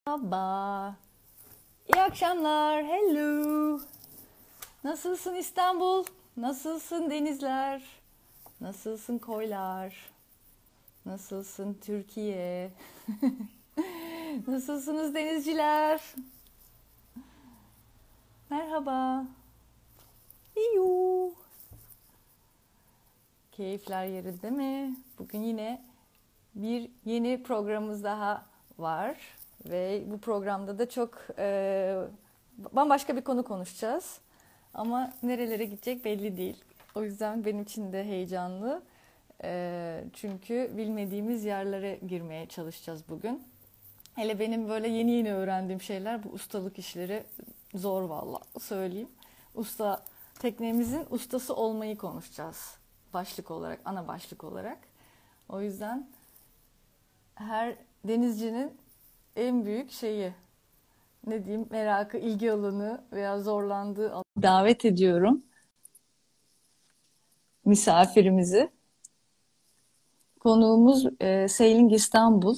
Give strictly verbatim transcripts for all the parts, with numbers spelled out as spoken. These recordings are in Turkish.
Merhaba. İyi akşamlar. Hello. Nasılsın İstanbul? Nasılsın denizler? Nasılsın koylar? Nasılsın Türkiye? Nasılsınız denizciler? Merhaba. İyuu. Keyifler yerinde mi? Bugün yine bir yeni programımız daha var. Ve bu programda da çok e, bambaşka bir konu konuşacağız. Ama nerelere gidecek belli değil. O yüzden benim için de heyecanlı. E, çünkü bilmediğimiz yerlere girmeye çalışacağız bugün. Hele benim böyle yeni yeni öğrendiğim şeyler bu ustalık işleri zor vallahi söyleyeyim. Usta teknemizin ustası olmayı konuşacağız. Başlık olarak, ana başlık olarak. O yüzden her denizcinin en büyük şeyi, ne diyeyim, merakı, ilgi alanı veya zorlandığı alanı davet ediyorum misafirimizi. Konuğumuz e, Sailing İstanbul.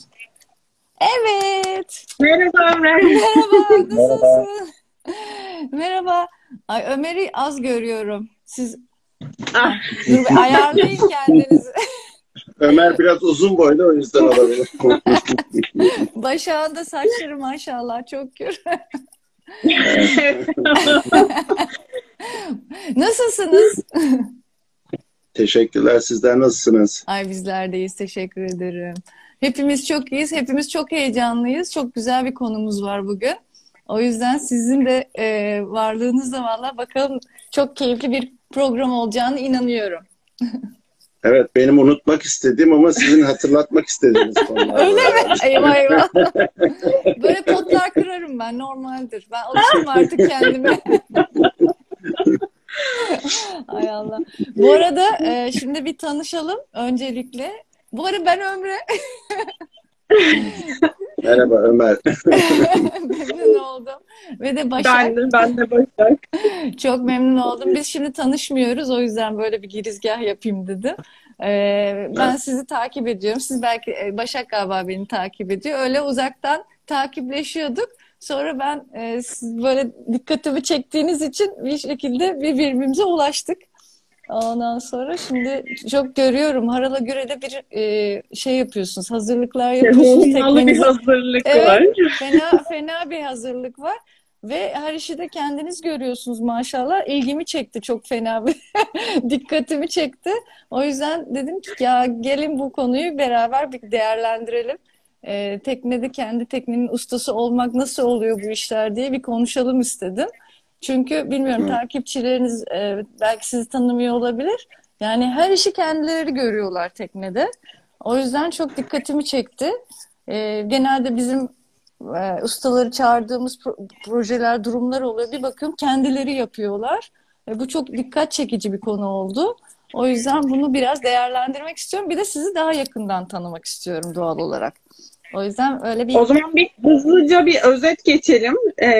Evet. Merhaba Ömer. Merhaba, Merhaba. nasılsın? Merhaba. Ay, Ömer'i az görüyorum. Siz Ah, Heh, dur bir ayarlayın kendinizi. Ömer biraz uzun boylu o yüzden olabilir. Başağında saçları maşallah çok gür. Nasılsınız? Teşekkürler. Sizler nasılsınız? Ay bizler deyiz. Teşekkür ederim. Hepimiz çok iyiyiz. Hepimiz çok heyecanlıyız. Çok güzel bir konumuz var bugün. O yüzden sizin de e, varlığınızla valla bakalım çok keyifli bir program olacağını inanıyorum. Evet, benim unutmak istediğim ama sizin hatırlatmak istediğiniz konular Öyle mi? var. Eyvah eyvah. Böyle potlar kırarım ben. Normaldir. Ben alıştım artık kendime. Ay Allah. Bu arada e, şimdi bir tanışalım öncelikle. Bu arada ben Ömre. Merhaba Ömer. Memnun oldum. Ve de Başak. ben de, ben de Başak. Çok memnun oldum. Biz şimdi tanışmıyoruz. O yüzden böyle bir girizgah yapayım dedim. Ee, ben sizi takip ediyorum. Siz belki e, Başak galiba beni takip ediyor. Öyle uzaktan takipleşiyorduk. Sonra ben e, siz böyle dikkatimi çektiğiniz için bir şekilde birbirimize ulaştık. Ondan sonra şimdi çok görüyorum. Harala göre de bir e, şey yapıyorsunuz. Hazırlıklar yapıyorsunuz Hummalı bir teknenize. hazırlık Evet, var. fena fena bir hazırlık var ve her işi de kendiniz görüyorsunuz maşallah. İlgimi çekti, çok fena bir dikkatimi çekti. O yüzden dedim ki ya gelin bu konuyu beraber bir değerlendirelim. Ee, teknede kendi teknenin ustası olmak nasıl oluyor bu işler diye bir konuşalım istedim. Çünkü bilmiyorum, Hı. takipçileriniz e, belki sizi tanımıyor olabilir. Yani her işi kendileri görüyorlar teknede. O yüzden çok dikkatimi çekti. E, genelde bizim e, ustaları çağırdığımız pro- projeler, durumlar oluyor. Bir bakıyorum kendileri yapıyorlar. E, bu çok dikkat çekici bir konu oldu. O yüzden bunu biraz değerlendirmek istiyorum. Bir de sizi daha yakından tanımak istiyorum doğal olarak. O yüzden öyle bir... O zaman bir hızlıca bir özet geçelim.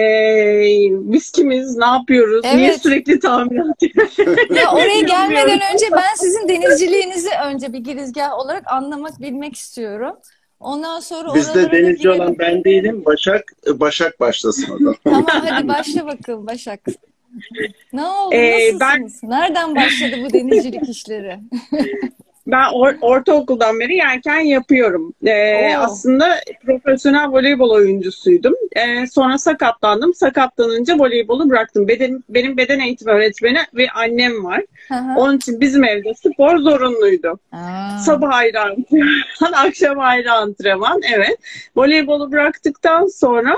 Ee, biz kimiz, ne yapıyoruz, niye Evet. sürekli tamirat Ya oraya gelmeden yapıyoruz? önce ben sizin denizciliğinizi önce bir girizgah olarak anlamak, bilmek istiyorum. Ondan sonra Bizde oralara da denizci olan girelim. ben değilim. Başak Başak başlasın o da. Tamam, hadi başla bakalım Başak. Ne oldu? Ee, ben Nasılsınız? Nereden başladı bu denizcilik işleri? Ben or ortaokuldan beri yelken yapıyorum. Ee, Oo. aslında profesyonel voleybol oyuncusuydum. Ee, sonra sakatlandım. Sakatlanınca voleybolu bıraktım. Beden, benim beden eğitimi öğretmeni ve annem var. Hı hı. Onun için bizim evde spor zorunluydu. Aa. Sabah ayrı antrenman, akşam ayrı antrenman. Evet. Voleybolu bıraktıktan sonra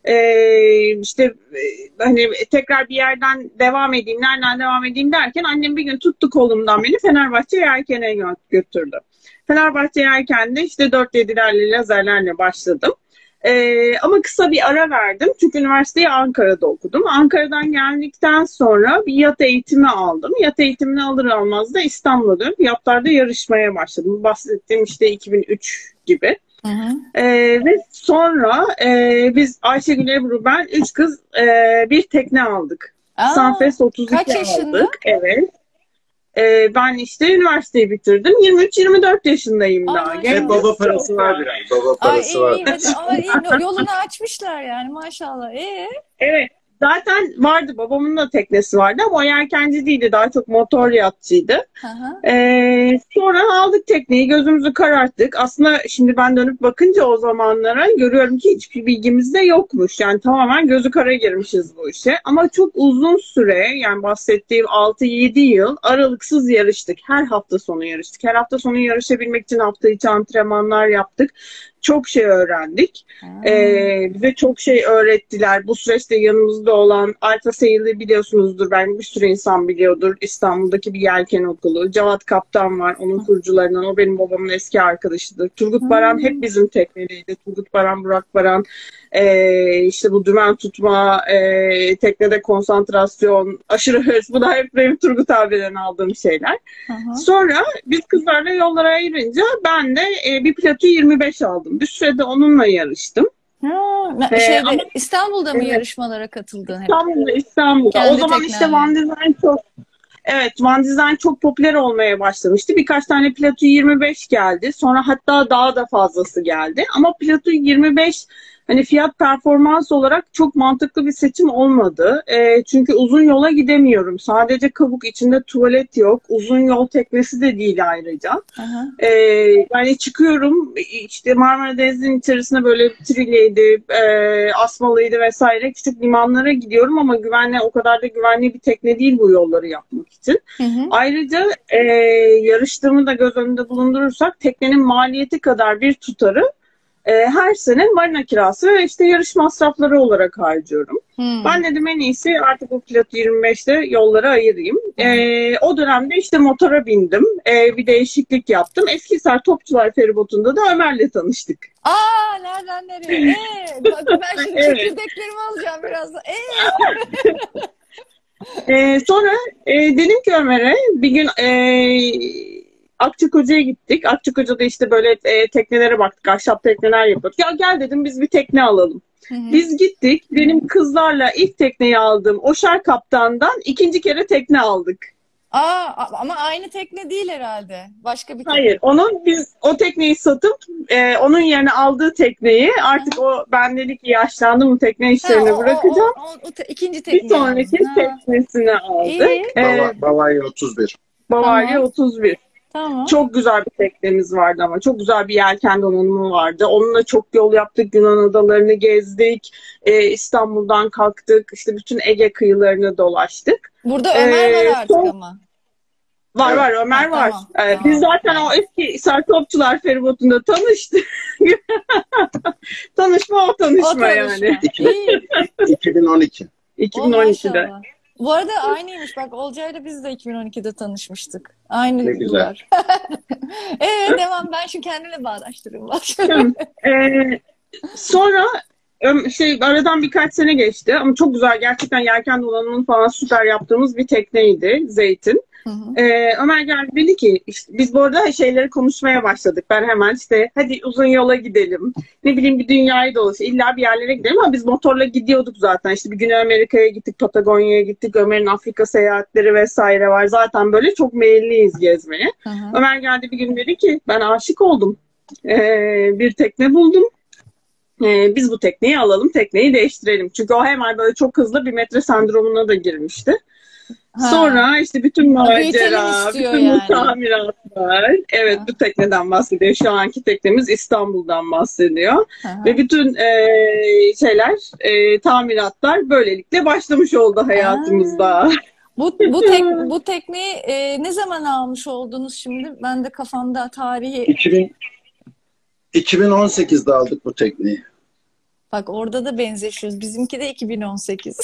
ee, işte e, hani tekrar bir yerden devam edeyim, nereden devam edeyim derken annem bir gün tuttu kolumdan beni Fenerbahçe Yelken'e gö- götürdü. Fenerbahçe Yelken'de işte dört yedilerle lazerlerle başladım. Ee, ama kısa bir ara verdim çünkü üniversiteyi Ankara'da okudum. Ankara'dan geldikten sonra bir yat eğitimi aldım. Yat eğitimini alır almaz da İstanbul'a dönüp yatlarda yarışmaya başladım. Bu bahsettiğim işte iki bin üç gibi. Hı hı. Ee, ve sonra e, biz Ayşegül Ebru ben üç kız e, bir tekne aldık. Aa, Sunfest otuz kaç iki yaşında? aldık. Evet. e, ben işte üniversiteyi bitirdim. yirmi üç yirmi dört yaşındayım Ay, daha. maşallah. Genç Ve baba parası var biraz. Baba Ay parası iyi var iyi hadi biraz. ama iyi yolunu açmışlar yani maşallah. Ee? Evet. Zaten vardı, babamın da teknesi vardı ama o yelkenci değildi, daha çok motor yatçıydı. Hı hı. Ee, sonra aldık tekneyi, gözümüzü kararttık. Aslında şimdi ben dönüp bakınca o zamanlara görüyorum ki hiçbir bilgimiz de yokmuş. Yani tamamen gözü kara girmişiz bu işe. Ama çok uzun süre, yani bahsettiğim altı yedi yıl aralıksız yarıştık. Her hafta sonu yarıştık. Her hafta sonu yarışabilmek için hafta içi antrenmanlar yaptık. Çok şey öğrendik. Ha. Ee, bize çok şey öğrettiler. Bu süreçte yanımızda olan Alfa Sail'i biliyorsunuzdur. Ben bir sürü insan biliyordur. İstanbul'daki bir yelken okulu. Cevat Kaptan var. Onun kurucularından. O benim babamın eski arkadaşıdır. Turgut Baran hep bizim teknedeydi. Turgut Baran, Burak Baran. Ee, işte bu dümen tutma, e, teknede konsantrasyon, aşırı hırs. Bu da hep benim Turgut abiden aldığım şeyler. Hı hı. Sonra biz kızlarla yollara ayırınca ben de e, bir Plato yirmi beş aldım. Bir sürede onunla yarıştım. Ha, Ee, şeyde, ama- İstanbul'da mı Evet. yarışmalara katıldın hep? İstanbul'da, İstanbul'da. Kendi O zaman işte teknenle. Van Design çok Evet, Van Design çok popüler olmaya başlamıştı. Birkaç tane Plato yirmi beş geldi. Sonra hatta daha da fazlası geldi. Ama Plato yirmi beş hani fiyat performans olarak çok mantıklı bir seçim olmadı. E, çünkü uzun yola gidemiyorum. Sadece kabuk, içinde tuvalet yok. Uzun yol teknesi de değil ayrıca. Hı hı. Ee, yani çıkıyorum işte Marmara Denizi'nin içerisinde böyle Trilya'ydı, e, Asmalı'ydı vesaire küçük limanlara gidiyorum ama güvenli, o kadar da güvenli bir tekne değil bu yolları yapmak için. Hı hı. Ayrıca e, yarıştığımı da göz önünde bulundurursak teknenin maliyeti kadar bir tutarı e, her sene marina kirası ve işte yarış masrafları olarak harcıyorum. Hmm. Ben dedim en iyisi artık bu Plato yirmi beşte yollara ayırayım. Ee, o dönemde işte motora bindim. Ee, bir değişiklik yaptım. Eskişehir Topçular Feribotu'nda da Ömer'le tanıştık. Aa nereden nereye? Ee, bak ben şimdi Evet. çekirdeklerimi alacağım birazdan. Ee? Ee, sonra e, dedim ki Ömer'e bir gün e, Akçakoca'ya gittik. Akçakoca'da işte böyle e, teknelere baktık. Ahşap tekneler yapıyorduk. Ya gel dedim biz bir tekne alalım. Hı hı. Biz gittik. Benim kızlarla ilk tekneyi aldığım Oşar Kaptan'dan ikinci kere tekne aldık. Aa ama aynı tekne değil herhalde. Başka bir tekne. Hayır, onun biz o tekneyi satıp e, onun yerine aldığı tekneyi artık o ben dedi ki yaşlandım, bu tekne Ha, işlerini o, o, bırakacağım. o, o, o te- ikinci Bir tekne. sonraki Ha, teknesini aldık. iyi. E, Bava- Bavaria otuz bir. Bavaria Tamam. otuz bir. Tamam. Çok güzel bir teknemiz vardı ama çok güzel bir yelken donanımı vardı. Onunla çok yol yaptık, Yunan adalarını gezdik, e, İstanbul'dan kalktık, işte bütün Ege kıyılarını dolaştık. Burada Ömer Ee, var artık son- ama. Var Evet. var Ömer Ha, var. tamam, Ee, tamam. Biz zaten o eski Sartopçular feribotunda tanıştık. Tanışma o O tanışma yani. tanışma. İyi. iki bin on iki. O iki bin on ikide. maşallah. Bu arada aynıymış. Bak Olcay'la biz de iki bin on ikide tanışmıştık. Aynı Ne güzel. yıllar. Evet devam. Ben şu kendimle bağdaştırayım. Bak. Ee, sonra ö- şey aradan birkaç sene geçti ama çok güzel, gerçekten yelken donanımını falan süper yaptığımız bir tekneydi Zeytin. Hı hı. Ee, Ömer geldi dedi ki işte biz bu arada şeyleri konuşmaya başladık. Ben hemen işte hadi uzun yola gidelim. Ne bileyim bir dünyayı dolaşalım. İlla bir yerlere gidelim ama biz motorla gidiyorduk zaten. İşte bir Güney Amerika'ya gittik, Patagonya'ya gittik. Ömer'in Afrika seyahatleri vesaire var. Zaten böyle çok meyilliyiz gezmeye. Hı hı. Ömer geldi bir gün dedi ki ben aşık oldum. Ee, bir tekne buldum. Ee, biz bu tekneyi alalım, tekneyi değiştirelim. Çünkü o hemen böyle çok hızlı bir metre sendromuna da girmişti. Ha. Sonra işte bütün Büyütelim macera, istiyor bütün bu yani. tamiratlar. Evet, Ha. bu tekneden bahsediyor. Şu anki teknemiz İstanbul'dan bahsediyor. Hı hı. Ve bütün e, şeyler, e, tamiratlar böylelikle başlamış oldu hayatımızda. Bu bu tek bu tekneyi e, ne zaman almış oldunuz şimdi? Ben de kafamda tarihi. iki bin, iki bin on sekizde aldık bu tekneyi. Bak orada da benzeşiyoruz. Bizimki de iki bin on sekiz.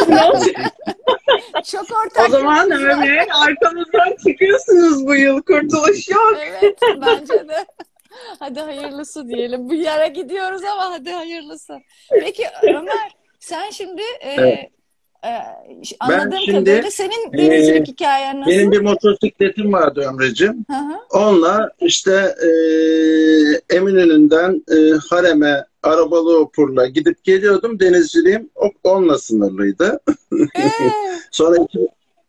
Çok ortak. O zaman yönümüz var. öyle arkamızdan çıkıyorsunuz bu yıl. Kurtuluş yok. Evet, bence de. Hadi hayırlısı diyelim. Bu yere gidiyoruz ama hadi hayırlısı. Peki Ömer, sen şimdi e, Evet. e, anladığım şimdi, kadarıyla senin denizcilik e, hikayen nasıl? Benim bir motosikletim vardı Ömreciğim. Hı hı. Onunla işte e, Eminönü'nden e, Harem'e arabalı vapurla gidip geliyordum. Denizciliğim o- onunla sınırlıydı. Ee, Sonra iki-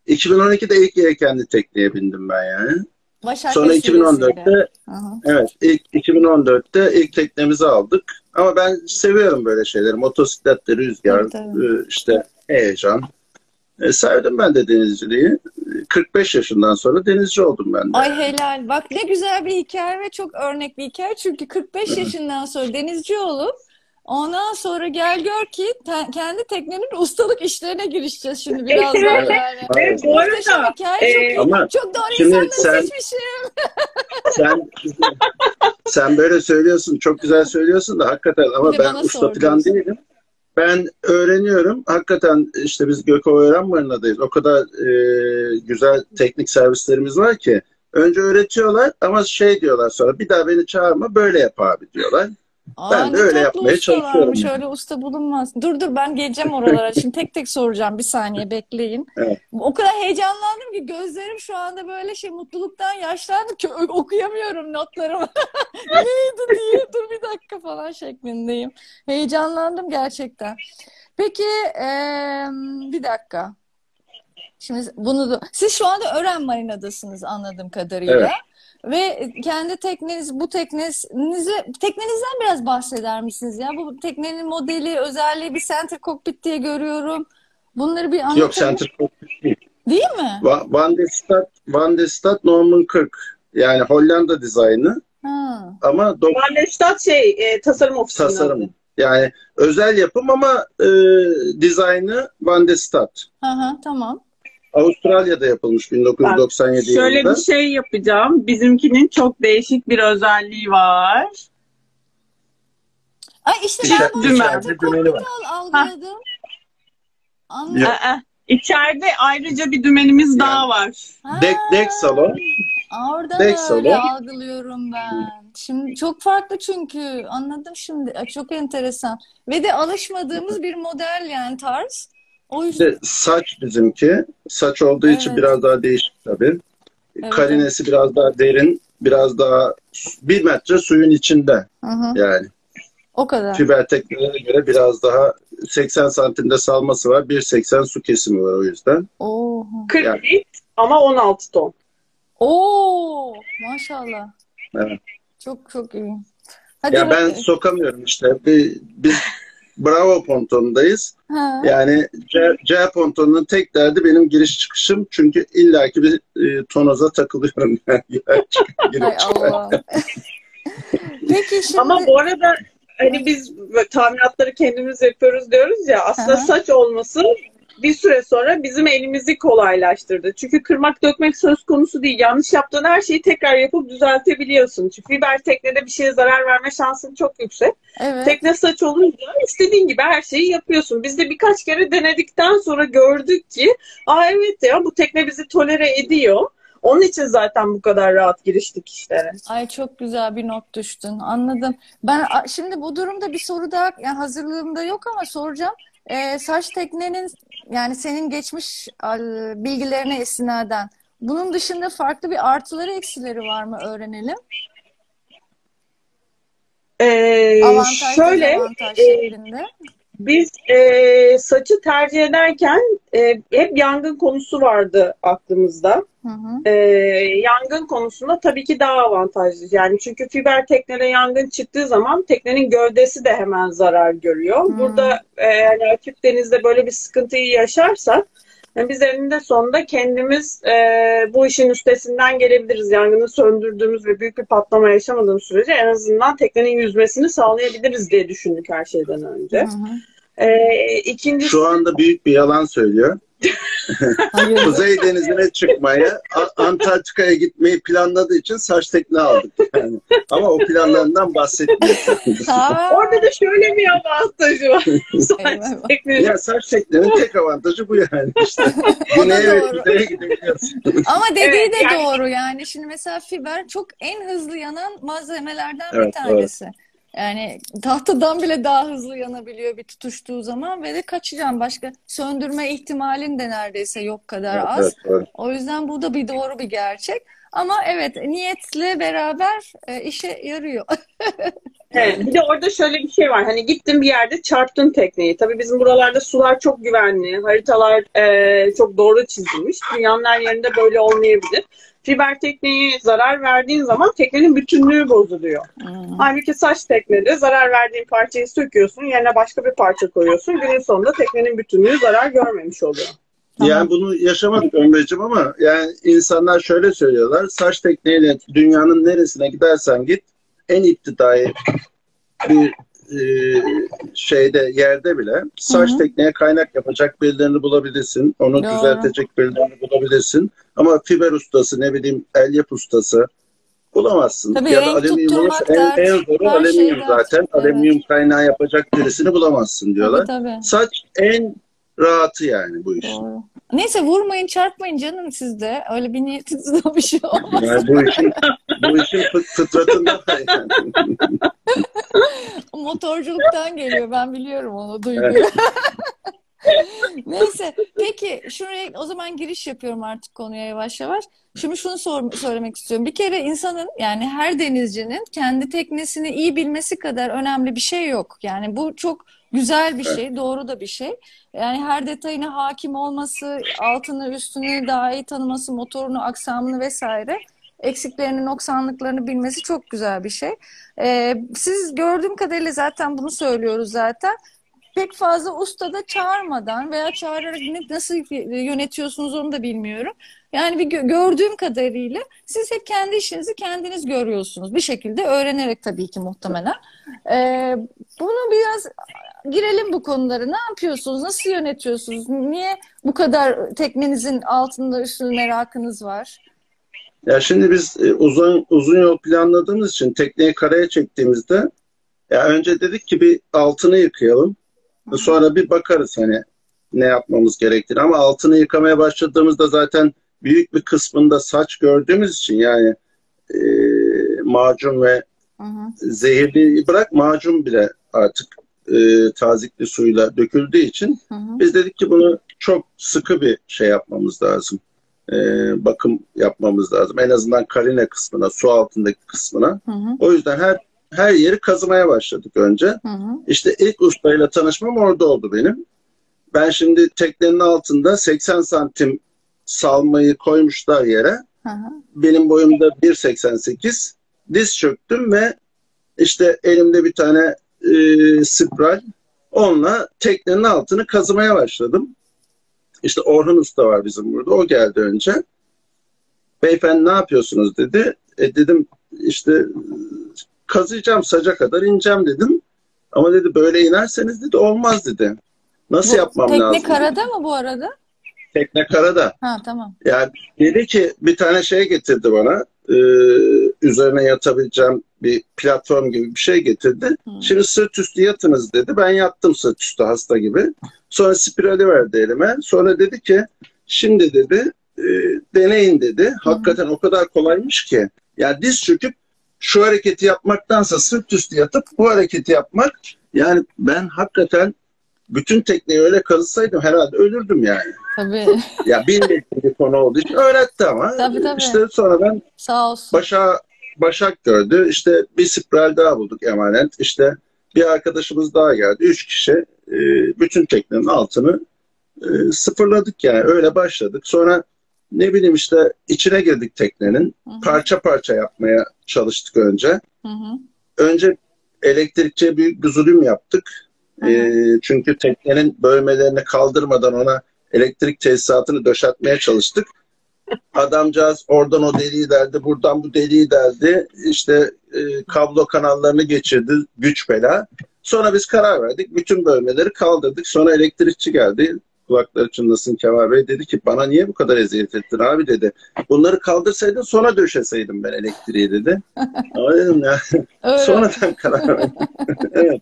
iki bin on ikide ilk yelkenli tekneye bindim ben yani. Başak Sonra iki bin on dörtte vesilesiyle. Hı hı. evet ilk iki bin on dörtte ilk teknemizi aldık. Ama ben seviyorum böyle şeyleri. Motosikletleri, rüzgar, Tabii, tabii. e, işte heyecan. E, sevdim ben de denizciliği. E, kırk beş yaşından sonra denizci oldum ben de. Ay helal. Bak ne güzel bir hikaye ve çok örnek bir hikaye. Çünkü kırk beş yaşından sonra denizci olup ondan sonra gel gör ki te- kendi teknenin ustalık işlerine girişeceğiz şimdi birazdan Evet. yani. Ve bu Muhteşem arada hikaye, çok e, iyi. Ama Çok doğru şimdi insanları sen seçmişim. sen sen böyle söylüyorsun, çok güzel söylüyorsun da hakikaten Bir ama de ben bana usta sor falan diyorsun. değilim. Ben öğreniyorum. Hakikaten işte biz Gökova Öğren Marina'dayız. O kadar e, güzel teknik servislerimiz var ki. Önce öğretiyorlar ama şey diyorlar sonra bir daha beni çağırma böyle yap abi diyorlar. Aa Ben de ne öyle tatlı yapmaya çalışıyorum ustalarmış. yani. Öyle usta bulunmaz. Dur dur ben geleceğim oralara. Şimdi tek tek soracağım. Bir saniye bekleyin. Evet. O kadar heyecanlandım ki gözlerim şu anda böyle şey mutluluktan yaşlandı ki ö- okuyamıyorum notlarımı. Neydi diye dur bir dakika falan şeklindeyim. Heyecanlandım gerçekten. Peki eee, bir dakika. Şimdi bunu da, siz şu anda Ören Marina'dasınız anladığım kadarıyla. Evet. Ve kendi tekneniz, bu teknenizi, teknenizden biraz bahseder misiniz ya? Bu teknenin modeli, özelliği, bir center cockpit diye görüyorum. Bunları bir Yok anlatabilir Center Cockpit değil. değil mi? Va- Van de Stad, Van de Stad Norman kırk. Yani Hollanda dizaynı Ha. ama dok- Van der Stad şey e, tasarım ofisinin adı. tasarım. Yani özel yapım ama e, dizaynı Van de Stad. Hı hı, tamam. Avustralya'da yapılmış bin dokuz yüz Bak, doksan yedi şöyle yılında. bir şey yapacağım. Bizimkinin çok değişik bir özelliği var. Ay işte ben İçer- bunu Dümen. center içeride dümeni cockpit var. al- algıladım. Anladım. Yok. Aa, içeride ayrıca bir dümenimiz Yani daha var. dek, dek Ha, salon, oradan dek öyle salon. algılıyorum ben. Şimdi çok farklı çünkü. Anladım şimdi. Ay, çok enteresan. Ve de alışmadığımız bir model yani tarz. O yüzden İşte saç bizimki. Saç olduğu için evet. biraz daha değişik tabii. Evet, evet. Karinesi biraz daha derin, biraz daha bir metre suyun içinde. Hı hı. Yani O kadar. fiber teknelere göre biraz daha seksen santimde salması var. bir seksen su kesimi var o yüzden. Oo. kırk Yani feet ama on altı ton. Oo, maşallah. evet. Çok çok iyi. Hadi Ya ben bak. sokamıyorum işte. Bir- Biz Bravo pontonundayız. Ha. Yani C, C pontonunun tek derdi benim giriş çıkışım. Çünkü illaki bir e, tonoza takılıyorum. Yani girip Hay çıkarken. Allah. Peki Ama şimdi bu arada hani biz böyle tamiratları kendimiz yapıyoruz diyoruz ya, aslında Aha. saç olması bir süre sonra bizim elimizi kolaylaştırdı. Çünkü kırmak dökmek söz konusu değil. Yanlış yaptığın her şeyi tekrar yapıp düzeltebiliyorsun. Çünkü fiber teknede bir şeye zarar verme şansın çok yüksek. evet. Tekne saç olunca istediğin gibi her şeyi yapıyorsun. Biz de birkaç kere denedikten sonra gördük ki aa evet ya bu tekne bizi tolere ediyor. Onun için zaten bu kadar rahat giriştik işlere. Ay çok güzel bir not düştün. Anladım. Ben a- şimdi bu durumda bir soru daha yani hazırlığımda yok ama soracağım. Ee, saç teknenin yani senin geçmiş al- bilgilerine istinaden bunun dışında farklı bir artıları eksileri var mı öğrenelim? Ee, Avantaj, şöyle dezavantaj e, şeklinde. biz e, saçı tercih ederken e, hep yangın konusu vardı aklımızda. Hı hı. E, yangın konusunda tabii ki daha avantajlı. Yani çünkü fiber teknede yangın çıktığı zaman teknenin gövdesi de hemen zarar görüyor. Hmm. Burada e, yani açık denizde böyle bir sıkıntıyı yaşarsak yani biz eninde sonunda kendimiz e, bu işin üstesinden gelebiliriz. Yangını söndürdüğümüz ve büyük bir patlama yaşamadığımız sürece en azından teknenin yüzmesini sağlayabiliriz diye düşündük her şeyden Hı önce. hı. E, ikincisi Şu anda büyük bir yalan söylüyor. Hayır. Kuzey Denizi'ne çıkmayı, A- Antarktika'ya gitmeyi planladığı için saç tekne aldık. Yani. Ama o planlarından bahsetmiyor. Ha. orada da şöyle bir avantajı var. Saç Eyvah. teknenin. Ya saç teknenin tek avantajı bu yani işte. O da Güneye ve doğru. kuzeye gidebiliyorsun. Ama dediği Evet, de yani- doğru yani. Şimdi mesela fiber çok en hızlı yanan malzemelerden bir Evet, tanesi. Yani tahtadan bile daha hızlı yanabiliyor bir tutuştuğu zaman ve de kaçacağım. Başka söndürme ihtimalin de neredeyse yok kadar Evet, az. evet, doğru. O yüzden bu da bir doğru bir gerçek. Ama evet niyetle beraber e, işe yarıyor. Evet, bir de orada şöyle bir şey var. Hani gittin bir yerde çarptın tekneyi. Tabii bizim buralarda sular çok güvenli. Haritalar e, çok doğru çizilmiş. Dünyanın her yerinde böyle olmayabilir. Fiber tekneye zarar verdiğin zaman teknenin bütünlüğü bozuluyor. Hmm. Halbuki saç teknede zarar verdiğin parçayı söküyorsun. Yerine başka bir parça koyuyorsun. Günün sonunda teknenin bütünlüğü zarar görmemiş oluyor. Tamam. Yani bunu yaşamadık Ömreciğim ama yani insanlar şöyle söylüyorlar. Saç tekneyle dünyanın neresine gidersen git en iptidai bir e, şeyde yerde bile saç Hı hı. tekneye kaynak yapacak birilerini bulabilirsin. Onu Doğru. düzeltecek birilerini bulabilirsin. Ama fiber ustası, ne bileyim elyaf ustası bulamazsın. Tabii Ya da renk alüminyum olursa tutturmak en, dert. en zoru Her şey alüminyum dert. zaten. Evet. Alüminyum kaynağı yapacak birisini bulamazsın Tabii diyorlar. tabii. Saç en rahatı yani bu işin. Doğru. Neyse vurmayın, çarpmayın canım sizde. Öyle bir niyetinizde bir şey olmaz. Yani bu işin bu işin fıt- fıtratında var yani. Motorculuktan geliyor. Ben biliyorum onu, duyguyu. Neyse. Peki şuraya o zaman giriş yapıyorum artık konuya yavaş yavaş. Şimdi şunu sor, söylemek istiyorum. Bir kere insanın, yani her denizcinin kendi teknesini iyi bilmesi kadar önemli bir şey yok. Yani bu çok güzel bir şey, doğru da bir şey. Yani her detayına hakim olması, altını üstünü daha iyi tanıması, motorunu, aksamını vesaire, eksiklerini, noksanlıklarını bilmesi çok güzel bir şey. Ee, siz gördüğüm kadarıyla zaten bunu söylüyoruz zaten. Pek fazla usta da çağırmadan veya çağırarak nasıl yönetiyorsunuz onu da bilmiyorum. Yani bir gö- gördüğüm kadarıyla siz hep kendi işinizi kendiniz görüyorsunuz. Bir şekilde öğrenerek tabii ki muhtemelen. Ee, bunu biraz girelim bu konulara. Ne yapıyorsunuz? Nasıl yönetiyorsunuz? Niye bu kadar teknenizin altında üstünde merakınız var? Ya şimdi biz e, uzun uzun yol planladığımız için tekneyi karaya çektiğimizde ya önce dedik ki bir altını yıkayalım. Sonra bir bakarız hani ne yapmamız gerektiğini. Ama altını yıkamaya başladığımızda zaten büyük bir kısmında saç gördüğümüz için yani e, macun ve Hı hı. zehirli bırak macun bile artık e, tazikli suyla döküldüğü için Hı hı. biz dedik ki bunu çok sıkı bir şey yapmamız lazım. E, bakım yapmamız lazım. En azından karine kısmına, su altındaki kısmına. Hı hı. O yüzden her her yeri kazımaya başladık önce. Hı hı. İşte ilk ustayla tanışmam orada oldu benim. Ben şimdi teknenin altında seksen santim salmayı koymuşlar yere. Hı hı. Benim boyumda bir seksen sekiz. Diz çöktüm ve işte elimde bir tane e, spiral. Onunla teknenin altını kazımaya başladım. İşte Orhun Usta var bizim burada. O geldi önce. Beyefendi ne yapıyorsunuz dedi. E dedim işte kazıyacağım, saca kadar ineceğim dedim. Ama dedi böyle inerseniz dedi olmaz dedi. Nasıl Bu yapmam tekne lazım? karada dedi. mı bu arada? Tekne karada. Ha tamam. Yani dedi ki bir tane şey getirdi bana. Ee, üzerine yatabileceğim bir platform gibi bir şey getirdi. Hmm. Şimdi sırt üstü yatınız dedi. Ben yattım sırt üstü hasta gibi. Sonra spirali verdi elime. Sonra dedi ki şimdi dedi e, deneyin dedi. Hakikaten o kadar kolaymış ki. Yani diz çöküp şu hareketi yapmaktansa sırt üstü yatıp bu hareketi yapmak, yani ben hakikaten bütün tekneyi öyle kazısaydım herhalde ölürdüm yani. Tabii. Ya bilmediğim bir konu olduğu için öğretti ama Tabii, tabii. işte sonradan Sağ olsun. Başak, Başak gördü. İşte bir spiral daha bulduk emanet. İşte bir arkadaşımız daha geldi. Üç kişi e, bütün teknenin altını e, sıfırladık yani. Öyle başladık. Sonra ne bileyim işte içine girdik teknenin. Hı hı. Parça parça yapmaya çalıştık önce. Hı hı. Önce elektrikçiye büyük bir zulüm yaptık. Hı hı. E, çünkü teknenin bölmelerini kaldırmadan ona elektrik tesisatını döşetmeye çalıştık. Adamcağız oradan o deliği deldi, buradan bu deliği deldi. İşte e, kablo kanallarını geçirdi, güç bela. Sonra biz karar verdik, bütün bölmeleri kaldırdık. Sonra elektrikçi geldi, kulakları çınlasın Kemal Bey, dedi ki bana niye bu kadar eziyet ettin abi dedi. Bunları kaldırsaydın sonra döşeseydim ben elektriği dedi. Ama dedim ya, Öyle. sonradan karar verdim. Evet.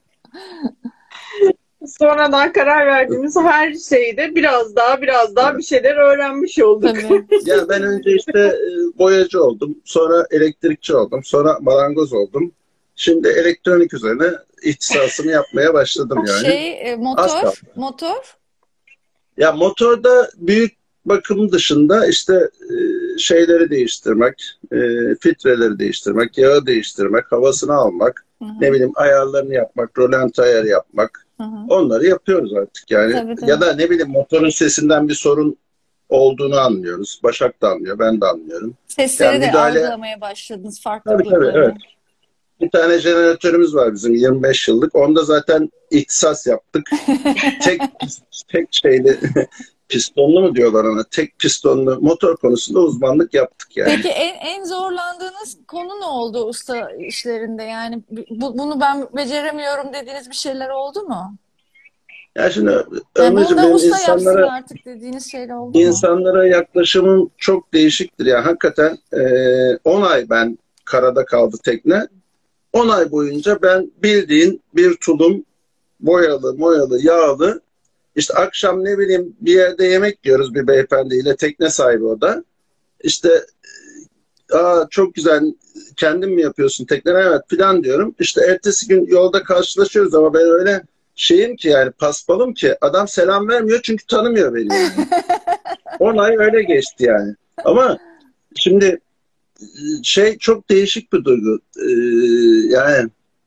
Sonradan karar verdiğimiz her şeyde biraz daha biraz daha bir şeyler öğrenmiş olduk. Tabii. Ya ben önce işte e, boyacı oldum, sonra elektrikçi oldum, sonra marangoz oldum. Şimdi elektronik üzerine ihtisasımı yapmaya başladım yani. Şey e, Az kaldı. motor, motor. Ya motorda büyük bakım dışında işte e, şeyleri değiştirmek, e, filtreleri değiştirmek, yağı değiştirmek, havasını almak, Hı hı. ne bileyim ayarlarını yapmak, rolanti ayarı yapmak. Hı hı. Onları yapıyoruz artık yani. Tabii, tabii. Ya da ne bileyim motorun sesinden bir sorun olduğunu anlıyoruz. Başak da anlıyor, ben de anlıyorum. Sesleri Yani de müdahale... algılamaya başladınız, Tabii tabii, farklılıkları. evet. Bir tane jeneratörümüz var bizim yirmi beş yıllık. Onda zaten ihtisas yaptık. tek tek şeyli pistonlu mu diyorlar ona? Tek pistonlu motor konusunda uzmanlık yaptık yani. Peki en, en zorlandığınız konu ne oldu usta işlerinde? Yani bu, bunu ben beceremiyorum dediğiniz bir şeyler oldu mu? Ya şimdi Yani bunu Ömreciğim, da benim usta yapsın insanlara artık dediğiniz şeyler oldu mu? insanlara yaklaşımım çok değişiktir. Yani hakikaten on ay ben karada kaldı tekne. on ay boyunca ben bildiğin bir tulum boyalı, moyalı, yağlı. İşte akşam ne bileyim bir yerde yemek yiyoruz bir beyefendiyle, tekne sahibi o da. İşte aa çok güzel, kendin mi yapıyorsun tekne? Evet filan diyorum. İşte ertesi gün yolda karşılaşıyoruz ama ben öyle şeyim ki yani paspalım ki adam selam vermiyor çünkü tanımıyor beni yani. on ay öyle geçti yani. Ama şimdi şey çok değişik bir duygu. Ee, yani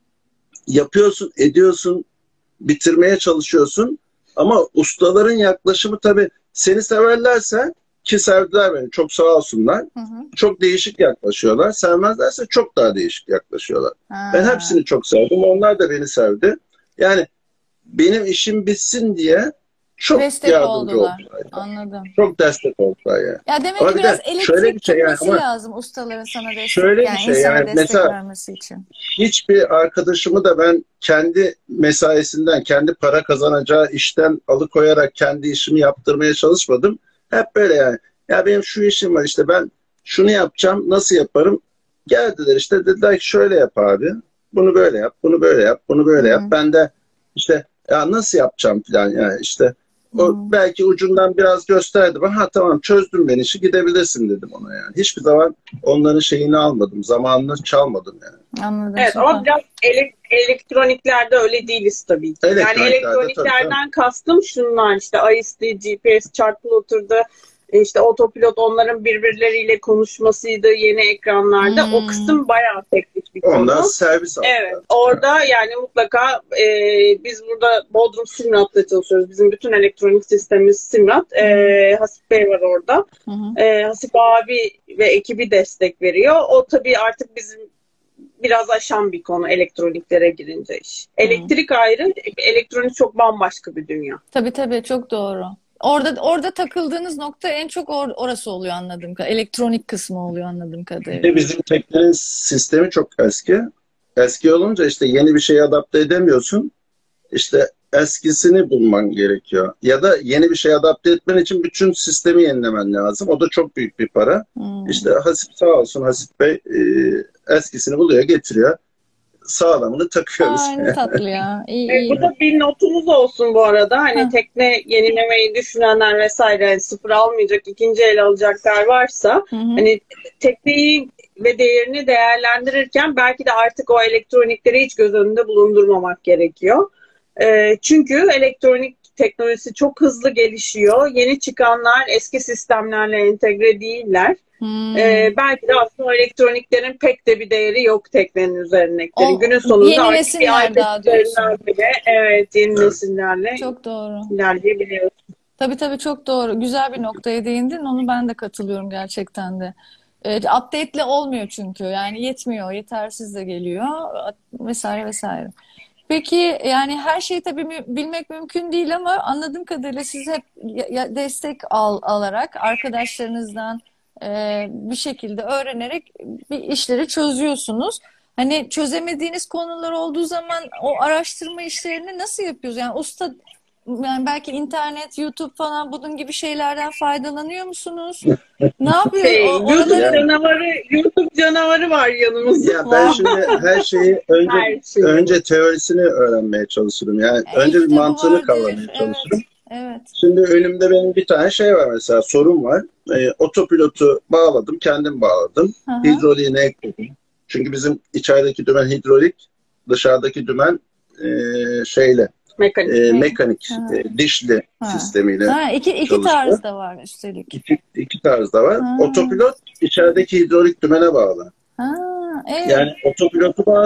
yapıyorsun, ediyorsun, bitirmeye çalışıyorsun ama ustaların yaklaşımı tabii seni severlerse, ki sevdiler beni, çok sağ olsunlar. Hı hı. Çok değişik yaklaşıyorlar. Sevmezlerse çok daha değişik yaklaşıyorlar. Ha. Ben hepsini çok sevdim. Onlar da beni sevdi. Yani benim işim bitsin diye çok Destek yardımcı oldular. oldular. Anladım. Çok destek oldular yani. Ya demek Ama ki bir biraz de elektrik şöyle bir şey yani, tutması ama lazım ustaların sana destek, şöyle bir yani şey insana yani, destek mesela vermesi için. hiçbir arkadaşımı da ben kendi mesaisinden, kendi para kazanacağı işten alıkoyarak kendi işimi yaptırmaya çalışmadım. Hep böyle yani. Ya benim şu işim var, işte ben şunu yapacağım, nasıl yaparım? Geldiler işte, dediler ki şöyle yap abi. Bunu böyle yap, bunu böyle yap, bunu böyle yap. Hı. Ben de işte ya nasıl yapacağım falan yani işte. O Hı. belki ucundan biraz gösterdi. Ben ha tamam çözdüm ben işi, gidebilirsin dedim ona yani. Hiçbir zaman onların şeyini almadım. Zamanını çalmadım yani. Anladım. Evet Süper. ama biraz ele- elektroniklerde öyle değiliz tabii ki. Yani Elektroniklerde elektroniklerden tabii, tabii. kastım şunlar, işte I S D, G P S, chart plotter'da, işte otopilot, onların birbirleriyle konuşmasıydı yeni ekranlarda. Hmm. O kısım bayağı teknik bir konu. Onlar servis aldılar. Evet, orada yani mutlaka e, biz burada Bodrum Simrat'ta çalışıyoruz. Bizim bütün elektronik sistemimiz Simrat. E, Hasip Bey var orada. Hı hı. E, Hasip abi ve ekibi destek veriyor. O tabii artık bizim biraz aşan bir konu elektroniklere girince iş. Elektrik ayrı, elektronik çok bambaşka bir dünya. Tabii tabii, çok doğru. Orada orada takıldığınız nokta en çok or- orası oluyor anladığım kadarıyla. Elektronik kısmı oluyor anladığım Bir kadarıyla. de bizim teknenin sistemi çok eski. Eski olunca işte yeni bir şeye adapte edemiyorsun. İşte eskisini bulman gerekiyor. Ya da yeni bir şey adapte etmen için bütün sistemi yenilemen lazım. O da çok büyük bir para. Hmm. İşte Hasip sağ olsun, Hasip Bey e, eskisini buluyor, getiriyor. Sağlamını takıyoruz. Aa, ne tatlı ya. İyi Evet, iyi. bu da bir notumuz olsun bu arada. Hani Heh. tekne yenilemeyi düşünenler vesaire, hani sıfır almayacak, ikinci el alacaklar varsa, Hı hı. hani tekneyi ve değerini değerlendirirken belki de artık o elektronikleri hiç göz önünde bulundurmamak gerekiyor. Ee, çünkü elektronik teknolojisi çok hızlı gelişiyor. Yeni çıkanlar eski sistemlerle entegre değiller. Hmm. Ee, belki de aslında o elektroniklerin pek de bir değeri yok teknenin üzerindekilerin. O Günün sonunda yeni artık nesiller bir daha iPad üzerinden diyorsun. bile, evet, yeni Evet. nesillerle Çok doğru. ilerleyebiliyoruz. Tabii tabii, çok doğru. Güzel bir noktaya değindin. Onu ben de katılıyorum gerçekten de. E, update'le olmuyor çünkü. Yani yetmiyor, yetersiz de geliyor vesaire vesaire. Peki yani her şeyi tabii mü- bilmek mümkün değil ama anladığım kadarıyla siz hep ya- ya- destek al, alarak arkadaşlarınızdan e, bir şekilde öğrenerek bir işleri çözüyorsunuz. Hani çözemediğiniz konular olduğu zaman o araştırma işlerini nasıl yapıyorsunuz? Yani usta, yani belki internet, YouTube falan bunun gibi şeylerden faydalanıyor musunuz? Ne yapıyor? Şey, O, YouTube oraları Yani, canavarı, YouTube canavarı var yanımızda. ya ben şimdi her şeyi önce Her şey. önce teorisini öğrenmeye çalışırım. Yani E, önce bir işte bu mantığını vardır. kavramaya Evet, çalışırım. evet. Şimdi önümde benim bir tane şey var, mesela sorun var. E, otopilotu bağladım, kendim bağladım. Hı hı. Hidroliğini ekledim. Çünkü bizim içerideki dümen hidrolik, dışarıdaki dümen e, şeyle Mekanik. e, Me- mekanik, Ha. e, dişli Ha. sistemiyle Ha, iki, iki çalışıyor. tarzda var üstelik. İki, iki tarzda var. Ha. Otopilot içerideki hidrolik dümene bağlı. Ha, evet. Yani otopilotu bağladım.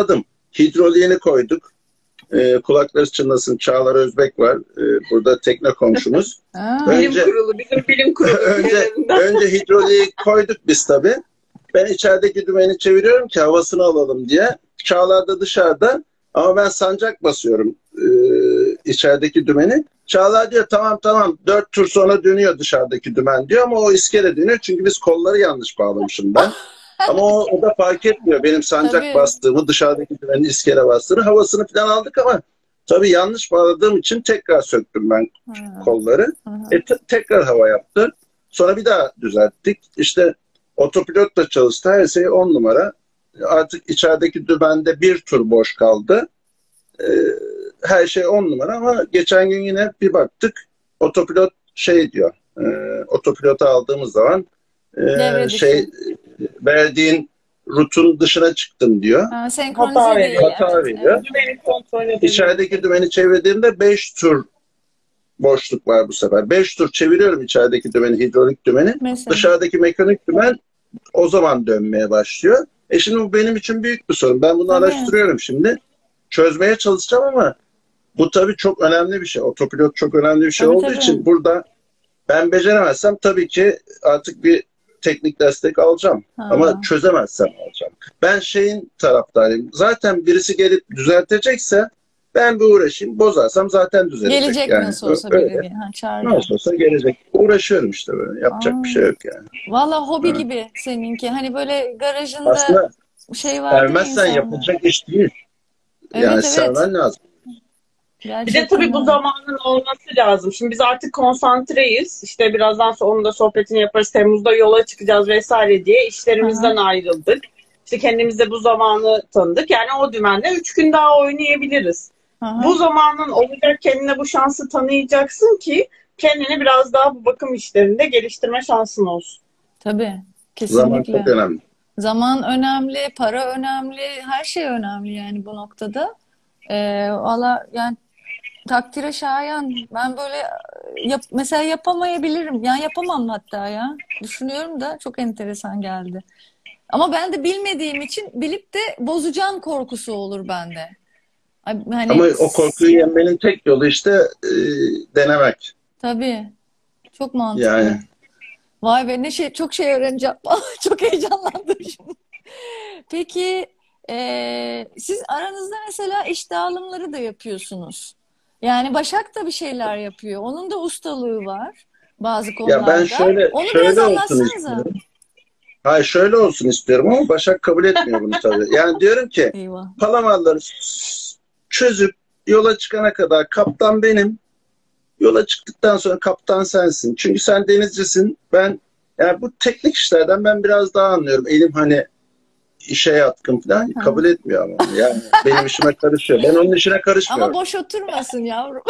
Hidroliğini koyduk. E, kulakları çınlasın, Çağlar Özbek var. E, burada tekne komşumuz. Aa, Bilim Önce, kurulu, bizim bilim kurulu. önce, önce hidroliği koyduk biz tabii. Ben içerideki dümeni çeviriyorum ki havasını alalım diye. Çağlar da dışarıda ama ben sancak basıyorum e, içerideki dümeni. Çağlar diyor tamam tamam dört tur sonra dönüyor dışarıdaki dümen diyor ama o iskele dönüyor çünkü biz kolları yanlış bağlamışım ben. Ama o, o da fark etmiyor benim sancak Tabii. bastığımı, dışarıdaki dümenin iskele bastığını, havasını falan aldık ama tabii yanlış bağladığım için tekrar söktüm ben ha, kolları. ha. E, te- tekrar hava yaptı. Sonra bir daha düzelttik. İşte otopilot da çalıştı. Her şey on numara. Artık içerideki dümende bir tur boş kaldı. E, her şey on numara ama geçen gün yine bir baktık. Otopilot şey diyor. E, otopilota aldığımız zaman e, Devre dışı. şey verdiğin rutun dışına çıktım diyor. Ha, senkronize Hata değil. veriyor. Evet, Hata veriyor. evet. Dümeni kontrol edelim. İçerideki dümeni çevirdiğimde beş tur boşluk var bu sefer. beş tur çeviriyorum içerideki dümeni, hidrolik dümeni. Mesela. Dışarıdaki mekanik dümen o zaman dönmeye başlıyor. E şimdi bu benim için büyük bir sorun. Ben bunu Tabii. araştırıyorum şimdi. Çözmeye çalışacağım ama bu tabii çok önemli bir şey. Otopilot çok önemli bir şey Tabii, olduğu tabii. için burada ben beceremezsem tabii ki artık bir teknik destek alacağım. Ha. Ama çözemezsem alacağım. Ben şeyin taraftarıyım. Zaten birisi gelip düzeltecekse ben bir uğraşayım. Bozarsam zaten düzelecek. Gelecek yani. nasıl olsa Öyle. biri. Ha, çağırdı. Nasıl olsa gelecek. Uğraşıyorum işte böyle. Yapacak Aa. bir şey yok yani. Valla hobi Evet. gibi seninki. Hani böyle garajında Aslında şey var değil mi sevmezsen insanlar? yapılacak iş değil. Evet, yani evet. sevmen lazım. Bir de Gerçekten tabii bu öyle. zamanın olması lazım. Şimdi biz artık konsantreyiz. İşte birazdan sonra onun da sohbetini yaparız. Temmuz'da yola çıkacağız vesaire diye işlerimizden ayrıldık. İşte kendimize bu zamanı tanıdık. Yani o dümenle üç gün daha oynayabiliriz. Aha. Bu zamanın olacak, kendine bu şansı tanıyacaksın ki kendini biraz daha bu bakım işlerinde geliştirme şansın olsun. Tabii. Zaman Kesinlikle. çok önemli. Zaman önemli, para önemli, her şey önemli yani bu noktada. Ee, valla yani takdire şayan. Ben böyle yap, mesela yapamayabilirim. Yani yapamam hatta ya. Düşünüyorum da çok enteresan geldi. Ama ben de bilmediğim için bilip de bozacağım korkusu olur bende. Hani, Ama o korkuyu yenmenin tek yolu işte e, denemek. tabii. Çok mantıklı. Yani. Vay be ne şey çok şey öğreneceğim. Çok heyecanlandım şimdi. Peki e, siz aranızda mesela iş dağılımları da yapıyorsunuz. Yani Başak da bir şeyler yapıyor. Onun da ustalığı var bazı konularda. Ya ben şöyle Onu biraz şöyle olsun anlatsanıza. istiyorum. Hayır şöyle olsun istiyorum ama Başak kabul etmiyor bunu tabii. Yani diyorum ki Eyvah. palamarları çözüp yola çıkana kadar kaptan benim. Yola çıktıktan sonra kaptan sensin. Çünkü sen denizcisin. Ben yani bu teknik işlerden ben biraz daha anlıyorum. Elim hani işe yatkın falan Ha. kabul etmiyor ama. Yani benim işime karışıyor. Ben onun işine Ama karışmıyorum. boş oturmasın yavrum.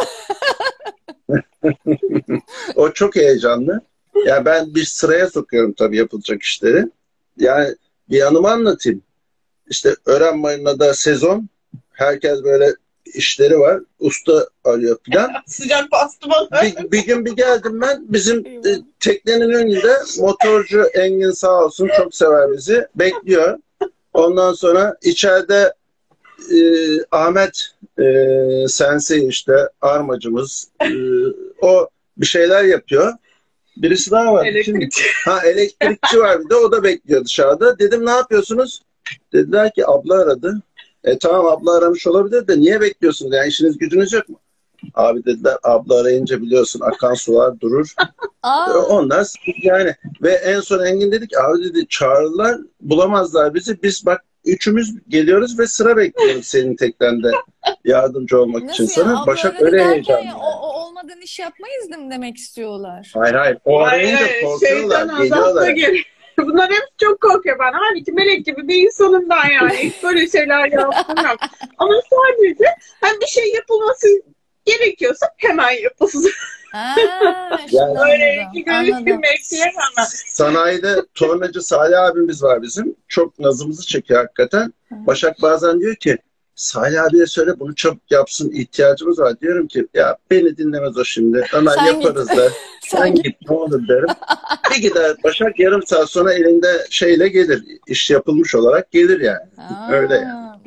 O çok heyecanlı. Yani ben bir sıraya sokuyorum tabii yapılacak işleri. Yani bir anımı anlatayım. İşte Ören Marina'da sezon. Herkes böyle işleri var. Usta arıyor falan. Sıcak bastı bana. Bir, bir gün bir geldim ben. Bizim e, teknenin önünde motorcu Engin sağ olsun çok sever bizi. Bekliyor. Ondan sonra içeride e, Ahmet e, Sensei işte armacımız e, o bir şeyler yapıyor. Birisi daha var. Kim? Elektrikçi. Ha elektrikçi var bir de o da bekliyor dışarıda. Dedim ne yapıyorsunuz? Dediler ki abla aradı. E tamam abla aramış olabilir de niye bekliyorsunuz? Yani işiniz gücünüz yok mu? Abi dediler abla arayınca biliyorsun akan sular durur. Aa, Onlar yani ve en son Engin dedik abi dedi çağırırlar bulamazlar bizi. Biz bak üçümüz geliyoruz ve sıra bekliyoruz senin teknende yardımcı olmak için nasıl ya? sana. Abla Başak aradı öyle derken heyecanlı. ya, o, o olmadan iş yapmayız değil mi demek istiyorlar? Hayır hayır. O arayınca Hayır, korkuyorlar. şeytan azapta Geliyorlar. geliyor. Bunlar hep çok korkuyor ben. Halbuki melek gibi bir insanım ben yani. Hiç böyle şeyler yaptım yok. Ama sadece hani bir şey yapılması gerekiyorsa hemen yapılsın. Ha, şimdi Yani- Böyle anladım. iki Anladım. görüşüm bekleyemem. Sanayide tornacı Salih abimiz var bizim. Çok nazımızı çekiyor hakikaten. Başak bazen diyor ki Salih abiye söyle bunu çabuk yapsın ihtiyacımız var. Diyorum ki ya beni dinlemez o şimdi. Hemen Sen yaparız git. da. Sen Sen git. git ne olur derim. Bir gider Başak yarım saat sonra elinde şeyle gelir. İş yapılmış olarak gelir yani. Aa, Öyle yani.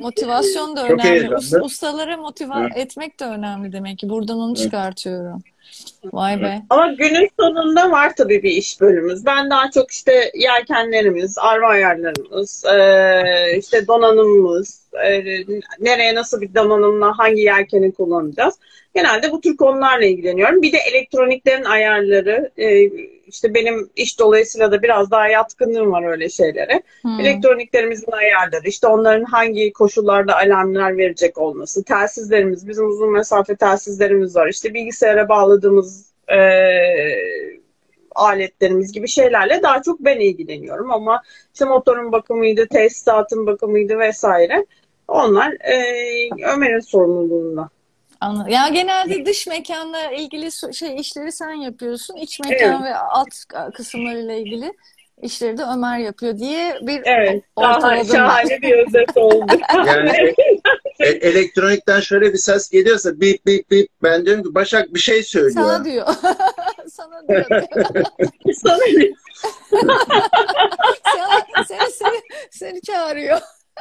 Motivasyon da Çok önemli. heyecanlı. Us- Ustalara motive Evet. etmek de önemli demek ki. Buradan onu Evet. çıkartıyorum. Vay be. Ama günün sonunda var tabii bir iş bölümümüz. Ben daha çok işte yelkenlerimiz, arma ayarlarımız, eee, işte donanımımız, eee, nereye nasıl bir donanımla hangi yelkeni kullanacağız. Genelde bu tür konularla ilgileniyorum. Bir de elektroniklerin ayarları, eee, işte benim iş dolayısıyla da biraz daha yatkınlığım var öyle şeylere. Hmm. Elektroniklerimizin ayarları, işte onların hangi koşullarda alarmlar verecek olması, telsizlerimiz, bizim uzun mesafe telsizlerimiz var. İşte bilgisayara bağladığımız eee, aletlerimiz gibi şeylerle daha çok ben ilgileniyorum. Ama işte motorun bakımıydı, tesisatın bakımıydı vesaire. Onlar eee Ömer'in sorumluluğunda. Anladım. Ya genelde dış mekanla ilgili so- şey işleri sen yapıyorsun. İç Evet, mekan ve alt kısımlarıyla ilgili işleri de Ömer yapıyor diye bir evet. Daha ortaladım ben. şahane bir özet oldu. Yani e- e- elektronikten şöyle bir ses geliyorsa bip bip bip, ben diyorum ki Başak bir şey Sana söylüyor. diyor. Sana diyor. Sana ne? Sana, seni, seni, seni çağırıyor.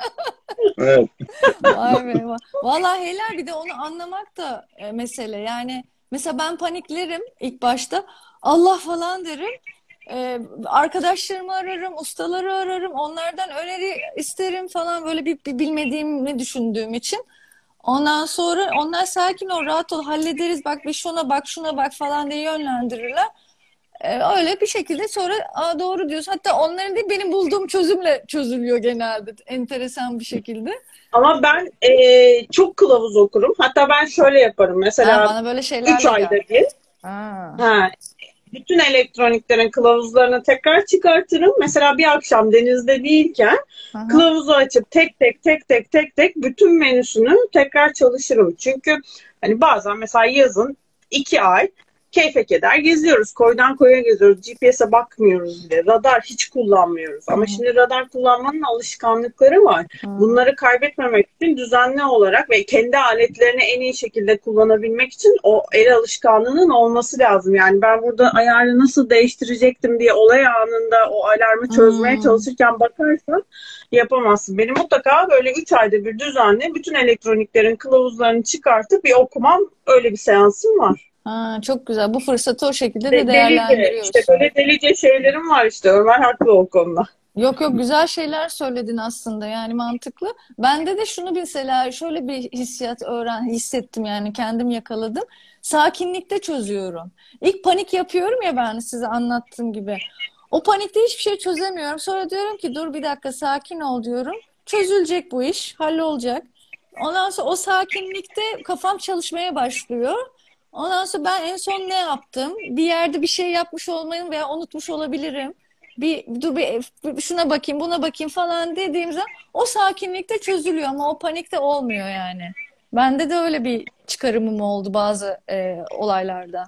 Evet. Vay be. va- Vallahi helal, bir de onu anlamak da e, mesele. Yani mesela ben paniklerim ilk başta. Allah falan derim. E, arkadaşlarımı ararım, ustaları ararım. Onlardan öneri isterim falan, böyle bir, bir bilmediğimi düşündüğüm için. Ondan sonra onlar sakin ol, rahat ol, hallederiz. Bak bir şuna bak, şuna bak falan diye yönlendirirler. E, öyle bir şekilde sonra aa, doğru diyorsun. Hatta onların değil, benim bulduğum çözümle çözülüyor genelde. Enteresan bir şekilde. Ama ben eee, çok kılavuz okurum. Hatta ben şöyle yaparım. Ha, Mesela bana böyle üç şeylerle ayda gel. bir Ha. ha, bütün elektroniklerin kılavuzlarını tekrar çıkartırım. Mesela bir akşam denizde değilken Aha. kılavuzu açıp tek tek tek tek tek tek bütün menüsünü tekrar çalışırım. Çünkü hani bazen mesela yazın iki ay keyfe keder geziyoruz. Koydan koya geziyoruz. G P S'e bakmıyoruz bile. Radar hiç kullanmıyoruz. Ama Hı. şimdi radar kullanmanın alışkanlıkları var. Hı. Bunları kaybetmemek için düzenli olarak ve kendi aletlerini en iyi şekilde kullanabilmek için o el alışkanlığının olması lazım. Yani ben burada ayarı nasıl değiştirecektim diye olay anında o alarmı çözmeye Hmm. çalışırken bakarsan yapamazsın. Benim mutlaka böyle üç ayda bir düzenli bütün elektroniklerin kılavuzlarını çıkartıp bir okumam, öyle bir seansım var. Ha, çok güzel. Bu fırsatı o şekilde de De, delice, işte değerlendiriyorsun. böyle delice şeylerim var işte. Ömer haklı o konuda. Yok yok, güzel şeyler söyledin aslında, yani mantıklı. Bende de şunu mesela şöyle bir hissiyat öğren hissettim, yani kendim yakaladım. Sakinlikte çözüyorum. İlk panik yapıyorum ya, ben size anlattığım gibi. O panikte hiçbir şey çözemiyorum. Sonra diyorum ki dur bir dakika, sakin ol diyorum. Çözülecek bu iş, hallolacak. Ondan sonra o sakinlikte kafam çalışmaya başlıyor. Ondan sonra ben en son ne yaptım? Bir yerde bir şey yapmış olmayı veya unutmuş olabilirim. Bir dur bir, bir şuna bakayım, buna bakayım falan dediğim zaman o sakinlikte çözülüyor ama o panikte olmuyor yani. Bende de öyle bir çıkarımım oldu bazı e, olaylarda.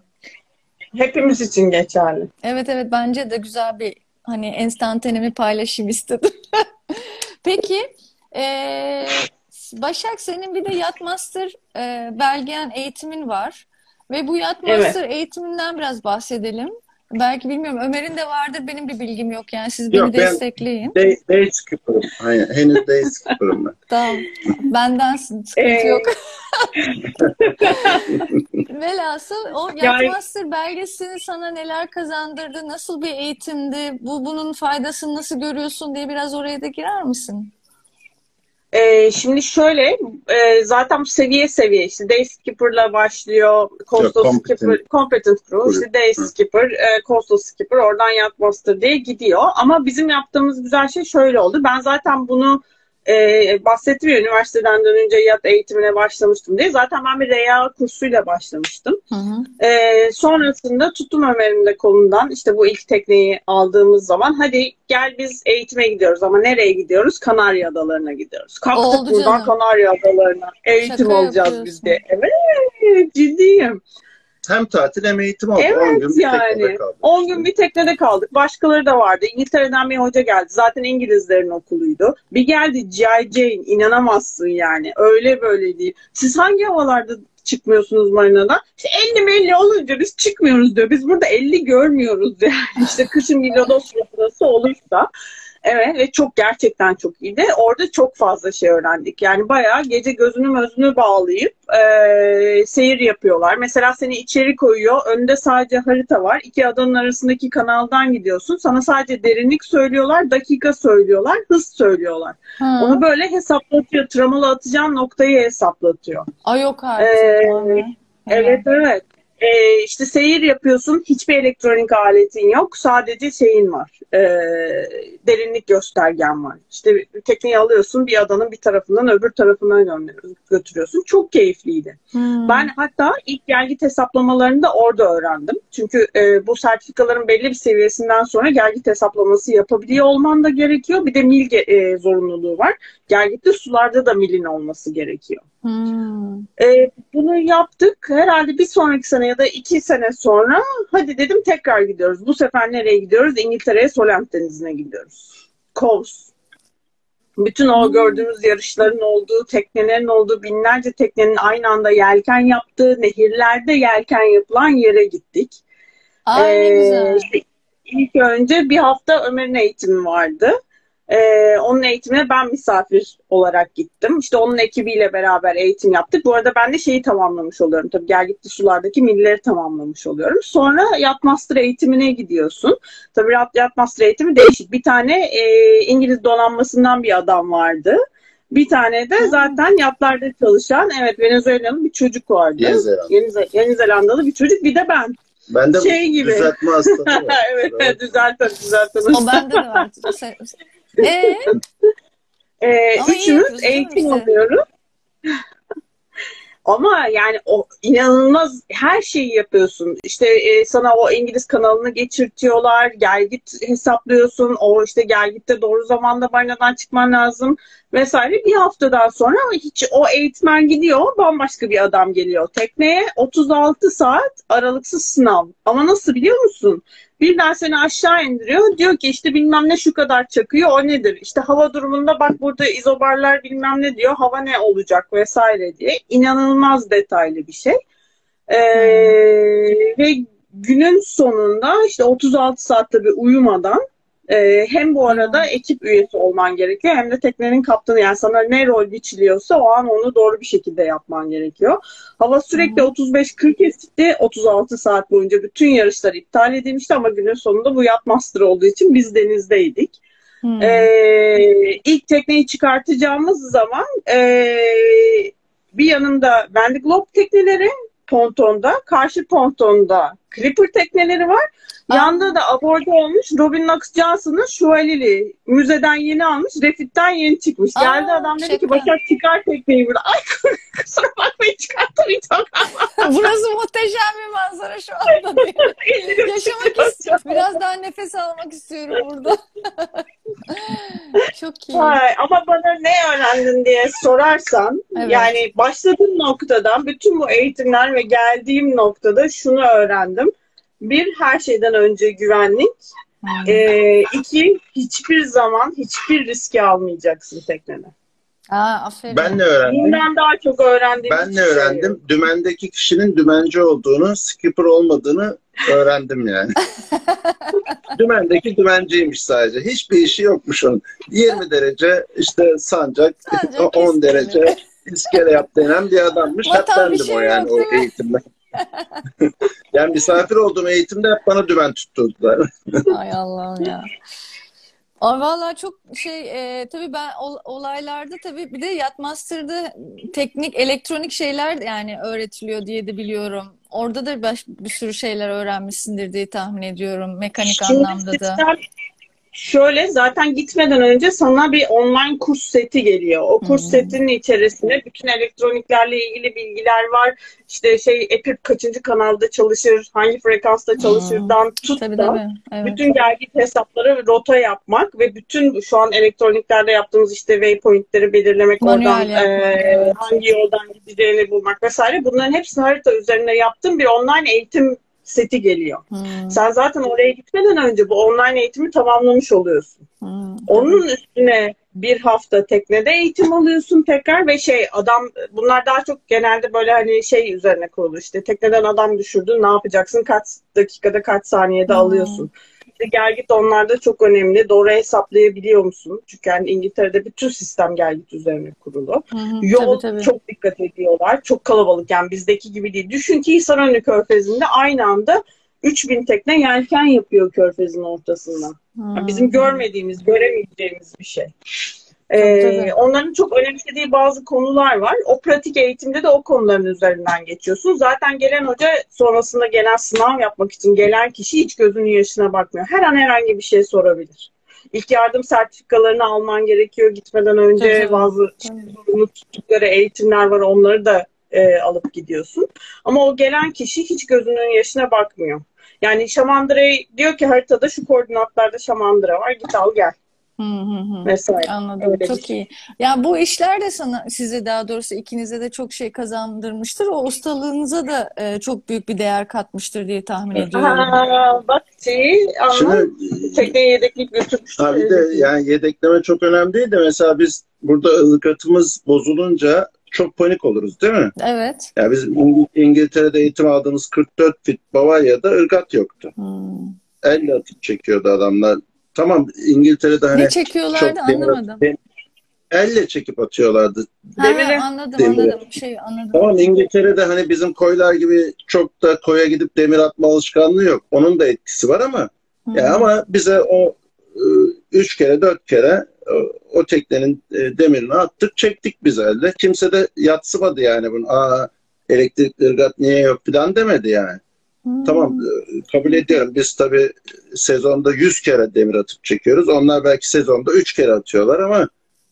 Hepimiz için geçerli. Evet evet, bence de güzel bir hani enstantanemi paylaşayım istedim. Peki e, Başak, senin bir de Yachtmaster e, belgen eğitimin var ve bu Evet. Yachtmaster eğitiminden biraz bahsedelim. Belki bilmiyorum, Ömer'in de vardır, benim bir bilgim yok, yani siz beni Yok, ben destekleyin. day, day skipper'ım. Aynen. Henüz day skipper'ım ben. Tamam, bendensin, sıkıntı Ee, yok. Velhasıl o yani Yachtmaster belgesini sana neler kazandırdı, nasıl bir eğitimdi, bu bunun faydasını nasıl görüyorsun diye biraz oraya da girer misin? Ee, şimdi şöyle, e, zaten bu seviye seviye işte Day Skipper'la başlıyor, Yok, Coastal competent Skipper, Competent Crew, crew. işte Day Hı. Skipper, e, Coastal Skipper, oradan Yachtmaster diye gidiyor. Ama bizim yaptığımız güzel şey şöyle oldu. Ben zaten bunu e, bahsettim ya, üniversiteden dönünce yat eğitimine başlamıştım diye. Zaten ben bir R Y A kursuyla başlamıştım. Hı hı. Ee, sonrasında tuttum Ömer'in de kolundan, işte bu ilk tekneyi aldığımız zaman hadi gel biz eğitime gidiyoruz, ama nereye gidiyoruz? Kanarya Adalarına gidiyoruz. Kalktık Oldu buradan canım. Kanarya Adalarına eğitim Şaka alacağız biz de. yapıyorsun. Evet, ciddiyim. Hem tatil hem eğitim oldu. on Evet gün bir teknede yani. kaldık on işte. gün bir teknede kaldık. Başkaları da vardı. İngiltere'den bir hoca geldi. Zaten İngilizlerin okuluydu. Bir geldi G I Jane. İnanamazsın yani. Öyle böyle değil. Siz hangi havalarda çıkmıyorsunuz marinadan? İşte elli melli olunca biz çıkmıyoruz diyor. Biz burada elli görmüyoruz yani. İşte kışın bir lodos fırtınası olursa. Evet ve çok gerçekten çok iyiydi. Orada çok fazla şey öğrendik. Yani bayağı gece gözünü gözünü bağlayıp e, seyir yapıyorlar. Mesela seni içeri koyuyor. Önünde sadece harita var. İki adanın arasındaki kanaldan gidiyorsun. Sana sadece derinlik söylüyorlar, dakika söylüyorlar, hız söylüyorlar. Hı. Onu böyle hesaplatıyor. Tramalı atacağın noktayı hesaplatıyor. Ay yok artık. Ee, Vallahi. evet evet. Ee, işte seyir yapıyorsun. Hiçbir elektronik aletin yok. Sadece şeyin var. Ee, derinlik göstergen var. İşte tekneyi alıyorsun. Bir adanın bir tarafından öbür tarafına gönderiyorsun, götürüyorsun. Çok keyifliydi. Hmm. Ben hatta ilk gelgit hesaplamalarını da orada öğrendim. Çünkü e, bu sertifikaların belli bir seviyesinden sonra gelgit hesaplaması yapabiliyor olman da gerekiyor. Bir de mil e, zorunluluğu var. Gelgitli sularda da milin olması gerekiyor. Hmm. E, bunu yaptık. Herhalde bir sonraki sene ya da iki sene sonra hadi dedim tekrar gidiyoruz. Bu sefer nereye gidiyoruz? İngiltere'ye, Solent Denizi'ne gidiyoruz. Cowes. Bütün o gördüğümüz yarışların olduğu, teknelerin olduğu, binlerce teknenin aynı anda yelken yaptığı, nehirlerde yelken yapılan yere gittik. Ay ne Ee, güzel. işte ilk önce bir hafta Ömer'in eğitimi vardı. Ee, onun eğitimine ben misafir olarak gittim. İşte onun ekibiyle beraber eğitim yaptık. Bu arada ben de şeyi tamamlamış oluyorum. Tabii gelgitli sulardaki milleri tamamlamış oluyorum. Sonra Yacht Master eğitimine gidiyorsun. Tabii Yacht Master eğitimi değişik. Bir tane e, İngiliz donanmasından bir adam vardı. Bir tane de zaten yatlarda çalışan, evet, Venezuelalı bir çocuk vardı. Yeni Zelanda. Yeni, Yeni Zelandalı bir çocuk. Bir de ben. Ben de Şey gibi. düzeltme hastalığı var. Evet, evet, düzeltin, düzeltin. O bende de var. Sen- Ee, Ee, Ama iyi üçümüz yapıyorsun, değil mi eğitim işte? alıyoruz. Ama yani o inanılmaz her şeyi yapıyorsun. İşte e, sana o İngiliz kanalını geçirtiyorlar. Gelgit hesaplıyorsun. O işte gelgitte doğru zamanda banyodan çıkman lazım vesaire. Bir haftadan sonra hiç o eğitmen gidiyor. Bambaşka bir adam geliyor tekneye. otuz altı saat aralıksız sınav. Ama nasıl biliyor musun? Birden seni aşağı indiriyor. Diyor ki işte bilmem ne şu kadar çakıyor. O nedir? İşte hava durumunda bak burada izobarlar bilmem ne diyor. Hava ne olacak vesaire diye. İnanılmaz detaylı bir şey. Ee, ve günün sonunda işte otuz altı saat tabii uyumadan e, hem bu arada ekip üyesi olman gerekiyor hem de teknenin kaptanı. Yani sana ne rol biçiliyorsa o an onu doğru bir şekilde yapman gerekiyor. Hava sürekli otuz beş kırk etti. otuz altı saat boyunca bütün yarışlar iptal edilmişti ama günün sonunda bu Yacht Master olduğu için biz denizdeydik. Hmm. Ee, ilk tekneyi çıkartacağımız zaman e, bir yanımda Vendée Globe tekneleri pontonda, karşı pontonda Clipper tekneleri var. Aa. Yanda da aborda olmuş Robin Knox Johnson'ın Şövaleli. Müzeden yeni almış, refitten yeni çıkmış. Aa, Geldi adam dedi şaka. ki Başak çıkar tekneyi burada. Ay kusura bakmayın çıkartamayacağım. Burası muhteşem bir manzara şu anda diyor. Ellerim Yaşamak titriyor. istiyorum. Biraz daha nefes almak istiyorum burada. Çok iyi. Ay, ama bana ne öğrendin diye sorarsan, Evet. yani başladığım noktadan bütün bu eğitimler ve geldiğim noktada şunu öğrendim. Bir, her şeyden önce güvenlik. Hmm. Ee, iki, hiçbir zaman hiçbir riski almayacaksın teknede. Aa, aferin. Ben ne öğrendim? Bundan daha çok öğrendiğim Ben hiçbir ne şey öğrendim? yok. Dümendeki kişinin dümenci olduğunu, skipper olmadığını öğrendim yani. Dümendeki dümenciymiş sadece. Hiçbir işi yokmuş onun. yirmi derece işte sancak, Sancak, on iskele. derece iskele yap denen bir adammış. Hep Vatan bir bendim şey o yani yok, o değil mi? eğitimde. Yani misafir olduğum eğitimde hep bana dümen tutturdular. Ay Allah'ım ya. Ay vallahi çok şey e, tabii ben ol- olaylarda tabii bir de Yacht Master'da teknik elektronik şeyler yani öğretiliyor diye de biliyorum. Orada da baş, bir sürü şeyler öğrenmişsindir diye tahmin ediyorum mekanik Şimdi anlamda da. sistem şöyle, zaten gitmeden önce sana bir online kurs seti geliyor. O kurs Hmm. setinin içerisinde bütün elektroniklerle ilgili bilgiler var. İşte şey Epip kaçıncı kanalda çalışır, hangi frekansta çalışırdan tut Tabii da tabii. Evet. bütün gelgit hesapları ve rota yapmak ve bütün şu an elektroniklerde yaptığımız işte waypointleri belirlemek, Manuel oradan yapmak, e, evet. hangi yoldan gideceğini bulmak vesaire. Bunların hepsini harita üzerine yaptığım bir online eğitim seti geliyor. Hmm. Sen zaten oraya gitmeden önce bu online eğitimi tamamlamış oluyorsun. Hmm. Onun üstüne bir hafta teknede eğitim alıyorsun tekrar ve şey adam, bunlar daha çok genelde böyle hani şey üzerine kurulu, işte tekneden adam düşürdün ne yapacaksın, kaç dakikada kaç saniyede Hmm. alıyorsun. İşte gelgit onlarda çok önemli. Doğru hesaplayabiliyor musun? Çünkü yani İngiltere'de bütün sistem gelgit üzerine kurulu. Hı hı, Yol tabii, tabii. çok dikkat ediyorlar. Çok kalabalık, yani bizdeki gibi değil. Düşün ki Hisarönü Körfezi'nde aynı anda üç bin tekne yelken yapıyor Körfez'in ortasından. Yani bizim görmediğimiz, göremeyeceğimiz bir şey. Tabii, Ee, tabii. onların çok önemsediği bazı konular var. O pratik eğitimde de o konuların üzerinden geçiyorsun. Zaten gelen hoca sonrasında gelen sınav yapmak için gelen kişi hiç gözünün yaşına bakmıyor. Her an herhangi bir şey sorabilir. İlk yardım sertifikalarını alman gerekiyor gitmeden önce. Tabii, tabii. Bazı Tabii. zorunlu tuttukları eğitimler var, onları da e, alıp gidiyorsun. Ama o gelen kişi hiç gözünün yaşına bakmıyor. Yani Şamandıra'yı diyor ki haritada şu koordinatlarda Şamandıra var, git al gel. Hı hı hı. Mesela Anladım. öyle bir Çok şey. iyi. Ya bu işler de sana, size daha doğrusu ikinize de çok şey kazandırmıştır. O ustalığınıza da e, çok büyük bir değer katmıştır diye tahmin ediyorum. Ha, bak şeyi ama Şimdi tekneye yedekleyip götürmüştür. ha bir de yani yedekleme çok önemli değil de mesela biz burada ılgatımız bozulunca çok panik oluruz değil mi? Evet. Ya biz İng- İngiltere'de eğitim aldığımız kırk dört fit Bavarya'da ırgat yoktu. Hmm. Elle atıp çekiyordu adamlar. Tamam, İngiltere'de Ne hani çekiyorlardı çok demir anlamadım. dem- elle çekip atıyorlardı Ha, Demiri. anladım demiri. anladım. Şey anladım. Tamam, İngiltere'de hani bizim koylar gibi çok da koya gidip demir atma alışkanlığı yok. Onun da etkisi var ama Hı ya hı. ama bize o e, üç kere dört kere o, o teknenin e, demirini attık çektik biz elde. Kimse de yadsımadı yani bunu. Aa, elektrikli ırgat niye yok falan demedi yani. Tamam, Hmm. e, kabul ediyorum. Biz tabii sezonda yüz kere demir atıp çekiyoruz. Onlar belki sezonda üç kere atıyorlar ama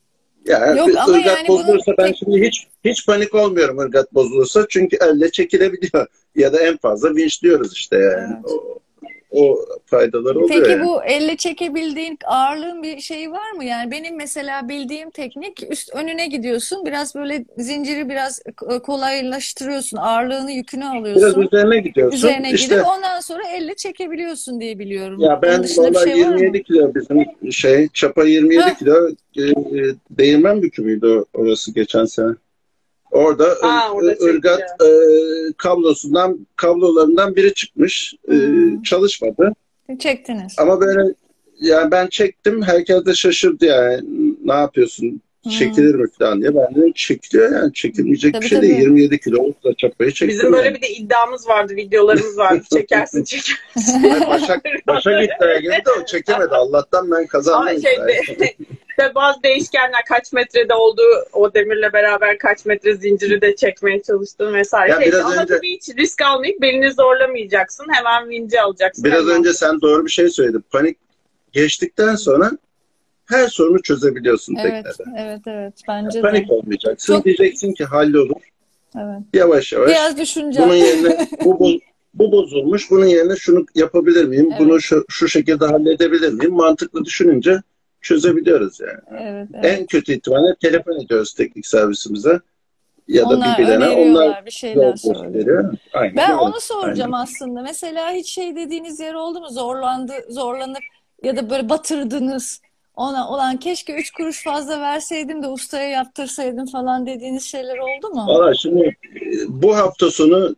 yani Yok bir ama ırgat yani bunun bozulursa ben tek şimdi hiç hiç panik olmuyorum ırgat bozulursa. Çünkü elle çekilebiliyor. Ya da en fazla vinçliyoruz işte yani. evet. O, o faydaları oluyor Peki yani. bu elle çekebildiğin ağırlığın bir şeyi var mı? Yani benim mesela bildiğim teknik üst önüne gidiyorsun. Biraz böyle zinciri biraz e, kolaylaştırıyorsun. Ağırlığını, yükünü Biraz alıyorsun. üzerine gidiyorsun. Üzerine gidip İşte ondan sonra elle çekebiliyorsun diye biliyorum. ya Onun ben dışında bir valla şey var yirmi yedi mı? kilo bizim şey çapa yirmi yedi Ha, kilo e, e, değirmen bükümüydü o- orası geçen sene. Orada ır- Aa, orada ırgat çekiyor. e, kablosundan kablolarından biri çıkmış. E, hmm, çalışmadı. çektiniz. Ama böyle yani ben çektim. Herkes de şaşırdı yani. Ne yapıyorsun? Hmm, Çekilir mi falan diye. Ben dedim çekiliyor yani. Çekilmeyecek bir tabii şey değil. tabii. yirmi yedi kilo da çapayı Bizim çektim böyle yani. bir de iddiamız vardı, videolarımız vardı. Çekersin, çekersin. Ay Başak, Başak iddiaya girdi de o çekemedi. Allah'tan ben Ama kazandım iddiayı. şeyde işte bazı değişkenler kaç metrede olduğu, o demirle beraber kaç metre zinciri de çekmeye çalıştığım vesaire Ya şeydi. biraz Ama önce tabii hiç risk almayıp belini zorlamayacaksın. Hemen vinci alacaksın. biraz Hemen. önce sen doğru bir şey söyledin. Panik geçtikten sonra her sorunu çözebiliyorsun Evet, teknede. evet, evet. Yani Bence de. panik olmayacaksın. Çok, Diyeceksin ki hallolur. evet. Yavaş yavaş. Biraz Bunun düşüneceğim. yerine bu, bu, bu bozulmuş. Bunun yerine şunu yapabilir miyim? Bunu Evet, şu, şu şekilde halledebilir miyim? Mantıklı düşününce çözebiliyoruz yani. evet, En evet. kötü ihtimalle telefon ediyoruz teknik servisimize ya da bir Onlar bilene. Onlar öneriyorlar, bir şeyler yol söylüyor. gösteriyor. Aynen Ben öyle. onu soracağım Aynen. aslında. Mesela hiç şey dediğiniz yer oldu mu? Zorlandı, zorlanıp ya da böyle batırdınız. Ona olan keşke üç kuruş fazla verseydim de ustaya yaptırsaydım falan dediğiniz şeyler oldu mu? Valla şimdi e, bu hafta sonu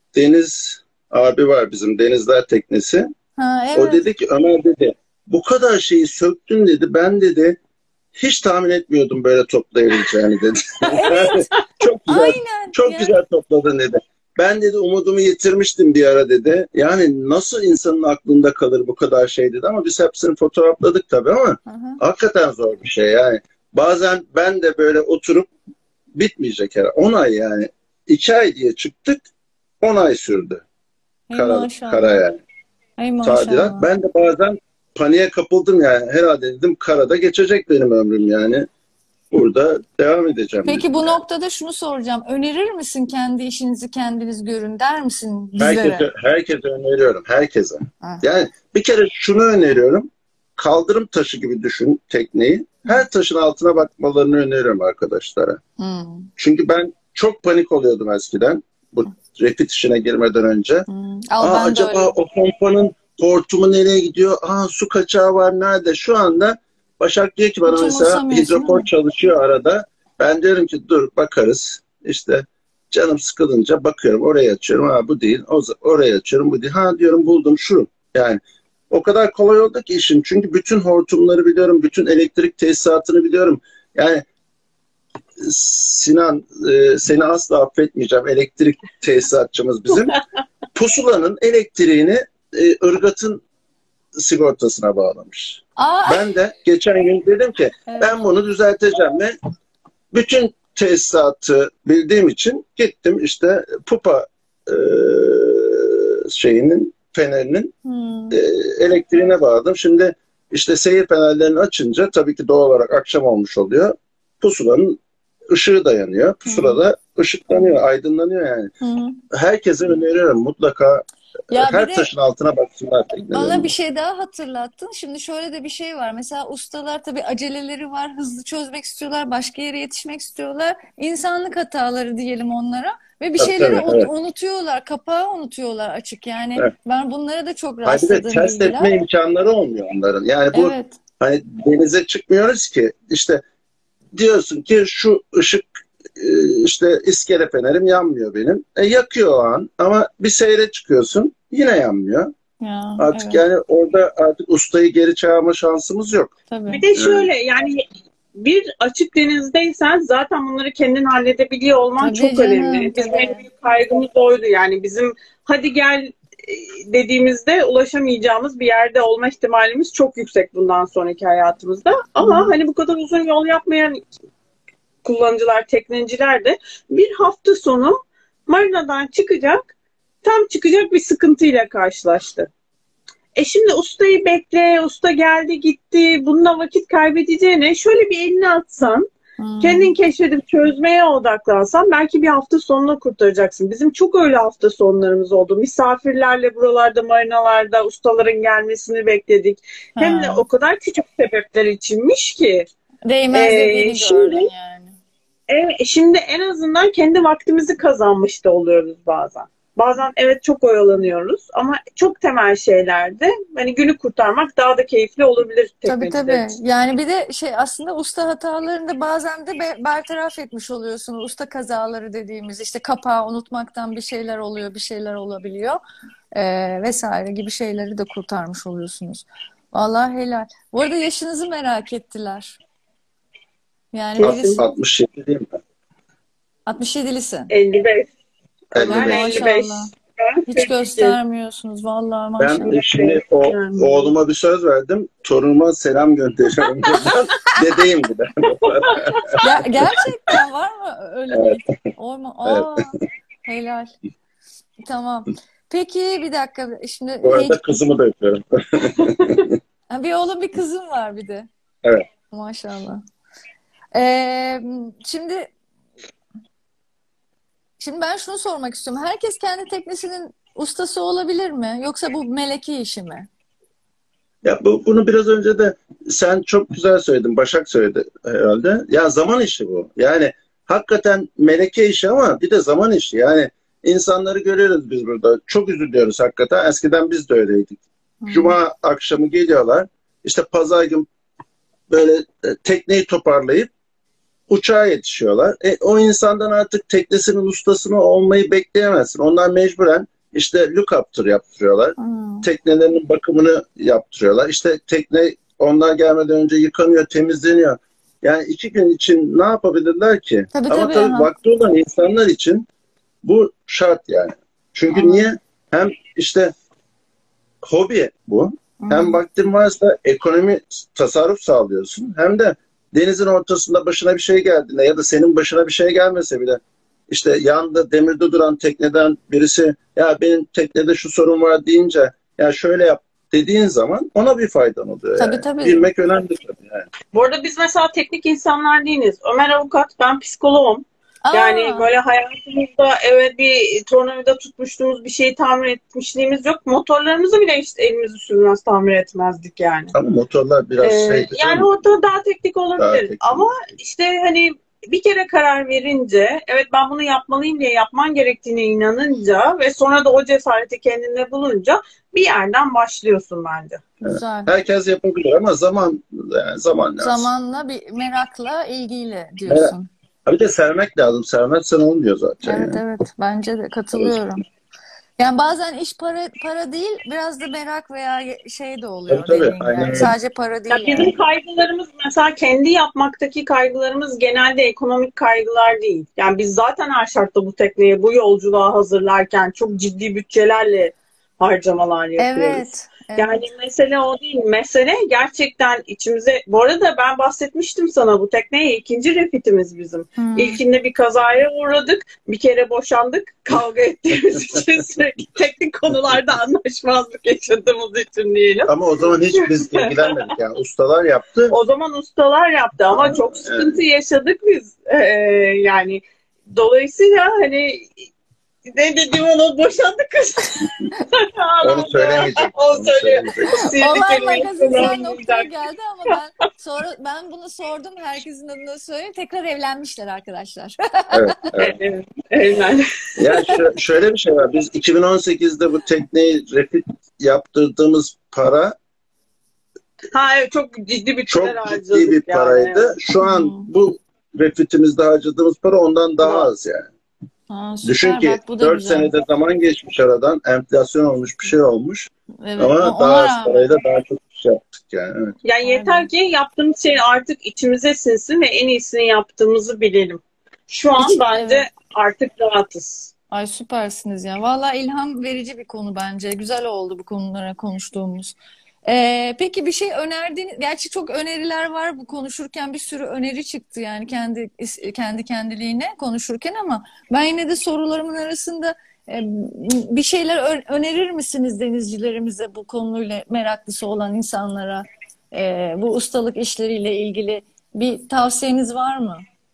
Deniz abi var bizim Denizler Teknesi. Ha, O evet. dedi ki Ömer dedi bu kadar şeyi söktün dedi. Ben dedi hiç tahmin etmiyordum böyle toplayabileceğini dedi. Evet, Çok güzel, aynen. çok Yani güzel topladın dedi. Ben dedi umudumu yitirmiştim bir ara dedi. Yani nasıl insanın aklında kalır bu kadar şey dedi ama biz hepsini fotoğrafladık tabii ama hı hı. hakikaten zor bir şey yani. Bazen ben de böyle oturup bitmeyecek herhalde. on ay yani. iki ay diye çıktık. on ay sürdü. Ey Kara, kara maşallah. yani. Ey Tadilat. maşallah. Ben de bazen paniğe kapıldım yani. Herhalde dedim karada geçecek benim ömrüm yani. Burada devam edeceğim Peki dedim bu yani. noktada şunu soracağım. Önerir misin kendi işinizi kendiniz görün der misin bizlere? Herkese, herkese öneriyorum. Herkese. Ha. Yani bir kere şunu öneriyorum. Kaldırım taşı gibi düşün tekneyi. Her taşın altına bakmalarını öneriyorum arkadaşlara. Hmm. Çünkü ben çok panik oluyordum eskiden. Bu refit işine girmeden önce. Hmm. Al Aa, ben de acaba öyleyim. o pompanın hortumu nereye gidiyor? Aa, su kaçağı var nerede? Şu anda Başak diyor ki bana Hiç mesela umursamıyorsun değil hidrofor mi? çalışıyor arada. Ben diyorum ki dur bakarız. İşte canım sıkılınca bakıyorum oraya açıyorum. Ha bu değil. O, oraya açıyorum bu değil. Ha diyorum buldum şu. Yani o kadar kolay oldu ki işin. Çünkü bütün hortumları biliyorum, bütün elektrik tesisatını biliyorum. Yani Sinan, e, seni asla affetmeyeceğim. Elektrik tesisatçımız bizim. Pusulanın elektriğini e, ırgatın sigortasına bağlamış. Aa, Ben de geçen gün dedim ki evet. ben bunu düzelteceğim ve bütün tesisatı bildiğim için gittim işte Pupa e, şeyinin fenerinin Hmm. e, elektriğine bağladım. Şimdi işte seyir panellerini açınca tabii ki doğal olarak akşam olmuş oluyor. Pusulanın ışığı da yanıyor. Pusula da ışıklanıyor, aydınlanıyor yani. Hı. Herkese öneriyorum mutlaka Ya bir her de taşın altına baksınlar bana teknelerinde. bir şey daha hatırlattın. Şimdi şöyle de bir şey var. Mesela ustalar tabii aceleleri var. Hızlı çözmek istiyorlar. Başka yere yetişmek istiyorlar. İnsanlık hataları diyelim onlara. Ve bir Tabii, şeyleri tabii, ut- evet. unutuyorlar. Kapağı unutuyorlar açık. Yani Evet. ben bunlara da çok Hayır, bir de rastladığım test etme bilgiler. imkanları olmuyor onların. Yani bu Evet. hani denize çıkmıyoruz ki işte diyorsun ki şu ışık e, işte iskele fenerim yanmıyor benim. E, yakıyor o an ama bir seyre çıkıyorsun yine yanmıyor. Ya Artık evet. yani orada artık ustayı geri çağırma şansımız yok. Bir Tabii. de şöyle yani bir açık denizdeysen zaten bunları kendin halledebiliyor olman Tabii çok canım, önemli. Bizim tabii. en büyük kaygımız oydu yani bizim hadi gel e, dediğimizde ulaşamayacağımız bir yerde olma ihtimalimiz çok yüksek bundan sonraki hayatımızda. Ama Hı. hani bu kadar uzun yol yapmayan kullanıcılar, tekneciler de bir hafta sonu marinadan çıkacak, tam çıkacak bir sıkıntıyla karşılaştı. E şimdi ustayı bekle, usta geldi gitti, bununla vakit kaybedeceğine şöyle bir elini atsan, Hı. kendin keşfedip çözmeye odaklansan belki bir hafta sonuna kurtaracaksın. Bizim çok öyle hafta sonlarımız oldu. Misafirlerle buralarda, marinalarda ustaların gelmesini bekledik. Hem de Ha. o kadar küçük sebepler içinmiş ki. Değmez Ee, dediğini şimdi gördün yani. Evet, şimdi en azından kendi vaktimizi kazanmış da oluyoruz bazen. Bazen evet çok oyalanıyoruz ama çok temel şeylerde hani günü kurtarmak daha da keyifli olabilir Tabii tekneciler tabii. için. Yani bir de şey aslında usta hatalarını da bazen de be- bertaraf etmiş oluyorsun. Usta kazaları dediğimiz işte kapağı unutmaktan bir şeyler oluyor, bir şeyler olabiliyor. Ee, vesaire gibi şeyleri de kurtarmış oluyorsunuz. Vallahi helal. Bu arada yaşınızı merak ettiler. Yani Alt- birisi altmış yedi diyeyim ben. altmış yedilisin. elli beş. Ömer elli beş. elli beş. Maşallah. Ben Hiç kırk iki. göstermiyorsunuz. Vallahi Ben maşallah. şimdi o Yani. oğluma bir söz verdim. Torunuma selam göndereceğim buradan. Dedeyim bir de. Ger- gerçekten var mı öyle Evet. bir olma? Aa, helal. Tamam. Peki bir dakika. Şimdi Bu hey- arada kızımı da öpüyorum. Ha, bir oğlum bir kızım var bir de. Evet. Maşallah. Ee, şimdi şimdi ben şunu sormak istiyorum. Herkes kendi teknesinin ustası olabilir mi? Yoksa bu meleki işi mi? Ya bu, bunu biraz önce de sen çok güzel söyledin. Başak söyledi herhalde. Ya zaman işi bu. Yani hakikaten meleke işi ama bir de zaman işi. Yani insanları görüyoruz biz burada. Çok üzülüyoruz hakikaten. Eskiden biz de öyleydik. Hmm. Cuma akşamı geliyorlar. İşte pazar gün böyle e, tekneyi toparlayıp uçağa yetişiyorlar. E, o insandan artık teknesinin ustasını olmayı bekleyemezsin. Onlar mecburen işte look-up tur yaptırıyorlar. Hmm. Teknelerinin bakımını yaptırıyorlar. İşte tekne onlar gelmeden önce yıkanıyor, temizleniyor. Yani iki gün için ne yapabilirler ki? Tabii Ama tabii. tabii aha. vakti olan insanlar için bu şart yani. Çünkü Anladım. niye? Hem işte hobi bu. Hem Hmm. vaktin varsa ekonomi tasarruf sağlıyorsun. Hem de denizin ortasında başına bir şey geldiğinde ya da senin başına bir şey gelmese bile işte yanında demirde duran tekneden birisi ya benim teknede şu sorun var deyince ya şöyle yap dediğin zaman ona bir faydan oluyor Tabii yani. tabii. Bilmek önemli tabii yani. Bu arada biz mesela teknik insanlar değiliz. Ömer avukat, ben psikoloğum. Yani Aa, böyle hayatımızda evet bir tornavida tutmuşluğumuz, bir şeyi tamir etmişliğimiz yok. Motorlarımızı bile işte elimizi sürmez tamir etmezdik yani. Ama motorlar biraz Ee, şeydi. yani orada daha teknik Daha olabilir. teknik. Ama işte hani bir kere karar verince, evet ben bunu yapmalıyım diye yapman gerektiğine inanınca ve sonra da o cesareti kendinde bulunca bir yerden başlıyorsun bence. güzel. Herkes yapabilir ama zaman yani zaman lazım. Zamanla bir merakla, ilgiyle diyorsun. Bir de sevmek lazım. Sevmezsen olmuyor zaten. Evet yani. evet. Bence de katılıyorum. Yani bazen iş para para değil, biraz da merak veya şey de oluyor Tabii tabii. dediğin gibi. Aynen Yani öyle. sadece para değil Ya bizim yani. kaygılarımız mesela kendi yapmaktaki kaygılarımız genelde ekonomik kaygılar değil. Yani biz zaten her şartta bu tekneye, bu yolculuğa hazırlarken çok ciddi bütçelerle harcamalar yapıyoruz. Evet, Yani evet. mesele o değil. Mesele gerçekten içimize... Bu arada ben bahsetmiştim sana, bu tekneye ikinci refitimiz bizim. Hmm. İlkinde bir kazaya uğradık. Bir kere boşandık. Kavga ettiğimiz için sürekli teknik konularda anlaşmazlık yaşadığımız için diyelim. Ama o zaman hiç biz ilgilenmedik yani. Ustalar yaptı. O zaman ustalar yaptı ama çok sıkıntı yaşadık biz. Ee, yani dolayısıyla hani ne dedim, onu boşandık kız. Onu söylemeyecek. O Onu söylüyor. söylemeyecek. Sihirli Olay kelimeyi magazin sen noktaya kullanmayacak. geldi ama ben sonra ben bunu sordum, herkesin adına söyleyeyim. Tekrar evlenmişler arkadaşlar. Evet, evet. Evet, evet. Ya şö- şöyle bir şey var. Biz iki bin on sekizde bu tekneyi refit yaptırdığımız para Ha evet, çok ciddi bir çok şeyler ciddi bir harcadık yani. paraydı. Şu an Hmm. bu refitimizde harcadığımız para ondan daha az yani. Ha, Düşün süper, ki bak bu da dört güzel. senede zaman geçmiş aradan, enflasyon olmuş, bir şey olmuş. Evet, Ama ona daha az rağmen. parayla daha çok iş yaptık yani. Evet. Yani Aynen. yeter ki yaptığımız şey artık içimize sinsin ve en iyisini yaptığımızı bilelim. Şu an Hiç- bence evet. artık rahatız. Ay süpersiniz ya. Vallahi ilham verici bir konu bence. Güzel oldu bu konulara konuştuğumuz. Ee, peki bir şey önerdiğiniz, gerçi çok öneriler var, bu konuşurken bir sürü öneri çıktı yani kendi kendi kendiliğine konuşurken, ama ben yine de sorularımın arasında e, bir şeyler ö- önerir misiniz denizcilerimize, bu konuyla meraklısı olan insanlara, e, bu ustalık işleriyle ilgili bir tavsiyeniz var mı?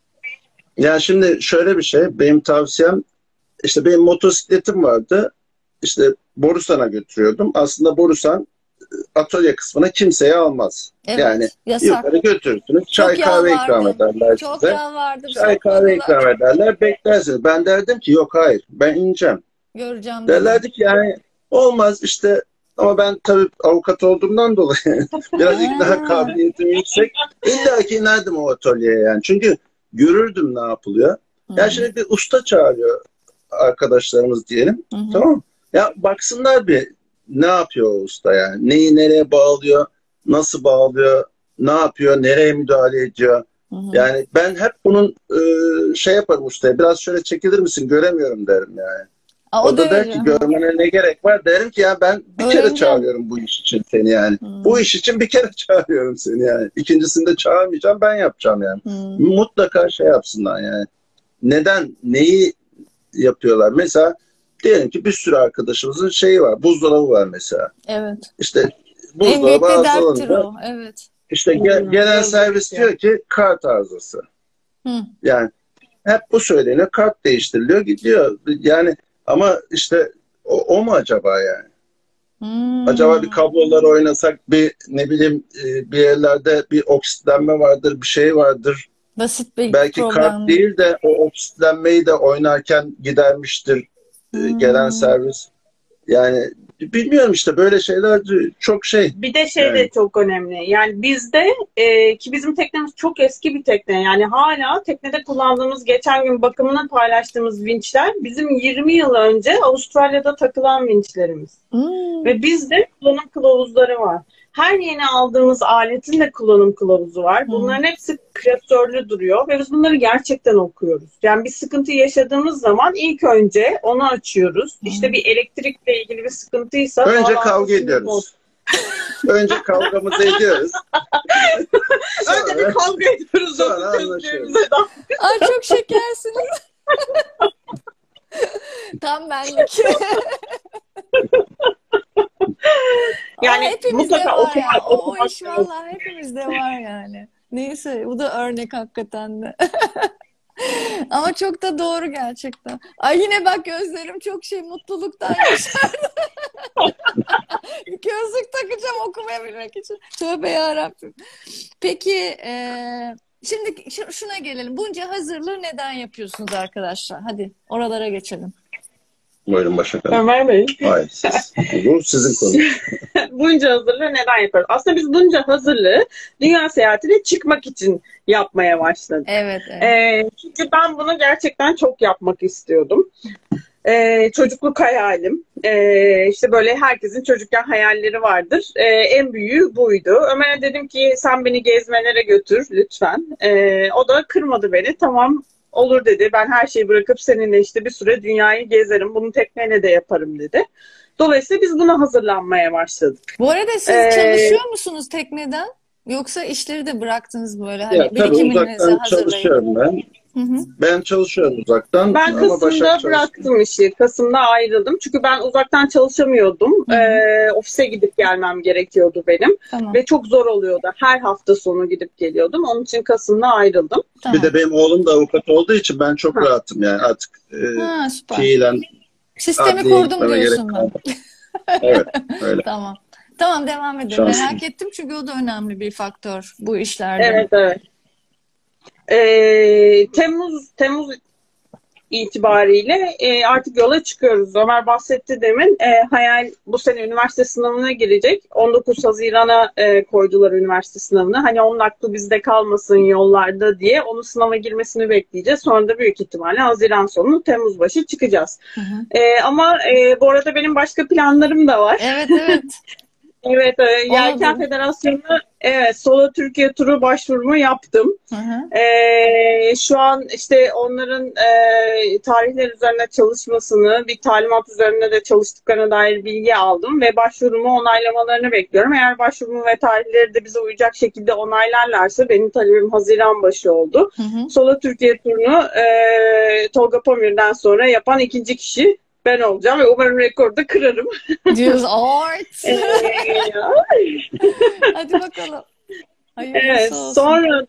Yani şimdi şöyle bir şey, benim tavsiyem, işte benim motosikletim vardı. İşte Borusan'a götürüyordum. Aslında Borusan atölye kısmına kimseye almaz. Evet, Yani yasak. yukarı götürürsünüz. Çay Çok kahve ikram yalvardım. ederler Çok size. yalvardım. Çay kahve sokmadılar. ikram ederler. Beklersiniz. Ben derdim ki yok hayır ben ineceğim. Göreceğim dedim. Derlerdi ki yani olmaz işte, ama ben tabii avukat olduğumdan dolayı biraz ikna Ha. kabiliyetim yüksek. İlla ki inerdim o atölyeye yani. Çünkü görürdüm ne yapılıyor. Hı. Ya şimdi bir usta çağırıyor arkadaşlarımız diyelim. Hı hı. Tamam mı? Ya baksınlar bir ne yapıyor o usta yani. Neyi nereye bağlıyor, nasıl bağlıyor, ne yapıyor, nereye müdahale ediyor. Hı hı. Yani ben hep bunun e, şey yaparım ustaya. Biraz şöyle çekilir misin, göremiyorum derim yani. Aa, O o da der öyle. ki görmene ne gerek var? Derim ki ya ben bir kere Öğreneceğim. çağırıyorum bu iş için seni yani. Hmm. Bu iş için bir kere çağırıyorum seni yani. İkincisinde çağırmayacağım, ben yapacağım yani. Hmm. Mutlaka şey yapsınlar yani. Neden, neyi yapıyorlar? Mesela diyelim ki bir sürü arkadaşımızın şeyi var. Buzdolabı var mesela. Evet. İşte En büyük buzdolabı de derttir arızalanınca o. Evet. işte ge- Hmm. gelen Evet, servis ya. diyor ki kart arızası. Hı. Yani hep bu söyleniyor. Kart değiştiriliyor, gidiyor. Yani ama işte o, o mu acaba yani? Hmm. Acaba bir kablolar oynasak, bir ne bileyim e, bir yerlerde bir oksitlenme vardır, bir şey vardır. Basit bir Belki problem. kart değil de o oksitlenmeyi de oynarken gidermiştir e, Hmm. gelen servis. Yani bilmiyorum işte, böyle şeyler çok şey. Bir de şey Yani. de çok önemli. Yani bizde e, ki bizim teknemiz çok eski bir tekne. Yani hala teknede kullandığımız, geçen gün bakımını paylaştığımız vinçler bizim yirmi yıl önce Avustralya'da takılan vinçlerimiz. Hmm. Ve bizde kullanım kılavuzları var. Her yeni aldığımız aletin de kullanım kılavuzu var. Bunların hepsi klasörlü duruyor ve biz bunları gerçekten okuyoruz. Yani bir sıkıntı yaşadığımız zaman ilk önce onu açıyoruz. İşte bir elektrikle ilgili bir sıkıntıysa Önce bağlantı kavga sinir ediyoruz. boz- Önce kavgamızı ediyoruz. Önce bir kavga ediyoruz. sonra Sonra anlaşıyoruz. Ay çok şekersiniz. Tam benlik. Yani Aa, hepimizde mutlaka var okumak, ya. O, o okumak iş lazım. vallahi hepimizde var yani. Neyse, bu da örnek hakikaten de. Ama çok da doğru gerçekten. Ay yine bak gözlerim çok şey mutluluktan yaşardı. Gözlük takacağım okumayabilmek için. Tövbe yarabbim. Peki e, şimdi şu- şuna gelelim. Bunca hazırlığı neden yapıyorsunuz arkadaşlar? Hadi oralara geçelim. Buyurun Başak Hanım. Ömer Bey, Hayır, siz. Bu sizin konunuz. bunca hazırlığı neden yapıyoruz? Aslında biz bunca hazırlığı dünya seyahatine çıkmak için yapmaya başladık. Evet, evet. Ee, çünkü ben bunu gerçekten çok yapmak istiyordum. Ee, çocukluk hayalim. Ee, işte böyle herkesin çocukken hayalleri vardır. Ee, en büyüğü buydu. Ömer'e dedim ki sen beni gezmelere götür lütfen. Ee, o da kırmadı beni. Tamam olur dedi. Ben her şeyi bırakıp seninle işte bir süre dünyayı gezerim. Bunu tekneyle de yaparım dedi. Dolayısıyla biz buna hazırlanmaya başladık. Bu arada siz Ee, çalışıyor musunuz tekneden? Yoksa işleri de bıraktınız böyle Ya hani tabii birikiminizi uzaktan hazırlayın. çalışıyorum ben. Hı hı. Ben çalışıyorum uzaktan Ben ama Kasım'da Başak çalışmıyor. bıraktım işi. Kasım'da ayrıldım. Çünkü ben uzaktan çalışamıyordum. Hı hı. Ee, ofise gidip gelmem gerekiyordu benim. Tamam. Ve çok zor oluyordu. Her hafta sonu gidip geliyordum. Onun için Kasım'da ayrıldım. Tamam. Bir de benim oğlum da avukat olduğu için ben çok Ha. rahatım yani artık e, Ha, süper. fiilen Sistemi adliyeye kurdum gitmeme gerek diyorsun ben. kalmadı. Evet öyle. Tamam. Tamam, devam edelim. Şanslıyım. Merak ettim çünkü o da önemli bir faktör bu işlerde. Evet, evet. Ee, Temmuz Temmuz itibariyle e, artık yola çıkıyoruz. Ömer bahsetti demin. E, hayal bu sene üniversite sınavına girecek. on dokuz Haziran'a e, koydular üniversite sınavını. Hani onun aklı bizde kalmasın yollarda diye onun sınava girmesini bekleyeceğiz. Sonra da büyük ihtimalle Haziran sonu Temmuz başı çıkacağız. Hı hı. E, ama e, bu arada benim başka planlarım da var. Evet, evet. Evet, e, Yelken Oldu. Federasyonu'na evet, Solo Türkiye turu başvurumu yaptım. Hı hı. Ee, şu an işte onların e, tarihler üzerine çalışmasını, bir talimat üzerine de çalıştıklarına dair bilgi aldım ve başvurumu onaylamalarını bekliyorum. Eğer başvurumu ve tarihleri de bize uyacak şekilde onaylarlarsa benim talebim Haziran başı oldu. Hı hı. Solo Türkiye turunu e, Tolga Pamir'den sonra yapan ikinci kişi ben olacağım ve umarım rekoru da kırarım. Diyoruz art. Ee, Hadi bakalım. Hayırlısı evet, olsun. sonra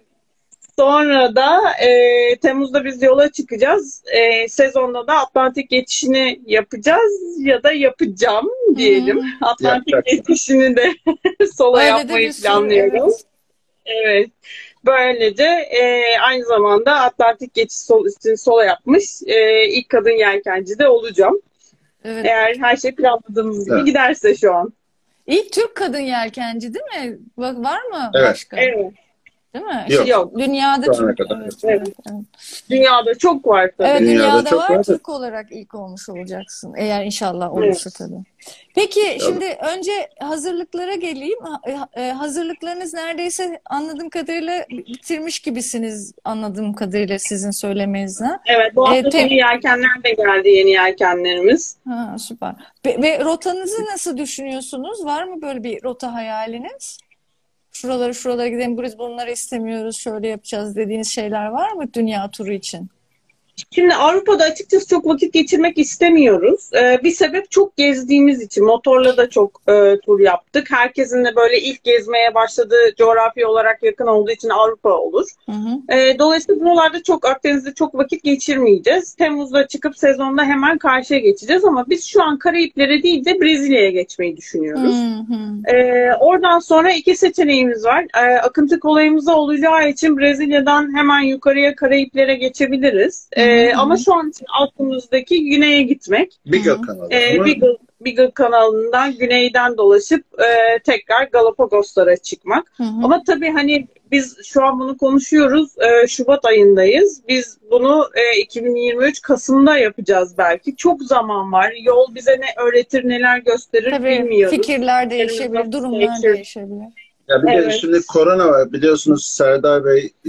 Sonra da e, Temmuz'da biz yola çıkacağız. E, sezonda da Atlantik geçişini yapacağız ya da yapacağım diyelim. Hı. Atlantik Yapacaksın. geçişini de solo Öyle de yapmayı bir sürü, planlıyorum. evet. Evet. Böylece e, aynı zamanda Atlantik geçiş sol, için solo yapmış e, ilk kadın yelkenci de olacağım. Evet. Eğer her şey planladığımız gibi Evet. giderse şu an. İlk Türk kadın yelkenci değil mi? Bak, var mı Evet. başka? Evet. Değil mi? Yok. Yok. Dünyada Şu ana çünkü. kadar. Evet, Evet. evet, evet. Dünyada çok var tabii. Evet, Dünyada dünyada çok var. var da- Türk olarak ilk olmuş olacaksın. Eğer inşallah olursa tabii. Peki şimdi önce hazırlıklara geleyim. Ha- e, Hazırlıklarınız neredeyse anladığım kadarıyla bitirmiş gibisiniz, anladığım kadarıyla sizin söylemenizden. Evet, bu hafta E, te- sonu yelkenler de geldi, yeni yelkenlerimiz. Ha, süper. Ve, ve rotanızı nasıl düşünüyorsunuz? Var mı böyle bir rota hayaliniz? Şuraları şuralara gidelim, biz bunları istemiyoruz, şöyle yapacağız dediğiniz şeyler var mı dünya turu için? Şimdi Avrupa'da açıkçası çok vakit geçirmek istemiyoruz. Ee, bir sebep çok gezdiğimiz için. Motorla da çok e, tur yaptık. Herkesin de böyle ilk gezmeye başladığı coğrafi olarak yakın olduğu için Avrupa olur. Hı hı. E, dolayısıyla buralarda çok, Akdeniz'de çok vakit geçirmeyeceğiz. Temmuz'da çıkıp sezonda hemen karşıya geçeceğiz ama biz şu an Karayiplere değil de Brezilya'ya geçmeyi düşünüyoruz. Hı hı. Ee, oradan sonra iki seçeneğimiz var. Ee, akıntı kolayımıza olacağı için Brezilya'dan hemen yukarıya Karayiplere geçebiliriz. Ee, Hı hı. ama şu an için aklımızdaki güneye gitmek. Beagle Hı. kanalı. Ee, Ama Beagle, Beagle kanalından güneyden dolaşıp e, tekrar Galapagoslara çıkmak. Hı hı. Ama tabii hani biz şu an bunu konuşuyoruz. Ee, Şubat ayındayız. Biz bunu e, iki bin yirmi üç Kasım'da yapacağız belki. Çok zaman var. Yol bize ne öğretir, neler gösterir Tabii bilmiyoruz. fikirler değişebilir, Elimizden durumlar değişir. değişebilir. ya bir de Evet. şimdi korona var. Biliyorsunuz Serdar Bey e,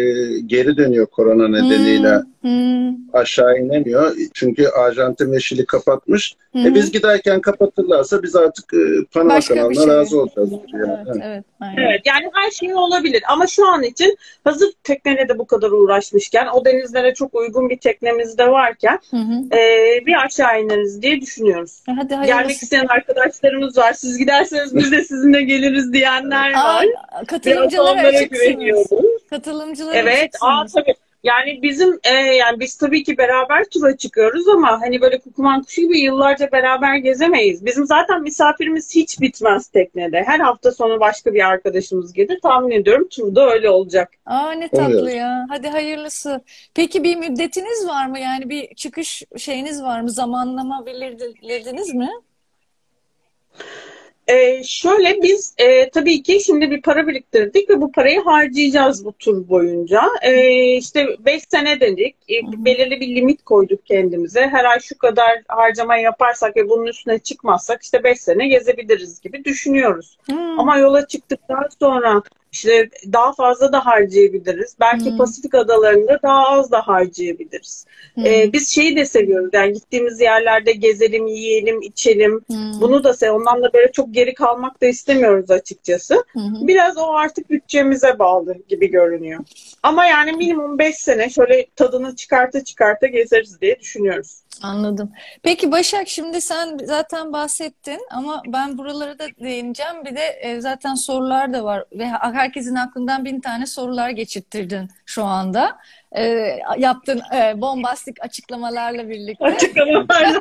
geri dönüyor korona nedeniyle. Hı hı. Aşağı inemiyor. Çünkü Arjantin ve Şili kapatmış. Hı E hı. biz giderken kapatırlarsa biz artık e, Panama Başka bir kanalına şey. razı olacağız. Yani. Evet, Evet. evet, aynen. Evet, yani her şey olabilir ama şu an için hazır tekneyle de bu kadar uğraşmışken, o denizlere çok uygun bir teknemiz de varken Hı hı. e, bir aşağı ineriz diye düşünüyoruz. E, Hadi Gelmek hayırlısı. isteyen arkadaşlarımız var. Siz giderseniz biz de sizinle geliriz diyenler Aa, var. Biraz da katılımcılara onlara açıksınız. güveniyorum. Katılımcılara Evet, aa açıksınız. tabii. Yani bizim e, yani biz tabii ki beraber tura çıkıyoruz ama hani böyle kukuman kuşu gibi yıllarca beraber gezemeyiz. Bizim zaten misafirimiz hiç bitmez teknede. Her hafta sonu başka bir arkadaşımız gelir. Tahmin ediyorum turda öyle olacak. Aa, ne tatlı Oluyor. ya. Hadi hayırlısı. Peki bir müddetiniz var mı? Yani bir çıkış şeyiniz var mı? Zamanlama belirlediniz mi? Ee, şöyle biz e, tabii ki şimdi bir para biriktirdik ve bu parayı harcayacağız bu tur boyunca. Ee, işte beş sene dedik. Ee, Hı hı. belirli bir limit koyduk kendimize. Her ay şu kadar harcama yaparsak ve bunun üstüne çıkmazsak işte beş sene gezebiliriz gibi düşünüyoruz. Hmm, Ama yola çıktıktan sonra işte daha fazla da harcayabiliriz. Belki hmm, Pasifik adalarında daha az da harcayabiliriz. hmm, Ee, biz şeyi de seviyoruz. Yani gittiğimiz yerlerde gezelim, yiyelim, içelim. hmm, Bunu da sev. Ondan da böyle çok geri kalmak da istemiyoruz açıkçası. hı hı. Biraz o artık bütçemize bağlı gibi görünüyor. Ama yani minimum beş sene şöyle tadını çıkarta çıkarta gezeriz diye düşünüyoruz. Anladım. Peki Başak, şimdi sen zaten bahsettin ama ben buralara da değineceğim. Bir de e, zaten sorular da var ve herkesin aklından bin tane sorular geçirttirdin şu anda. E, yaptığın e, bombastik açıklamalarla birlikte. Açıklamalarla.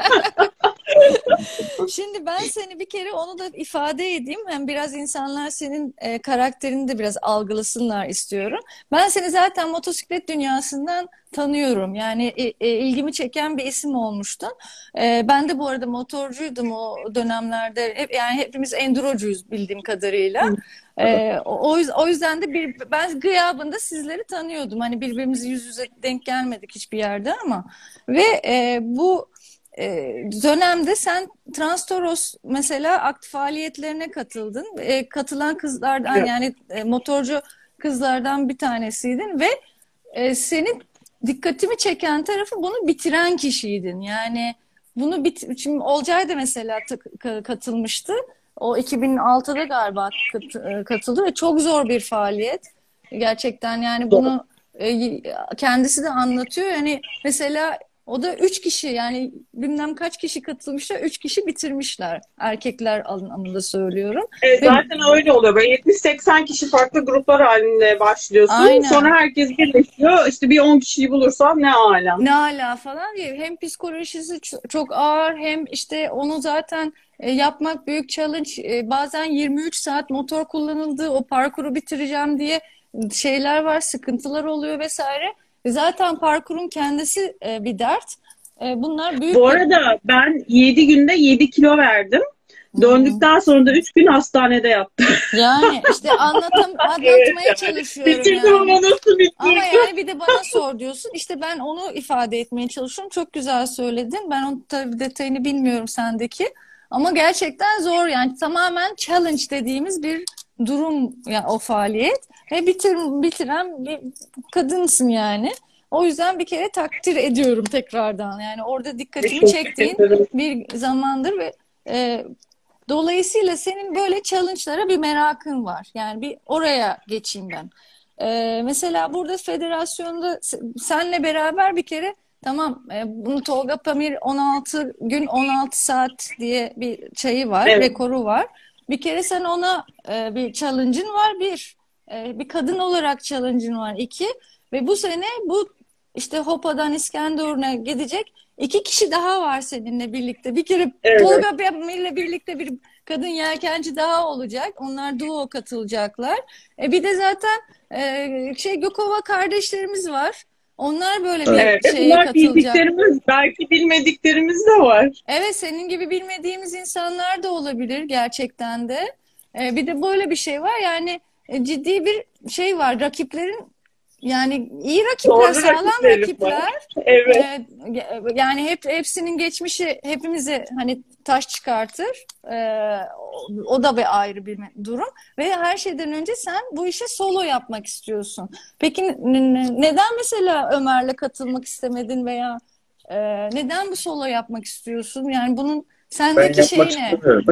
Şimdi ben seni bir kere onu da ifade edeyim. Hem biraz insanlar senin e, karakterini de biraz algılasınlar istiyorum. Ben seni zaten motosiklet dünyasından tanıyorum. Yani e, e, ilgimi çeken bir isim olmuştun. E, ben de bu arada motorcuydum o dönemlerde. Hep, yani hepimiz endurocuyuz bildiğim kadarıyla. E, o, o yüz- o yüzden de bir, ben gıyabında sizleri tanıyordum. Hani birbirimizi yüz yüze denk gelmedik hiçbir yerde ama ve e, bu e, dönemde sen Transtoros mesela aktif faaliyetlerine katıldın. E, katılan kızlardan Evet. yani e, motorcu kızlardan bir tanesiydin ve e, senin dikkatimi çeken tarafı bunu bitiren kişiydin. Yani bunu bit şimdi Olcay da mesela ta- ka- katılmıştı. O iki bin altıda galiba kat- e, katıldı ve çok zor bir faaliyet. Gerçekten yani bunu e, kendisi de anlatıyor. Yani mesela o da üç kişi, yani bilmem kaç kişi katılmışlar, üç kişi bitirmişler. Erkekler anlamında söylüyorum. Evet, Ve zaten öyle oluyor. Böyle yetmiş seksen kişi farklı gruplar halinde başlıyorsun. aynen. Sonra herkes birleşiyor. İşte bir on kişiyi bulursan ne ala. Ne ala falan diye, hem psikolojisi ç- çok ağır, hem işte onu zaten e, yapmak büyük challenge. E, bazen yirmi üç saat motor kullanıldı, o parkuru bitireceğim diye şeyler var, sıkıntılar oluyor vesaire. E, zaten parkurun kendisi e, bir dert. E, bunlar büyük Bu bir... arada ben yedi günde yedi kilo verdim. Hmm. Döndükten sonra da üç gün hastanede yattım. Yani işte anlatam Evet, anlatmaya yani. çalışıyorum Bitirdim yani. ama nasıl Ama bitirdim? yani bir de bana sor diyorsun. İşte ben onu ifade etmeye çalışıyorum. Çok güzel söyledin. Ben onun tabii detayını bilmiyorum sendeki. Ama gerçekten zor yani. Tamamen challenge dediğimiz bir durum yani o faaliyet. Ve bitir, bitiren bir kadınsın yani. O yüzden bir kere takdir ediyorum tekrardan. Yani orada dikkatimi Teşekkür çektiğin ederim. bir zamandır ve e, dolayısıyla senin böyle challenge'lara bir merakın var. Yani bir oraya geçeyim ben. Ee, mesela burada federasyonda s- senle beraber bir kere tamam, e, bunu Tolga Pamir on altı gün on altı saat diye bir şeyi var, Evet. rekoru var. Bir kere sen ona e, bir challenge'ın var bir. E, bir kadın olarak challenge'ın var iki. Ve bu sene bu işte Hopa'dan İskenderun'a gidecek iki kişi daha var seninle birlikte. Bir kere Evet. Tolga Pamir'le birlikte bir kadın yelkenci daha olacak. Onlar duo katılacaklar. E, bir de zaten ee, şey Gökova kardeşlerimiz var. Onlar böyle bir Evet. şeye Bunlar katılacak. bildiklerimiz, belki bilmediklerimiz de var. Evet, senin gibi bilmediğimiz insanlar da olabilir gerçekten de. Ee, bir de böyle bir şey var. Yani e, ciddi bir şey var. Rakiplerin yani iyi rakipler, Doğru sağlam rakiplerim rakipler. var. Evet. Ee, yani hep hepsinin geçmişi hepimize hani taş çıkartır. Ee, o da bir ayrı bir durum. Ve her şeyden önce sen bu işe solo yapmak istiyorsun. Peki n- n- neden mesela Ömer'le katılmak istemedin veya e, neden bu solo yapmak istiyorsun? Yani bunun Ben sendeki şey yapmak ne? istemiyorum.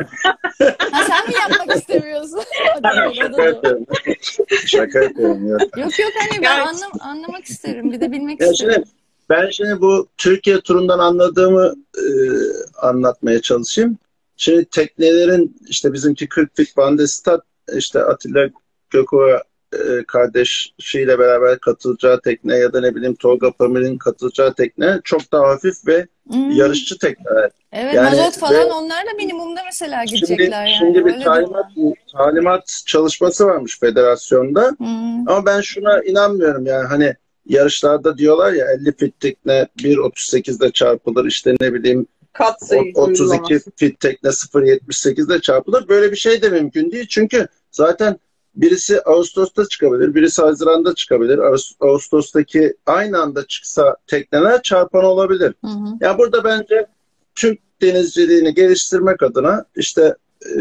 Ha, sen mi yapmak istemiyorsun? Hadi evet, o da Şaka doğru. yapıyorum. Şaka yapıyorum ya. Yok yok, hani ben Yani anlam anlamak isterim. Bir de bilmek Ya isterim. şimdi ben şimdi bu Türkiye turundan anladığımı e, anlatmaya çalışayım. Şimdi teknelerin işte bizimki kırk fit Bandestat, işte Atilla Gökova e, kardeşiyle beraber katılacağı tekne ya da ne bileyim Tolga Pamir'in katılacağı tekne çok daha hafif ve Hmm. yarışçı tekneler. Evet, Yani mazot falan ve onlar da minimumda mesela şimdi gidecekler yani. şimdi bir Öyle talimat durumlar. talimat çalışması varmış federasyonda. Hmm. Ama ben şuna inanmıyorum yani hani yarışlarda diyorlar ya elli fit tekne bir otuz sekizde çarpılır işte ne bileyim Katsayı otuz iki uygulaması. fit tekne sıfır virgül yetmiş sekizde çarpılır. Böyle bir şey de mümkün değil. Çünkü zaten birisi Ağustos'ta çıkabilir, birisi Haziran'da çıkabilir. Ağust- Ağustos'taki aynı anda çıksa tekneler çarpan olabilir. Hı hı. Ya burada bence Türk denizciliğini geliştirmek adına işte e,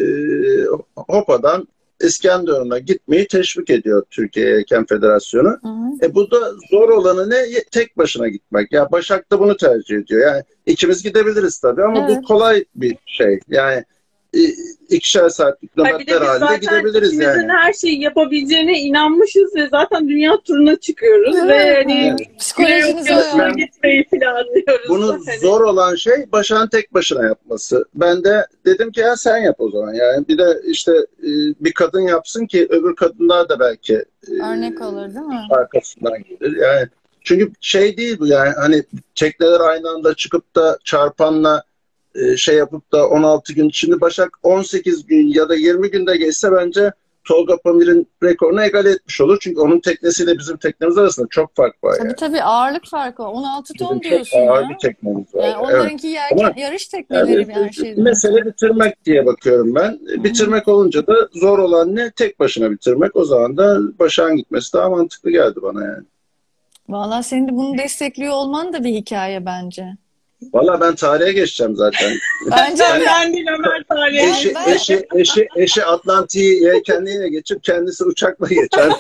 Hopa'dan İskenderun'a gitmeyi teşvik ediyor Türkiye Yelken Federasyonu. Hı hı. E bu da zor olanı ne? Ye- Tek başına gitmek. Ya Başak da bunu tercih ediyor. Yani ikimiz gidebiliriz tabii ama Evet. bu kolay bir şey. Yani e, ikişer saatlik Ha, bir de nöbetler biz halinde zaten gidebiliriz ikimizin yani. her şeyi yapabileceğine inanmışız ve zaten dünya turuna çıkıyoruz Değil ve mi? hani Evet. Evet. Psikolojiniz Güney o Okyanusu'na yani. gitmeyi planlıyoruz. Bunu Hani zor olan şey Başak'ın tek başına yapması. Ben de dedim ki ya sen yap o zaman. Yani bir de işte e, bir kadın yapsın ki öbür kadınlar da belki e, Örnek olur değil mi? arkasından gelir. Yani çünkü şey değil bu yani hani tekneler aynı anda çıkıp da çarpanla e, şey yapıp da on altı gün, şimdi Başak on sekiz gün ya da yirmi günde geçse bence Tolga Pamir'in rekorunu egal etmiş olur. Çünkü onun teknesiyle bizim teknemiz arasında çok fark var Tabii yani. tabii, ağırlık farkı var. on altı Bizim ton çok diyorsun ağır ya. bir teknemiz var. Yani Evet. onlarınki Ama yelken, yarış tekneleri yani bir her şeyden mesele öte. bitirmek diye bakıyorum ben. Hı hı. Bitirmek olunca da zor olan ne? Tek başına bitirmek. O zaman da Başak'ın gitmesi daha mantıklı geldi bana yani. Vallahi senin de bunu destekliyor olman da bir hikaye bence. Valla ben tarihe geçeceğim zaten. Bence ben, de. ben değil Ömer tarihe Yani Eşi, ben eşi, eşi, eşi Atlantik'i yelkenliğine geçip kendisi uçakla geçer.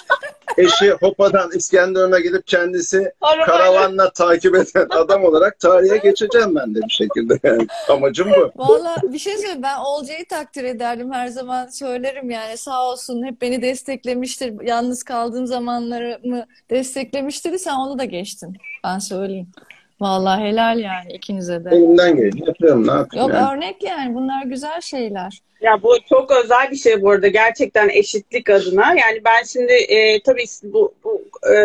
Eşi Hopa'dan İskenderun'a gidip kendisi arabayla. karavanla takip eden adam olarak tarihe geçeceğim ben de bir şekilde. Yani amacım bu. Vallahi bir şey söyleyeyim, ben Olcay'ı takdir ederdim, her zaman söylerim yani, sağ olsun hep beni desteklemiştir, yalnız kaldığım zamanlarımı desteklemiştir, sen onu da geçtin, ben söyleyeyim. Vallahi helal yani ikinize de. Elimden geleni yapıyorum, ne yapayım Yok, yani. örnek yani, bunlar güzel şeyler. Ya bu çok özel bir şey bu arada, gerçekten eşitlik adına. Yani ben şimdi e, tabii bu, bu e,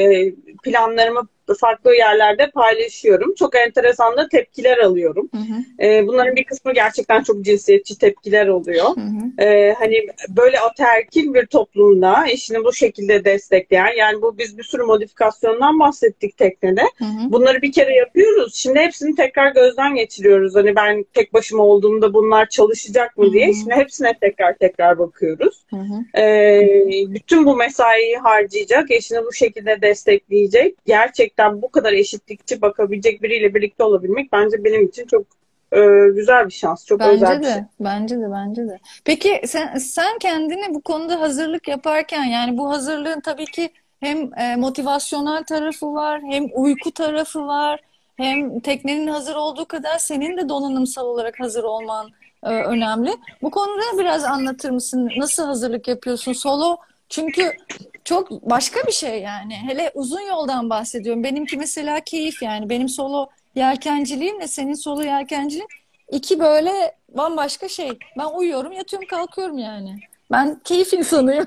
planlarımı farklı yerlerde paylaşıyorum. Çok enteresan da tepkiler alıyorum. Hı hı, E, bunların bir kısmı gerçekten çok cinsiyetçi tepkiler oluyor. hı hı, E, hani böyle ataerkil bir toplumda eşini bu şekilde destekleyen, yani bu biz bir sürü modifikasyondan bahsettik teknede. hı hı, Bunları bir kere yapıyoruz. Şimdi hepsini tekrar gözden geçiriyoruz. Hani ben tek başıma olduğumda bunlar çalışacak mı diye. hı hı, Şimdi hepsine tekrar tekrar bakıyoruz. hı hı. Ee, bütün bu mesaiyi harcayacak, eşini bu şekilde destekleyecek, gerçekten bu kadar eşitlikçi bakabilecek biriyle birlikte olabilmek bence benim için çok e, güzel bir şans, çok Bence özel bir şey. de, bence de, bence de. Peki sen, sen kendini bu konuda hazırlık yaparken, yani bu hazırlığın tabii ki hem e, motivasyonel tarafı var, hem uyku tarafı var, hem teknenin hazır olduğu kadar senin de donanımsal olarak hazır olman e, önemli. Bu konuda biraz anlatır mısın? Nasıl hazırlık yapıyorsun? Solo çünkü çok başka bir şey yani. Hele uzun yoldan bahsediyorum. Benimki mesela keyif yani. Benim solo yelkenciliğimle senin solo yelkenciliğin İki böyle bambaşka şey. Ben uyuyorum, yatıyorum, kalkıyorum yani. Ben keyif insanıyım.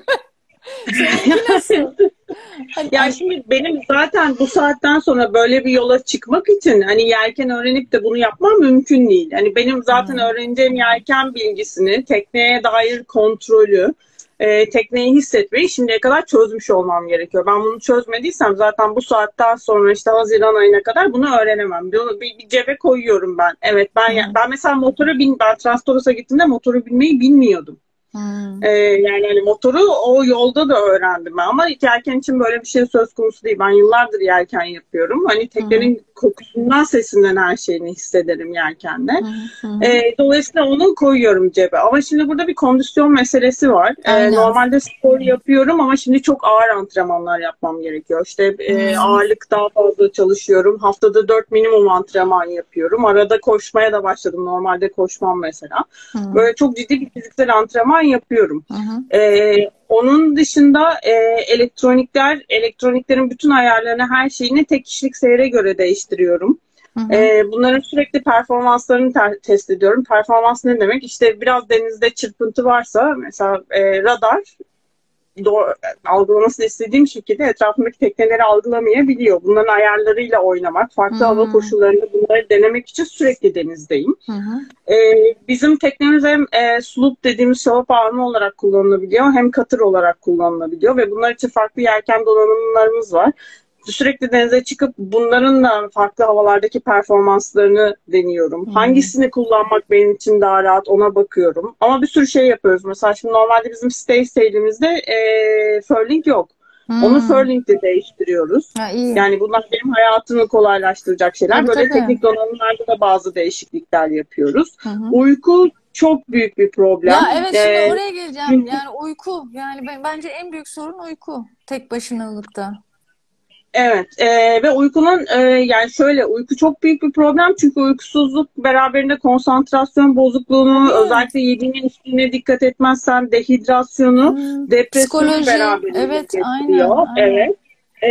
Seninki nasıl? Hani, Yani şimdi benim zaten bu saatten sonra böyle bir yola çıkmak için hani yelken öğrenip de bunu yapmam mümkün değil. Hani benim zaten Hmm. öğreneceğim yelken bilgisini, tekneye dair kontrolü, e, tekneyi hissetmeyi şimdiye kadar çözmüş olmam gerekiyor. Ben bunu çözmediysem zaten bu saatten sonra işte Haziran ayına kadar bunu öğrenemem. Bunu bir, bir cebe koyuyorum ben. Evet ben Hmm. ben mesela motora bin ben Transtoros'a gittiğimde motoru binmeyi bilmiyordum. Hmm. Ee, yani hani motoru o yolda da öğrendim ben. Ama yelken için böyle bir şey söz konusu değil. Ben yıllardır yelken yapıyorum. Hani teknenin kokusundan, sesinden her şeyini hissederim yelkenle. Hı hı. Ee, dolayısıyla onu koyuyorum cebe. Ama şimdi burada bir kondisyon meselesi var. Ee, Aynen. normalde spor yapıyorum ama şimdi çok ağır antrenmanlar yapmam gerekiyor. İşte e, Hı. ağırlık daha fazla çalışıyorum. Haftada dört minimum antrenman yapıyorum. Arada koşmaya da başladım. Normalde koşmam mesela. Hı. Böyle çok ciddi bir fiziksel antrenman yapıyorum. Hı hı. Ee, onun dışında e, elektronikler, elektroniklerin bütün ayarlarını, her şeyini tek kişilik seyre göre değiştiriyorum. Hı hı. Ee, bunların sürekli performanslarını ter- test ediyorum. Performans ne demek? İşte biraz denizde çırpıntı varsa mesela e, radar doğru, algılamasını istediğim şekilde etrafındaki tekneleri algılamayabiliyor. Bunların ayarlarıyla oynamak, farklı Hmm. hava koşullarında bunları denemek için sürekli denizdeyim. Hı hı. Ee, bizim teknemiz hem e, sloop dediğimiz şalap arma olarak kullanılabiliyor, hem katır olarak kullanılabiliyor ve bunlar için farklı yelken donanımlarımız var. sürekli denize çıkıp bunların da farklı havalardaki performanslarını deniyorum. Hı. Hangisini kullanmak benim için daha rahat ona bakıyorum. Ama bir sürü şey yapıyoruz. Mesela şimdi normalde bizim stay sailimizde e, furling yok. Hmm. Onu furlingle değiştiriyoruz. Ha, iyi. Yani bunlar benim hayatımı kolaylaştıracak şeyler. Tabii, Böyle tabii. teknik donanımlarda da bazı değişiklikler yapıyoruz. Hı hı. Uyku çok büyük bir problem. Ya evet, şimdi Ee, oraya geleceğim. Yani uyku. Yani ben- bence en büyük sorun uyku. Tek başınalıkta. Evet e, ve uykunun e, yani şöyle uyku çok büyük bir problem çünkü uykusuzluk beraberinde konsantrasyon bozukluğunu Tabii. özellikle yediğinin üstüne dikkat etmezsen dehidrasyonu, Hmm. depresyonu Psikoloji. beraberinde Evet, aynen, getiriyor. aynen. Evet. E,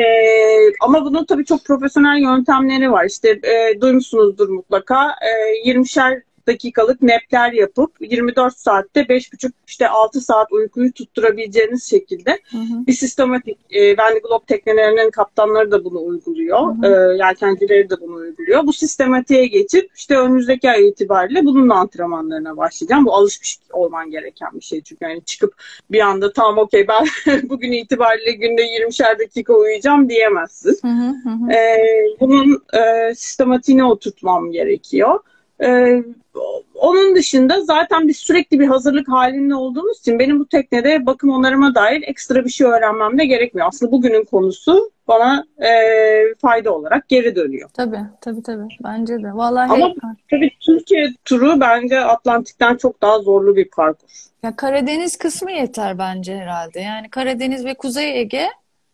ama bunun tabii çok profesyonel yöntemleri var. İşte e, duymuşsunuzdur mutlaka. E, yirmişer dakikalık nepler yapıp yirmi dört saatte beş buçuk işte altı saat uykuyu tutturabileceğiniz şekilde Hı hı. bir sistematik, e, Wendy Globe teknelerinin kaptanları da bunu uyguluyor. Hı hı. E, yelkencileri de bunu uyguluyor. Bu sistematiğe geçip işte önümüzdeki ay itibariyle bunun da antrenmanlarına başlayacağım. Bu alışmış olman gereken bir şey çünkü yani çıkıp bir anda tamam okey ben bugün itibariyle günde yirmişer dakika uyuyacağım diyemezsin. Hı hı, hı hı. E, bunun e, sistematiğine oturtmam gerekiyor. E, onun dışında zaten biz sürekli bir hazırlık halinde olduğumuz için benim bu teknede bakım onarıma dair ekstra bir şey öğrenmem de gerekmiyor. Aslında bugünün konusu bana e, fayda olarak geri dönüyor. Tabii, tabii, tabii. Bence de. Vallahi Ama tabii Türkiye turu bence Atlantik'ten çok daha zorlu bir parkur. ya Karadeniz kısmı yeter bence herhalde. Yani Karadeniz ve Kuzey Ege,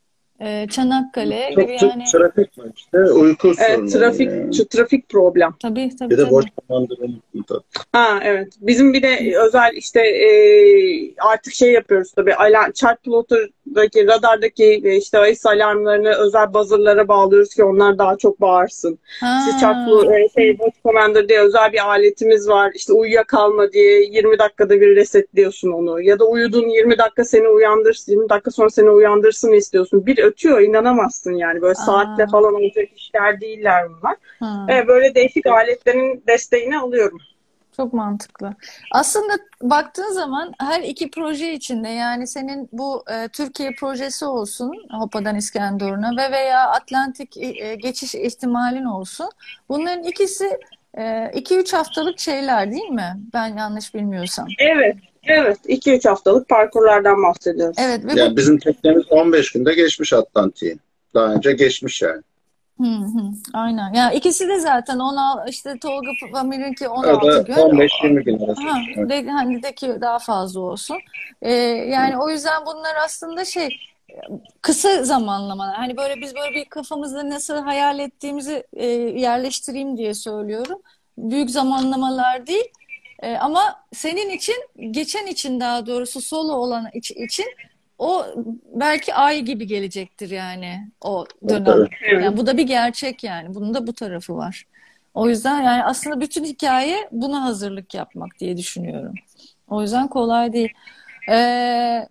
e, Çanakkale Çok gibi çok yani. trafik var işte. Uyku Evet, sorunu trafik yani. şu trafik problem. Tabii, tabii, Bir de boş tabii. zamandır unuttum tabii. Ha evet. Bizim bir de özel işte e, artık şey yapıyoruz tabii. Alarm, chart plotter'daki, radardaki e, işte A I S alarmlarını özel buzzer'lara bağlıyoruz ki onlar daha çok bağırsın. İşte chart Ha. plo- e, şey, Watch Commander diye özel bir aletimiz var. İşte uyuyakalma diye yirmi dakikada bir resetliyorsun onu. Ya da uyudun yirmi dakika seni uyandırsın, yirmi dakika sonra seni uyandırsın istiyorsun. Bir ötüyor, inanamazsın yani. Böyle saatle Aa. falan olacak işler değiller bunlar. Ha. Evet, böyle değişik aletlerin desteğini alıyorum. Çok mantıklı. Aslında baktığın zaman her iki proje içinde yani senin bu e, Türkiye projesi olsun Hopa'dan İskenderun'a ve veya Atlantik e, geçiş ihtimalin olsun. Bunların ikisi iki üç haftalık şeyler değil mi? Ben yanlış bilmiyorsam. Evet, evet. iki üç haftalık parkurlardan bahsediyoruz. Evet ve Yani bu bizim teknemiz on beş günde geçmiş Atlantik'i. Daha önce geçmiş yani. hı hı, aynen. Ya ikisi de zaten on altı işte Tolga Pamir'inki O on altı da gün. on beş yirmi gün arası. Ha, Evet. de, hani de ki daha fazla olsun. Ee, yani o yüzden bunlar aslında şey kısa zamanlamalar. Hani böyle biz böyle bir kafamızda nasıl hayal ettiğimizi e, yerleştireyim diye söylüyorum. Büyük zamanlamalar değil. E, ama senin için, geçen için daha doğrusu solo olan iç- için o belki ay gibi gelecektir yani o dönem. Tabii. Evet. Yani bu da bir gerçek yani. Bunun da bu tarafı var. O yüzden yani aslında bütün hikaye buna hazırlık yapmak diye düşünüyorum. O yüzden kolay değil. Ee,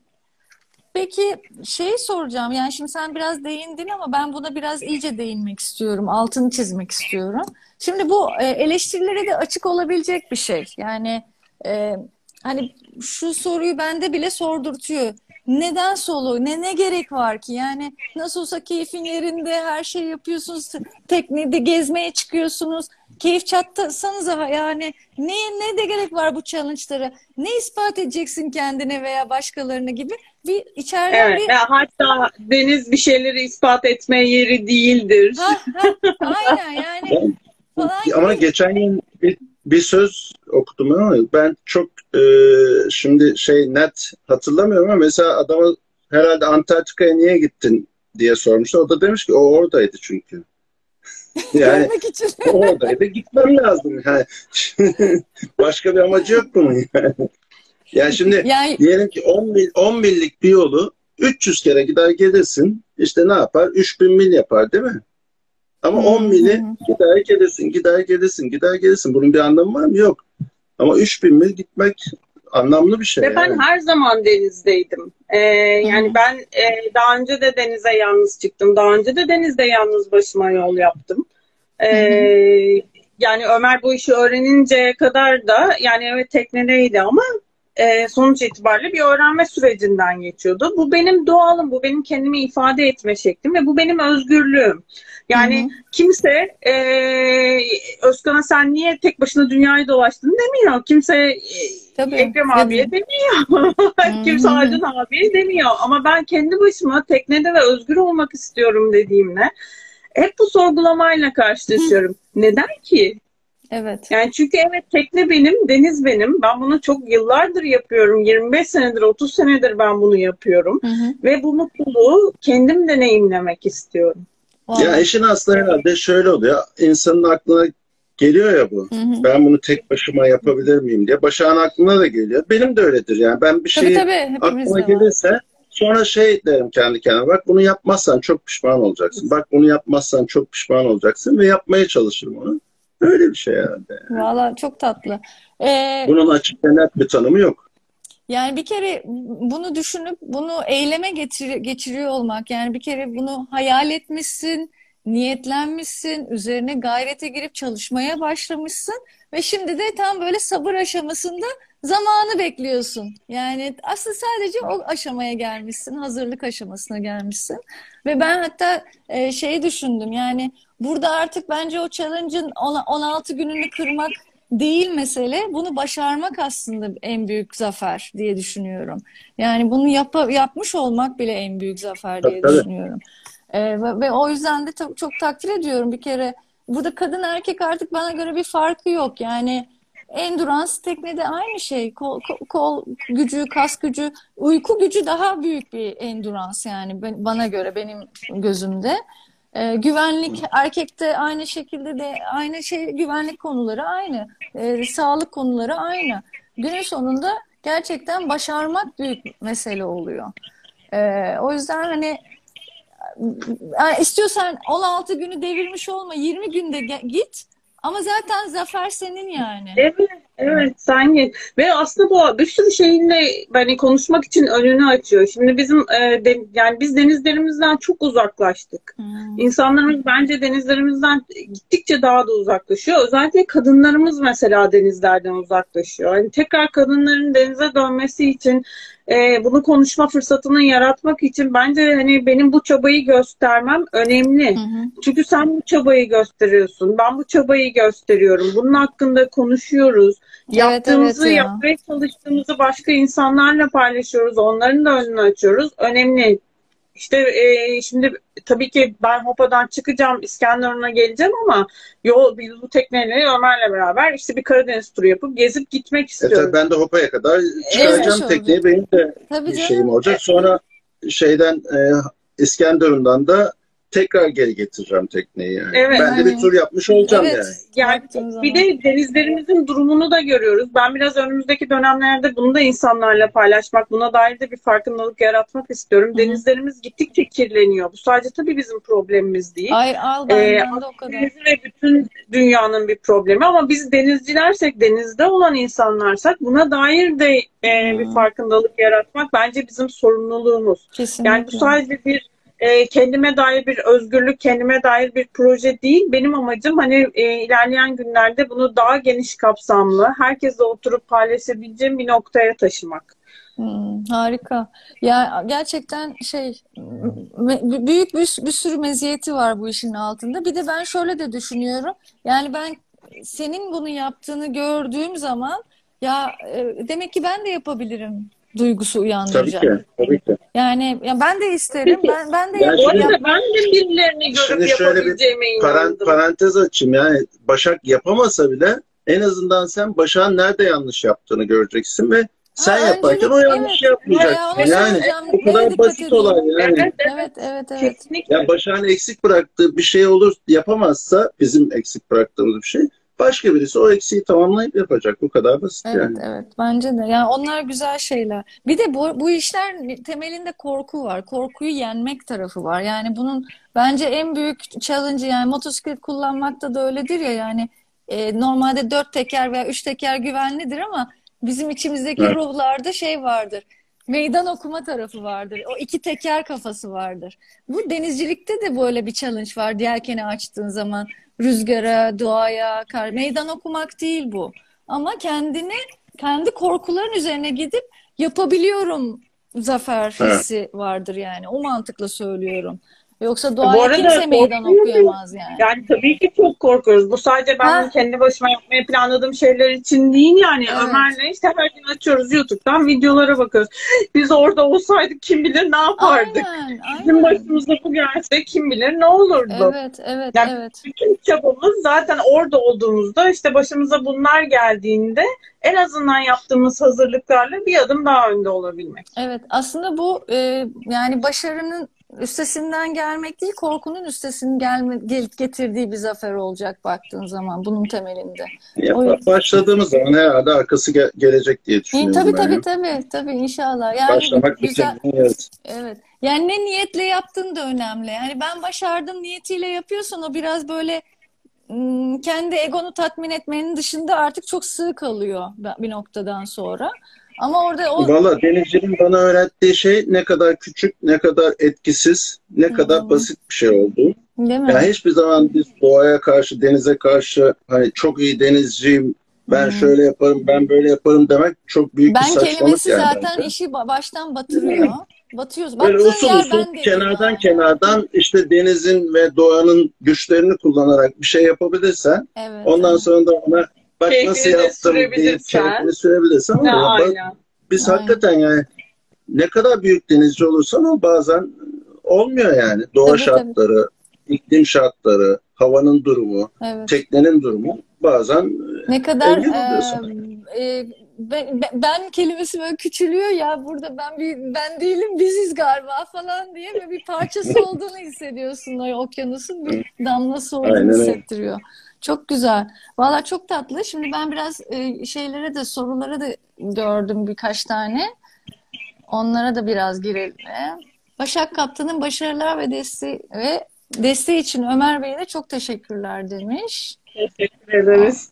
Peki şey soracağım yani şimdi sen biraz değindin ama ben buna biraz iyice değinmek istiyorum. Altını çizmek istiyorum. Şimdi bu e, eleştirilere de açık olabilecek bir şey. Yani e, hani şu soruyu bende bile sordurtuyor. Neden solo? Ne ne gerek var ki? Yani nasıl olsa keyfin yerinde her şey yapıyorsunuz. Teknede gezmeye çıkıyorsunuz. Keyif çatsanıza yani ne ne de gerek var bu challenge'lara? Ne ispat edeceksin kendine veya başkalarına gibi bir içeriden Evet. bir Ve hatta deniz bir şeyleri ispat etme yeri değildir. ha ha aynen yani falan Ama gibi. geçen gün bir, bir söz okudum ama ben çok e, şimdi şey net hatırlamıyorum ama mesela adama herhalde Antarktika'ya niye gittin diye sormuştu. O da demiş ki o oradaydı çünkü. Yani Görmek için. o oradaydı gitmem lazım. Yani başka bir amacı yok bunun yani. Yani şimdi Yani diyelim ki on mil, on millik bir yolu üç yüz kere gider gelirsin. İşte ne yapar? üç bin mil yapar değil mi? Ama hı on mili hı. gider gelirsin, gider gelirsin, gider gelirsin. Bunun bir anlamı var mı? Yok. Ama üç bin mil gitmek anlamlı bir şey. Ve ben yani. her zaman denizdeydim. Ee, yani ben e, daha önce de denize yalnız çıktım. Daha önce de denizde yalnız başıma yol yaptım. Ee, yani Ömer bu işi öğreninceye kadar da yani evet teknedeydi ama e, sonuç itibariyle bir öğrenme sürecinden geçiyordu. Bu benim doğalım, bu benim kendimi ifade etme şeklim ve bu benim özgürlüğüm. Yani Hı hı. kimse e, Özkan'a sen niye tek başına dünyayı dolaştın demiyor. Kimse e, Tabii. Ekrem Ya- abiye demiyor. Kimse Hı hı. Acun abiye demiyor. Ama ben kendi başıma teknede ve özgür olmak istiyorum dediğimle hep bu sorgulamayla karşılaşıyorum. Neden ki? Evet. Yani çünkü evet tekne benim, deniz benim. Ben bunu çok yıllardır yapıyorum. yirmi beş senedir, otuz senedir ben bunu yapıyorum. Hı hı. Ve bu mutluluğu kendim deneyimlemek istiyorum. Ya Vallahi. işin aslı herhalde şöyle oluyor. İnsanın aklına geliyor ya bu. Hı hı. Ben bunu tek başıma yapabilir miyim diye. Başak'ın aklına da geliyor. Benim de öyledir yani. Ben bir Tabii şeyi tabii. Hepimiz aklıma de var. gelirse sonra şey derim kendi kendime. Bak bunu yapmazsan çok pişman olacaksın. Bak bunu yapmazsan çok pişman olacaksın ve yapmaya çalışırım onu. Öyle bir şey herhalde. Vallahi çok tatlı. Ee, Bunun açık ve net bir tanımı yok. Yani bir kere bunu düşünüp bunu eyleme getir geçiriyor olmak, yani bir kere bunu hayal etmişsin, niyetlenmişsin, üzerine gayrete girip çalışmaya başlamışsın ve şimdi de tam böyle sabır aşamasında zamanı bekliyorsun. Yani aslında sadece o aşamaya gelmişsin, hazırlık aşamasına gelmişsin ve ben hatta e, şeyi düşündüm, yani burada artık bence o challenge'ın on altı gününü kırmak değil mesele, bunu başarmak aslında en büyük zafer diye düşünüyorum. Yani bunu yap yapmış olmak bile en büyük zafer Tabii diye tabii. düşünüyorum. Ee, ve, ve o yüzden de ta- çok takdir ediyorum. Bir kere burada kadın erkek artık bana göre bir farkı yok. Yani endurance teknede aynı şey. Kol, kol, kol gücü, kas gücü, uyku gücü daha büyük bir endurance yani ben- bana göre, benim gözümde. Ee, güvenlik erkekte aynı şekilde de aynı şey, güvenlik konuları aynı. Ee, sağlık konuları aynı. Günün sonunda gerçekten başarmak büyük mesele oluyor. Ee, o yüzden hani yani istiyorsan on altı günü devirmiş olma, yirmi günde ge- git ama zaten zafer senin yani. Evet, evet sen git. Ve aslında bu bir sürü şeyin de hani konuşmak için önünü açıyor. Şimdi bizim e, de- yani biz denizlerimizden çok uzaklaştık. Hmm. İnsanlarımız bence denizlerimizden gittikçe daha da uzaklaşıyor. Özellikle kadınlarımız mesela denizlerden uzaklaşıyor. Yani tekrar kadınların denize dönmesi için e, bunu konuşma fırsatını yaratmak için bence hani benim bu çabayı göstermem önemli. Hı hı. Çünkü sen bu çabayı gösteriyorsun. Ben bu çabayı gösteriyorum. Bunun hakkında konuşuyoruz. Evet evet Yaptığımızı, ya. yapmaya çalıştığımızı başka insanlarla paylaşıyoruz. Onların da önünü açıyoruz. Önemli. İşte e, şimdi tabii ki ben Hopa'dan çıkacağım, İskenderun'a geleceğim ama yol biz bu tekneyle Ömer'le beraber işte bir Karadeniz turu yapıp gezip gitmek E tabii istiyoruz. ben de Hopa'ya kadar Gezmiş çıkaracağım tekneyi. olacak. Benim de Tabii bir şeyim canım. olacak. Sonra şeyden e, İskenderun'dan da tekrar geri getireceğim tekneyi yani. Evet. Ben de bir tur yapmış olacağım yani. Evet, Yani baktığın bir zaman. de denizlerimizin durumunu da görüyoruz. Ben biraz önümüzdeki dönemlerde bunu da insanlarla paylaşmak, buna dair de bir farkındalık yaratmak istiyorum. Hı hı. Denizlerimiz gittikçe kirleniyor. Bu sadece tabii bizim problemimiz değil. Ay al Ee, benden de o kadar. Akdeniz'in ve bütün dünyanın bir problemi ama biz denizcilersek, denizde olan insanlarsak buna dair de e, bir Hmm, farkındalık yaratmak bence bizim sorumluluğumuz. Yani bu kesinlikle. sadece bir e, kendime dair bir özgürlük, kendime dair bir proje değil. Benim amacım hani e, ilerleyen günlerde bunu daha geniş kapsamlı, herkesle oturup paylaşabileceğim bir noktaya taşımak. Hmm, harika. Ya gerçekten şey me- büyük bir, bir sürü meziyeti var bu işin altında. Bir de ben şöyle de düşünüyorum. Yani ben senin bunu yaptığını gördüğüm zaman ya e, demek ki ben de yapabilirim duygusu Tabii ki. uyandıracak. Tabii ki. Yani ya ben de isterim. Peki, Ben ben de Yani yap, bu şimdi yap. arada ben de birilerini görüp Şimdi şöyle bir yapabileceğime paran- inandım. parantez açayım. Yani Başak yapamasa bile en azından sen Başak'ın nerede yanlış yaptığını göreceksin ve sen Ha yaparken öncelik, o yanlış evet. Ya yapmayacaksın. onu Evet, Yani soracağım. bu Neye kadar dikkat basit olay edeyim? yani. evet, Evet, evet. evet, evet. Kesinlikle. Ya Başak'ın eksik bıraktığı bir şey olur, yapamazsa bizim eksik bıraktığımız bir şey, başka birisi o eksiği tamamlayıp yapacak. Bu kadar basit Evet, yani. evet. Bence de. Yani onlar güzel şeyler. Bir de bu, bu işler temelinde korku var. Korkuyu yenmek tarafı var. Yani bunun bence en büyük challenge, yani motosiklet kullanmakta da öyledir ya, yani e, normalde dört teker veya üç teker güvenlidir ama bizim içimizdeki Evet. ruhlarda şey vardır. Meydan okuma tarafı vardır. O iki teker kafası vardır. Bu denizcilikte de böyle bir challenge var. Yelkeni açtığın zaman rüzgara, doğaya, kar, meydan okumak değil bu. Ama kendini kendi korkuların üzerine gidip yapabiliyorum zafer Evet. hissi vardır yani. O mantıkla söylüyorum. Yoksa Bu doğaya arada kimse meydan korkuyoruz. okuyamaz yani. Yani tabii ki çok korkuyoruz. Bu sadece ben Ha, kendi başıma yapmayı planladığım şeyler için değil yani. evet. Ömer'le işte her gün açıyoruz YouTube'dan videolara bakıyoruz. Biz orada olsaydık kim bilir ne yapardık. Aynen, Bizim aynen. başımıza bu gelse kim bilir ne olurdu. Evet, evet, Yani evet. bütün çabamız zaten orada olduğumuzda işte başımıza bunlar geldiğinde en azından yaptığımız hazırlıklarla bir adım daha önde olabilmek. Evet, aslında bu e, yani başarının üstesinden gelmek değil, korkunun üstesinden gelme, gel- getirdiği bir zafer olacak baktığın zaman bunun temelinde. Ya, O, başladığımız zaman herhalde arkası ge- gelecek diye İyi, düşünüyorum tabii ben tabii ya. tabii tabii inşallah. Yani Başlamak güzel. bitirdiğin yer. Evet. Yani ne niyetle yaptığın da önemli. Yani ben başardım niyetiyle yapıyorsan o biraz böyle ım, kendi egonu tatmin etmenin dışında artık çok sığ kalıyor bir noktadan sonra. Ama orada o Valla denizcinin bana öğrettiği şey ne kadar küçük, ne kadar etkisiz, ne kadar Hmm, basit bir şey olduğu. değil Yani mi? hiçbir zaman biz doğaya karşı, denize karşı hani çok iyi denizciyim, ben Hmm. şöyle yaparım, ben böyle yaparım demek çok büyük bir Ben saçmalık kelimesi yani zaten bence. işi ba- baştan batırıyor. Batıyoruz. Böyle Battığın usul yer usul ben dediğin kenardan yani. kenardan işte denizin ve doğanın güçlerini kullanarak bir şey yapabilirsen Evet, ondan evet. sonra da ona bak nasıl Keyfini de yaptım deyip sürebilirsen keyfini sürebilirsen ne olur. Ya bak, aynen. biz Aynen. hakikaten yani ne kadar büyük denizci olursan ol bazen olmuyor yani. Doğa Tabii tabii. şartları, iklim şartları, havanın durumu, Evet. teknenin durumu bazen Ne kadar engel oluyor sana. e, e, ben, ben ben kelimesi böyle küçülüyor ya burada ben bir ben değilim biziz galiba falan diye ve bir parçası olduğunu hissediyorsun o okyanusun bir damlası olduğunu Aynen öyle. hissettiriyor. Çok güzel. Valla çok tatlı. Şimdi ben biraz e, şeylere de sorulara da gördüm birkaç tane. Onlara da biraz girelim. Başak Kaptan'ın başarılar ve desteği ve desteği için Ömer Bey'e de çok teşekkürler demiş. Teşekkür ederiz.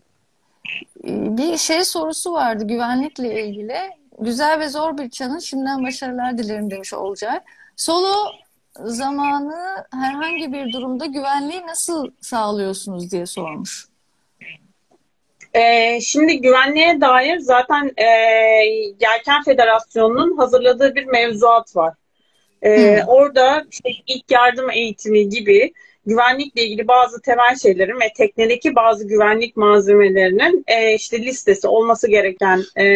Bir şey sorusu vardı güvenlikle ilgili. Güzel ve zor bir challenge. Şimdiden başarılar dilerim demiş Olcay. Solo zamanı herhangi bir durumda güvenliği nasıl sağlıyorsunuz diye sormuş. Ee, şimdi güvenliğe dair zaten e, Yelken Federasyonu'nun hazırladığı bir mevzuat var. Ee, Hmm. orada işte ilk yardım eğitimi gibi güvenlikle ilgili bazı temel şeylerin ve teknedeki bazı güvenlik malzemelerinin e, işte listesi olması gereken e,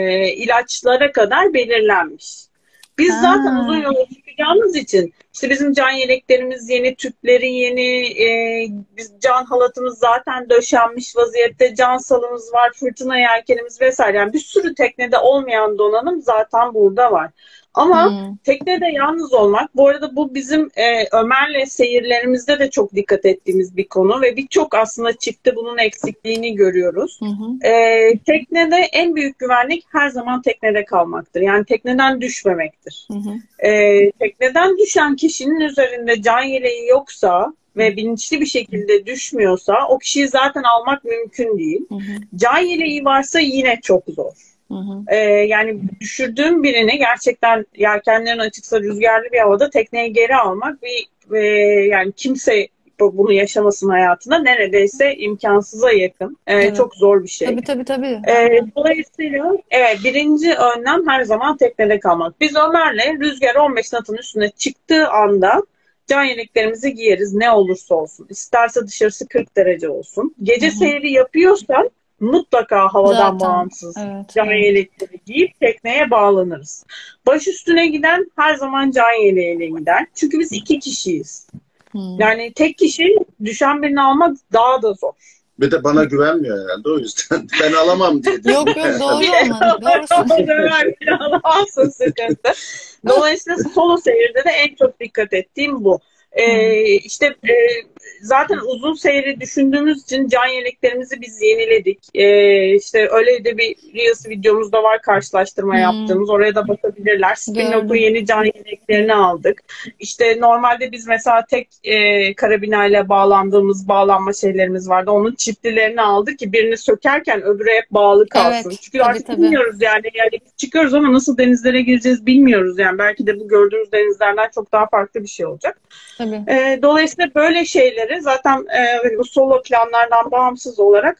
ilaçlara kadar belirlenmiş. Biz zaten uzun Ha, yola çıkacağımız için işte bizim can yeleklerimiz yeni, tüpleri yeni, e, biz can halatımız zaten döşenmiş vaziyette, can salımız var, fırtına yelkenimiz vesaire. Yani bir sürü teknede olmayan donanım zaten burada var. Ama hmm, teknede yalnız olmak, bu arada bu bizim e, Ömer'le seyirlerimizde de çok dikkat ettiğimiz bir konu ve birçok aslında çiftte bunun eksikliğini görüyoruz. hı hı, E, teknede en büyük güvenlik her zaman teknede kalmaktır. Yani tekneden düşmemektir. hı hı, E, tekneden düşen kişinin üzerinde can yeleği yoksa ve bilinçli bir şekilde düşmüyorsa o kişiyi zaten almak mümkün değil. hı hı, Can yeleği varsa yine çok zor. hı hı. Ee, yani düşürdüğüm birini gerçekten yelkenlerin açıksa rüzgarlı bir havada tekneye geri almak bir e, yani kimse bunu yaşamasın hayatında neredeyse imkansıza yakın. Ee, Evet. Çok zor bir şey. Tabii tabii tabii. Ee, Aynen. dolayısıyla evet birinci önlem her zaman teknede kalmak. Biz Ömer'le rüzgar on beş knotun üstüne çıktığı anda can yeleklerimizi giyeriz ne olursa olsun. İsterse dışarısı kırk derece olsun. Gece Hı hı. seyri yapıyorsan mutlaka havadan Zaten. bağımsız Evet. can Evet. yelekleri giyip tekneye bağlanırız. Baş üstüne giden her zaman can yeleğiyle gider. Çünkü biz iki kişiyiz. Hmm. Yani tek kişi düşen birini almak daha da zor. Bir de bana güvenmiyor herhalde o yüzden ben alamam diye Yok yok düşünüyorum. doğru Bir ama doğrusun. Ömer bir alamazsın sıkıntı. Dolayısıyla solo seyirde de en çok dikkat ettiğim bu. Ee, işte e, zaten uzun seyri düşündüğümüz için can yeleklerimizi biz yeniledik. Ee, işte öyle de bir Reels videomuz da var karşılaştırma Hmm. yaptığımız. Oraya da bakabilirler. Spinlock'un Gördüm. yeni can yeleklerini aldık. İşte normalde biz mesela tek e, karabinayla bağlandığımız bağlanma şeylerimiz vardı. Onun çiftlilerini aldık ki birini sökerken öbürü hep bağlı kalsın. Evet. Çünkü Tabii artık tabii. bilmiyoruz yani. yani çıkıyoruz ama nasıl denizlere gireceğiz bilmiyoruz yani. Belki de bu gördüğümüz denizlerden çok daha farklı bir şey olacak. Tabii. E, dolayısıyla böyle şeyleri zaten e, bu solo planlardan bağımsız olarak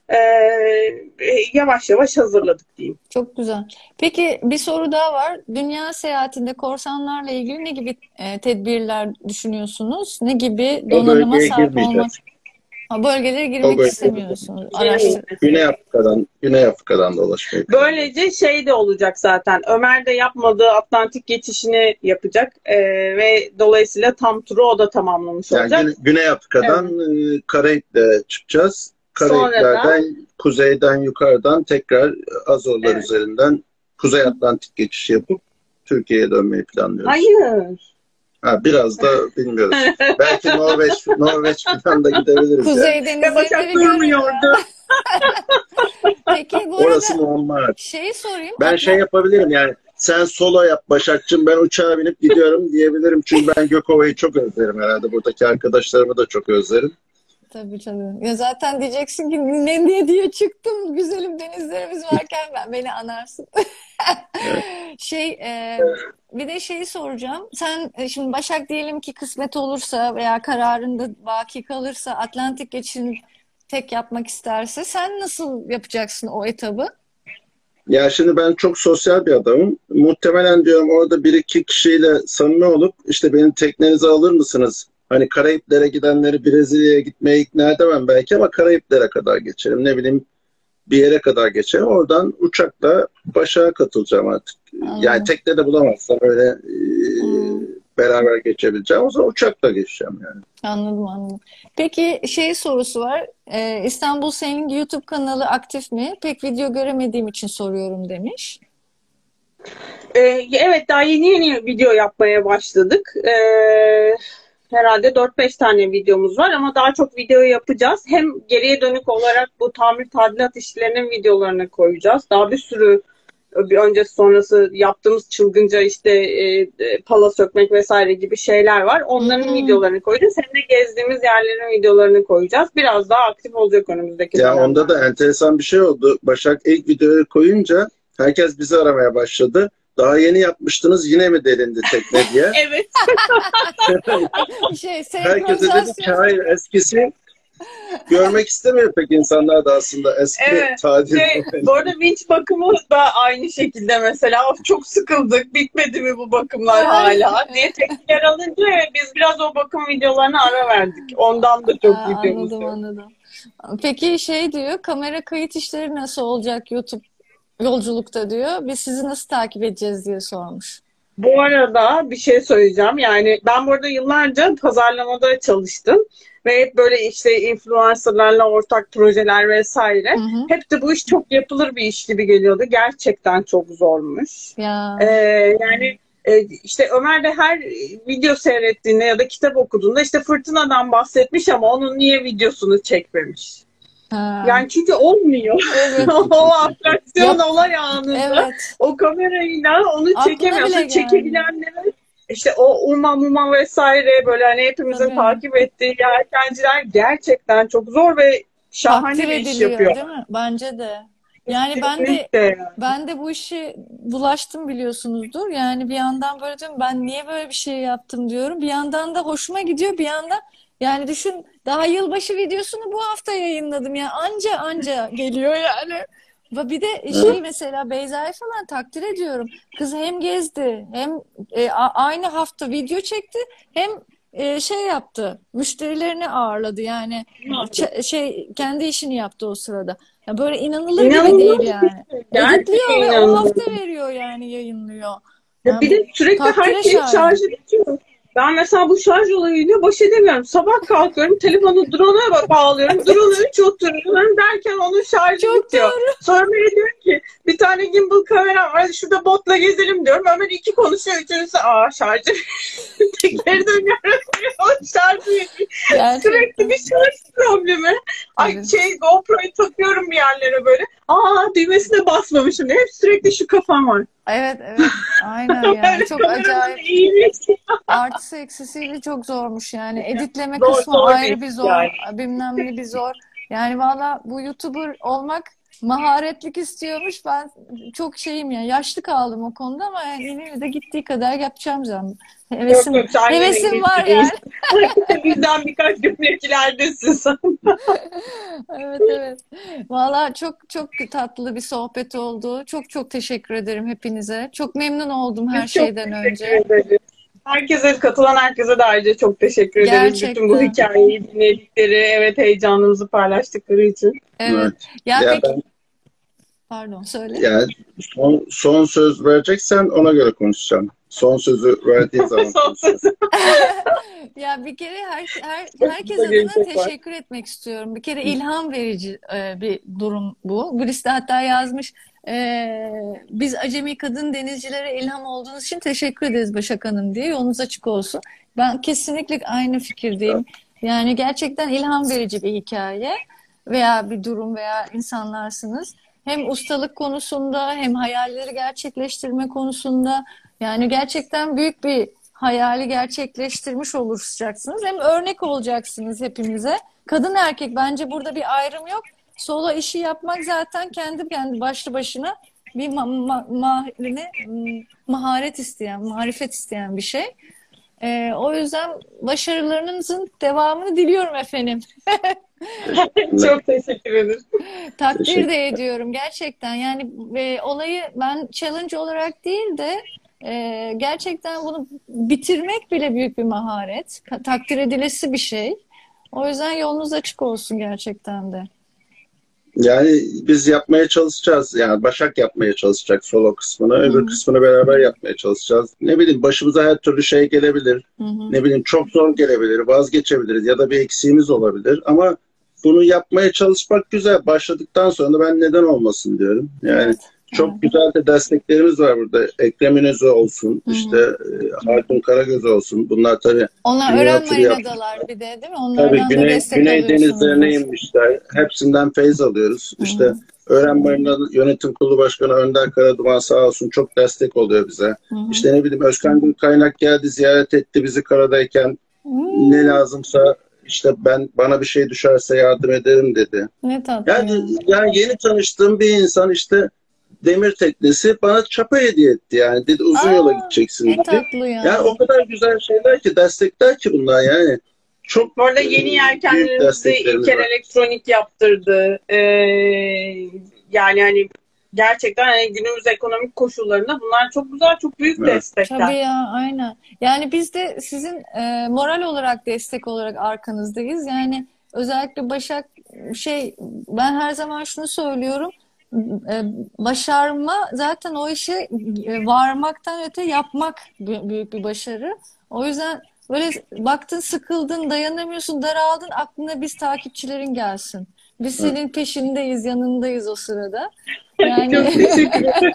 e, yavaş yavaş hazırladık diyeyim. Çok güzel. Peki bir soru daha var. Dünya seyahatinde korsanlarla ilgili ne gibi e, tedbirler düşünüyorsunuz? Ne gibi O donanıma bölgeye sahip olmak? girmeyeceğiz. Ha, bölgelere O girmek bölgeye istemiyorsunuz. Araştır. Güney Afrika'dan, Güney Afrika'dan dolaşmayı planlıyoruz. Böylece şey de olacak zaten. Ömer de yapmadığı Atlantik geçişini yapacak Ee, ve dolayısıyla tam turu o da tamamlamış Yani olacak. Güne- Güney Afrika'dan e, Karayip'le çıkacağız. Karayiplerden, Sonradan kuzeyden, yukarıdan tekrar Azorlar evet. üzerinden Kuzey Atlantik geçişi yapıp Türkiye'ye dönmeyi planlıyoruz. Hayır. Ha, biraz da bilmiyoruz. Belki Norveç, Norveç falan da gidebiliriz yani. Kuzey Ve denizleri Başak görün. durmuyordu. Peki bu Orası arada muamma. şey sorayım. Ben şey Atla- yapabilirim yani. Sen solo yap Başakçım, ben uçağa binip gidiyorum diyebilirim. Çünkü ben Gökova'yı çok özlerim herhalde. Buradaki arkadaşlarımı da çok özlerim. Tabii tabii. Ya zaten diyeceksin ki ne diye diye çıktım. Güzelim denizlerimiz varken ben beni anarsın. Evet. Şey e, bir de şeyi soracağım. Sen e, şimdi Başak diyelim ki kısmet olursa veya kararında baki kalırsa Atlantik geçişini tek yapmak isterse sen nasıl yapacaksın o etabı? Ya şimdi ben çok sosyal bir adamım. Muhtemelen diyorum orada bir iki kişiyle samimi olup işte beni teknenize alır mısınız? Hani Karayiplere gidenleri Brezilya'ya gitmeye ikna edemem belki ama Karayiplere kadar geçerim. Ne bileyim bir yere kadar geçerim. Oradan uçakla Başak'a katılacağım artık. Yani Anladım. tekne de bulamazsam öyle e, Hmm. beraber geçebileceğim. O zaman uçakla geçeceğim yani. Anladım, anladım. Peki şey sorusu var. Ee, İstanbul Sailing YouTube kanalı aktif mi? Pek video göremediğim için soruyorum demiş. Ee, evet daha yeni yeni video yapmaya başladık. Ee, herhalde dört beş tane videomuz var ama daha çok video yapacağız. Hem geriye dönük olarak bu tamir tadilat işlerinin videolarını koyacağız. Daha bir sürü bir öncesi sonrası yaptığımız çılgınca işte e, e, pala sökmek vesaire gibi şeyler var. Onların Hmm. videolarını koyacağız. Hem de gezdiğimiz yerlerin videolarını koyacağız. Biraz daha aktif olacak önümüzdeki Ya dönemde. onda da enteresan bir şey oldu. Başak ilk videoyu koyunca herkes bizi aramaya başladı. Daha yeni yapmıştınız yine mi delindi tekne diye. Evet. Şey, Herkese dedik ki senkronizasyon. hayır eskisi görmek istemiyor pek insanlar da aslında eski Evet. tadil. Şey, bu arada vinç bakımı da aynı şekilde mesela. Of, çok sıkıldık. Bitmedi mi bu bakımlar Ay. hala diye tepkiler alınca biz biraz o bakım videolarına ara verdik. Ondan da çok Aa, videomuz anladım, yok. anladım. Peki şey diyor, kamera kayıt işleri nasıl olacak YouTube yolculukta diyor. Biz sizi nasıl takip edeceğiz diye sormuş. Bu arada bir şey söyleyeceğim. Yani ben burada yıllarca pazarlamada çalıştım. Ve hep böyle işte influencerlarla ortak projeler vesaire. Hı hı. Hep de bu iş çok yapılır bir iş gibi geliyordu. Gerçekten çok zormuş. Ya. Ee, yani e, işte Ömer de her video seyrettiğinde ya da kitap okuduğunda işte fırtınadan bahsetmiş ama onun niye videosunu çekmemiş. Ha. Yani çünkü olmuyor. Evet. O atraksiyon Yap- olay anında Evet. o kamerayla onu Aklına çekemiyorsun. bile Çekebilenleri işte o Urma Muma vesaire böyle hani hepimizin Tabii. takip ettiği yelkenciler gerçekten çok zor ve şahane Takdir bir iş ediliyor, yapıyor. değil mi? Bence de. Yani ben de Kesinlikle yani. ben de bu işi bulaştım biliyorsunuzdur. Yani bir yandan böyle diyorum ben niye böyle bir şey yaptım diyorum. Bir yandan da hoşuma gidiyor. Bir yandan yani düşün daha yılbaşı videosunu bu hafta yayınladım ya. Anca anca geliyor yani. Ve bir de şey mesela Beyza'yı falan takdir ediyorum. Kız hem gezdi hem e, a- aynı hafta video çekti hem e, şey yaptı. Müşterilerini ağırladı yani. Ç- şey kendi işini yaptı o sırada. Ya böyle inanılır gibi İnanılmaz değil bir yani. şey. Gerçekten Editliyor ve o inanılmaz. hafta veriyor yani yayınlıyor. Ya Yani bir bu de sürekli takdire herkesin şayan. şarjı bitiyor. Ben mesela bu şarj olayıyla baş edemiyorum. Sabah kalkıyorum, telefonu drone'a bağlıyorum. Drone'a üç oturuyorum derken onun şarjı Çok bitiyor. doğru. Sonra biri diyor ki bir tane gimbal kameram var, şurada botla gezelim diyorum. Ömer iki konuşuyor, üçüncüsü aa şarjı tekleri dönüyorum. Onun şarjı bitiyor. Sürekli Gerçekten. bir şarj problemi. Ay Evet. şey GoPro'yu takıyorum bir yerlere böyle. Aa düğmesine basmamışım. Hep sürekli şu kafam var. Evet, evet. Aynen yani. Böyle Çok kameranın acayip. iyiymiş. Artısı eksisiyle çok zormuş yani. Editleme Zor kısmı zor ayrı bir bir iş zor. yani. Bilmem ne bir zor. Yani valla bu YouTuber olmak Maharetlik istiyormuş. Ben çok şeyim ya. Yaşlı kaldım o konuda ama yani yine de gittiği kadar yapacağım zaten. Yok Hevesim, yok, sen yine hevesim var geçiriyorsun. yani. Bizden birkaç gömleklerdesin sen. Evet, evet. Valla çok çok tatlı bir sohbet oldu. Çok çok teşekkür ederim hepinize. Çok memnun oldum her Biz çok şeyden teşekkür önce. ederiz. Herkese, katılan herkese de ayrıca çok teşekkür ederiz. Bütün bu Gerçekten. hikayeyi dinledikleri, evet, heyecanımızı paylaştıkları için. Evet. Evet. Ya Ya peki, ben pardon söyle. yani son, son söz vereceksen ona göre konuşacağım. Son sözü verdiğin zaman Son konuşacağım. sözü. Ya bir kere her, her herkes Çok adına gelecek var. teşekkür etmek istiyorum. Bir kere ilham verici e, bir durum bu. Birisi de hatta yazmış. e, biz acemi kadın denizcilere ilham olduğunuz için teşekkür ederiz Başak Hanım diye. Yolunuz açık olsun. Ben kesinlikle aynı fikirdeyim. Yani gerçekten ilham verici bir hikaye veya bir durum veya insanlarsınız. Hem ustalık konusunda hem hayalleri gerçekleştirme konusunda yani gerçekten büyük bir hayali gerçekleştirmiş olacaksınız. Hem örnek olacaksınız hepimize. Kadın erkek bence burada bir ayrım yok. Solo işi yapmak zaten kendi kendi başlı başına bir ma ma ma ne? maharet isteyen, marifet isteyen bir şey. Ee, o yüzden başarılarınızın devamını diliyorum efendim. Çok teşekkür ederim. Takdir Teşekkür. de ediyorum gerçekten. Yani e, olayı ben challenge olarak değil de e, gerçekten bunu bitirmek bile büyük bir maharet. Ta- Takdir edilesi bir şey. O yüzden yolunuz açık olsun gerçekten de. Yani biz yapmaya çalışacağız. Yani Başak yapmaya çalışacak solo kısmını. Hı Öbür hı, kısmını beraber yapmaya çalışacağız. Ne bileyim başımıza her türlü şey gelebilir. hı hı. Ne bileyim çok zor gelebilir. Vazgeçebiliriz ya da bir eksiğimiz olabilir. Ama bunu yapmaya çalışmak güzel. Başladıktan sonra da ben neden olmasın diyorum. Yani Evet, evet. çok güzel de desteklerimiz var burada. Ekrem İnönü olsun, Hı işte hı. e, Hatun Karagöz olsun. Bunlar tabii Onlar dünya Ören turu yaptı. Marina'dalar bir de değil mi? Tabii Onlardan da Güney, destek Güney denizlerine alıyorsunuzdur. inmişler. Hepsinden feyz alıyoruz. Hı İşte hı, Öğren Marina'nın yönetim kurulu başkanı Önder Karaduman sağ olsun çok destek oluyor bize. hı hı. İşte ne bileyim Özkan Gülkaynak geldi ziyaret etti bizi karadayken. Ne Hmm, lazımsa işte ben bana bir şey düşerse yardım ederim dedi. ne tatlı Yani ya. yani yeni tanıştığım bir insan işte demir teknesi bana çapa hediye etti yani. Dedi uzun yola Aa, gideceksin ne dedi. tatlı Yani ya. o kadar güzel şeyler ki destekler ki bunlar yani. Çok Bu arada e, yeni büyük yelkenlerimizi desteklerimiz İlker var. Elektronik yaptırdı. Ee, yani hani gerçekten hani günümüz ekonomik koşullarında bunlar çok güzel, çok büyük Evet. destekler. Tabii ya, aynen. Yani biz de sizin e, moral olarak destek olarak arkanızdayız. Yani özellikle Başak şey ben her zaman şunu söylüyorum. E, başarma zaten o işe e, varmaktan öte yapmak bü- büyük bir başarı. O yüzden böyle baktın sıkıldın dayanamıyorsun daraldın aklına biz takipçilerin gelsin. Biz Evet. senin peşindeyiz yanındayız o sırada. Çok Yani teşekkür ederim.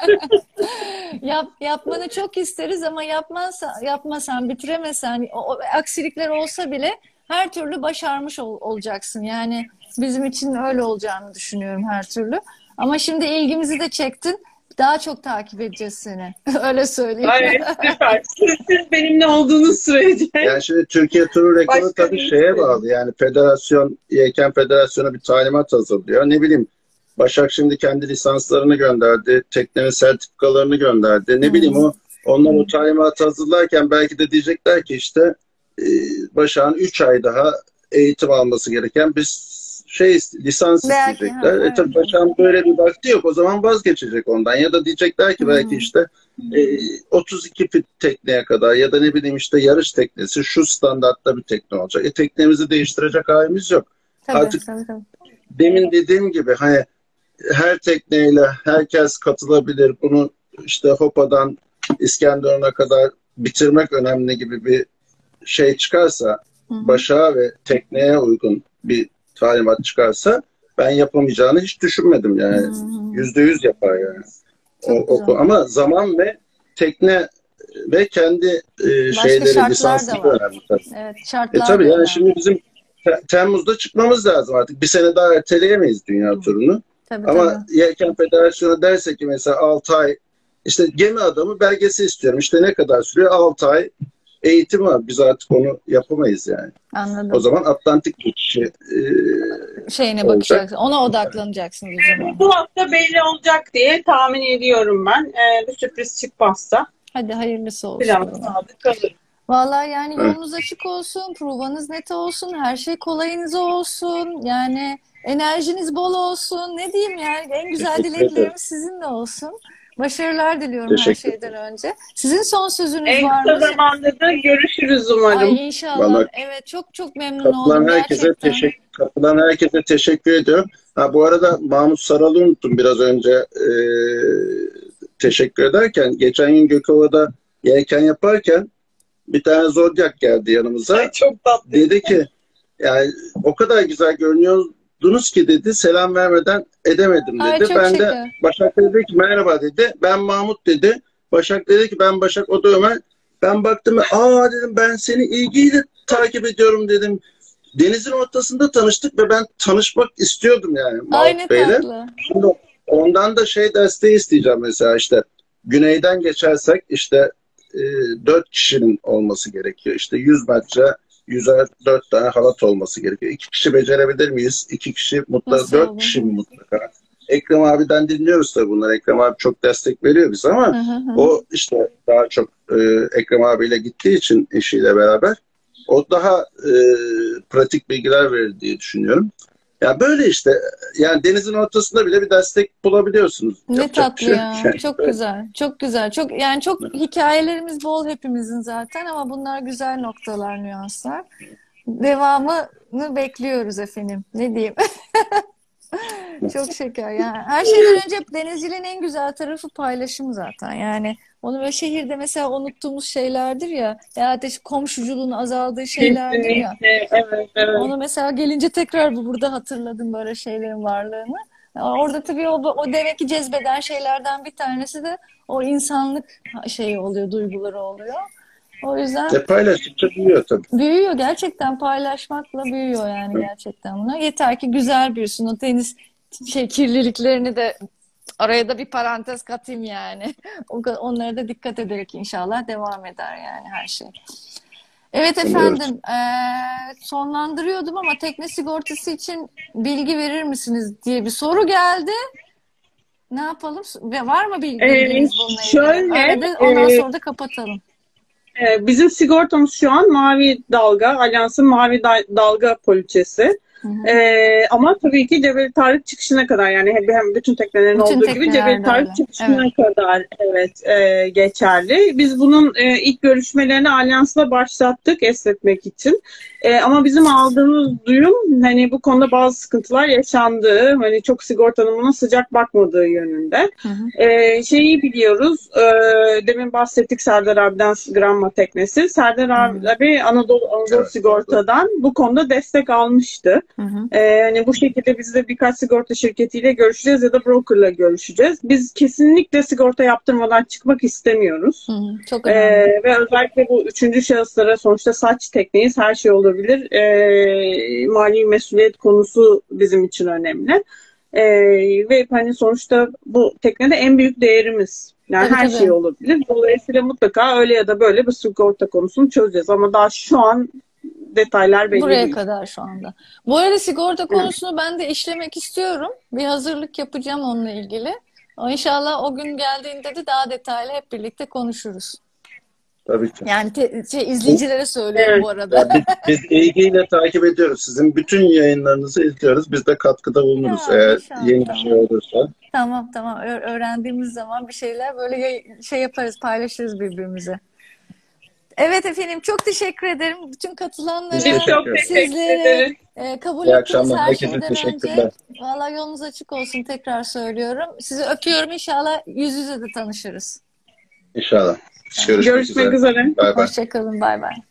Yap, yapmanı çok isteriz ama yapmazsa, yapmasan, bitiremesen, o, o aksilikler olsa bile her türlü başarmış ol- olacaksın. Yani bizim için öyle olacağını düşünüyorum her türlü. Ama şimdi ilgimizi de çektin. Daha çok takip edeceğiz seni. Öyle söyleyeyim. Evet, süper. Siz, siz benimle olduğunuz sürece Yani şimdi Türkiye turu rekoru başka tabii bir şeye isterim. bağlı. Yani federasyon, Yelken Federasyonu bir talimat hazırlıyor. Ne bileyim Başak şimdi kendi lisanslarını gönderdi. Teknenin sertifikalarını gönderdi. Ne bileyim Hmm. o onlar o talimatı hazırlarken belki de diyecekler ki işte e, Başak'ın üç ay daha eğitim alması gereken bir şey lisans Belki ha, isteyecekler. E evet. tabii Başak'ın böyle bir vakti yok. O zaman vazgeçecek ondan. Ya da diyecekler ki belki Hmm. işte e, otuz iki fit tekneye kadar ya da ne bileyim işte yarış teknesi şu standartta bir tekne olacak. E teknemizi değiştirecek halimiz yok. Tabii, Artık tabii, tabii. demin dediğim gibi hani her tekneyle herkes katılabilir. Bunu işte Hopa'dan İskenderun'a kadar bitirmek önemli gibi bir şey çıkarsa, Hı hı. başa ve tekneye uygun bir talimat çıkarsa ben yapamayacağını hiç düşünmedim Hı yani. hı. Yüzde yüz yapar yani. O, Çok o, güzel. ama zaman ve tekne ve kendi e, Başka şeyleri, şartlar da lisansları var. önemli tabii. Evet, E şartlar tabii da yani önemli. şimdi bizim Te- Temmuz'da çıkmamız lazım artık. Bir sene daha erteleyemeyiz dünya Hı. turunu. Tabii, Ama tabii. Yelken Federasyonu derse ki mesela altı ay işte gemi adamı belgesi istiyorum. İşte ne kadar sürüyor? altı ay eğitim var. Biz artık onu yapamayız yani. Anladım. O zaman Atlantik geçişi e, Şeyine olacak. bakacaksın. Ona odaklanacaksınız o zaman. Bu hafta belli olacak diye tahmin ediyorum ben. Ee, bir sürpriz çıkmazsa Hadi hayırlısı olsun. plana sadık kalırım. Vallahi yani Evet. yolunuz açık olsun, provanız net olsun, her şey kolayınıza olsun. Yani enerjiniz bol olsun. Ne diyeyim yani en güzel Teşekkür ederim. dileklerim sizinle olsun. Başarılar diliyorum her Teşekkür şeyden önce. Sizin son sözünüz En var kısa mı? zamanda da görüşürüz umarım. Ay inşallah. Vallahi Evet çok çok memnun katılan oldum herkese gerçekten. teşekkür katılan herkese teşekkür ediyorum. Ha, bu arada Mahmut Saral'ı unuttum biraz önce e, teşekkür ederken. Geçen gün Gökova'da yelken yaparken bir tane Zodyak geldi yanımıza. Çok tatlı. Dedi ki yani o kadar güzel görünüyordunuz ki dedi selam vermeden edemedim dedi. Ay çok Ben de şeker. Başak dedi ki merhaba dedi. Ben Mahmut dedi. Başak dedi ki ben Başak, o da Ömer. Ben baktım, aa dedim ben seni ilgiyle takip ediyorum dedim. Denizin ortasında tanıştık ve ben tanışmak istiyordum yani Ay ne Mahmut Bey'le. tatlı. Şimdi ondan da şey desteği isteyeceğim mesela işte güneyden geçersek işte e, dört kişinin olması gerekiyor. İşte yüz metre yüzer dört tane halat olması gerekiyor. İki kişi becerebilir miyiz? İki kişi mutlaka, Nasıl dört olur? kişi mi mutlaka? Ekrem abiden dinliyoruz tabii bunları. Ekrem abi çok destek veriyor bize ama Hı hı hı. o işte daha çok e, Ekrem abiyle gittiği için eşiyle beraber o daha e, pratik bilgiler verir diye düşünüyorum. Ya böyle işte yani denizin ortasında bile bir destek bulabiliyorsunuz. Ne Yapacak bir tatlı şey yok ya. yani. Çok güzel. Çok güzel. Çok yani çok hikayelerimiz bol hepimizin zaten ama bunlar güzel noktalar, nüanslar. Devamını bekliyoruz efendim. Ne diyeyim? Çok şeker. Yani her şeyden önce denizciliğin en güzel tarafı paylaşım zaten. Yani onu böyle şehirde mesela unuttuğumuz şeylerdir ya. Ya ateş komşuculuğun azaldığı şeylerdir ya. Kesinlikle. Evet, evet. Onu mesela gelince tekrar bu burada hatırladım böyle şeylerin varlığını. Orada tabii o, o demek ki cezbeden şeylerden bir tanesi de o insanlık şeyi oluyor, duyguları oluyor. O yüzden E, paylaştıkça büyüyor tabii. büyüyor gerçekten paylaşmakla büyüyor yani gerçekten buna. Yeter ki güzel büyüsün. O deniz şey kirliliklerini de araya da bir parantez katayım yani. Onlara da dikkat ederek inşallah devam eder yani her şey. Evet efendim, eee, sonlandırıyordum ama tekne sigortası için bilgi verir misiniz diye bir soru geldi. Ne yapalım? Ve var mı bilgi, Ee, bilginiz bununla ilgili? şöyle, Arada, ondan e, sonra da kapatalım. e, bizim sigortamız şu an Mavi Dalga, Alyans'ın Mavi Da- Dalga poliçesi. Hı hı. Ee, ama tabii ki Cebeli Tarık çıkışına kadar yani hem, hem bütün teknelerin Bütün olduğu gibi Cebeli teknelerde Tarık öyle. çıkışına kadar evet e, geçerli. Biz bunun e, ilk görüşmelerini Alyans'la başlattık esnetmek için. E, ama bizim aldığımız duyum hani bu konuda bazı sıkıntılar yaşandığı, hani çok sigortanın buna sıcak bakmadığı yönünde. Hı hı. E, şeyi biliyoruz. E, demin bahsettik Serdar abiden Granma teknesi. Serdar abi Anadolu Anadolu Evet. Sigorta'dan bu konuda destek almıştı. Hı hı. Ee, hani bu şekilde biz de birkaç sigorta şirketiyle görüşeceğiz ya da brokerla görüşeceğiz. Biz kesinlikle sigorta yaptırmadan çıkmak istemiyoruz. Hı hı. Çok Ee, önemli. ve özellikle bu üçüncü şahıslara sonuçta saç tekneyiz, her şey olabilir. Ee, mali mesuliyet konusu bizim için önemli. Ee, ve hani sonuçta bu teknede en büyük değerimiz. Yani Tabii, her tabii. şey olabilir. Dolayısıyla mutlaka öyle ya da böyle bir sigorta konusunu çözeceğiz. Ama daha şu an detaylar belli Buraya değil. kadar şu anda. Bu arada sigorta konusunu ben de işlemek istiyorum. Bir hazırlık yapacağım onunla ilgili. O İnşallah o gün geldiğinde de daha detaylı hep birlikte konuşuruz. Tabii ki. Yani te- şey, izleyicilere söylüyorum Evet. bu arada. Ya biz, biz ilgiyle takip ediyoruz. Sizin bütün yayınlarınızı izliyoruz. Biz de katkıda bulunuruz Ya, eğer inşallah. yeni bir şey olursa. Tamam tamam. Ö- öğrendiğimiz zaman bir şeyler böyle yay- şey yaparız, paylaşırız birbirimize. Evet efendim çok teşekkür ederim. Bütün katılanlara, Biz Biz teşekkür çok ederiz. teşekkür sizlere ederiz. e, kabul İyi ettiğiniz akşamlar. her Herkese şeyden teşekkürler. önce vallahi yolunuz açık olsun tekrar söylüyorum. Sizi öpüyorum. İnşallah yüz yüze de tanışırız. İnşallah. Görüşmek Görüşmek üzere. üzere. Bay bay. Hoşça kalın. Bay bay.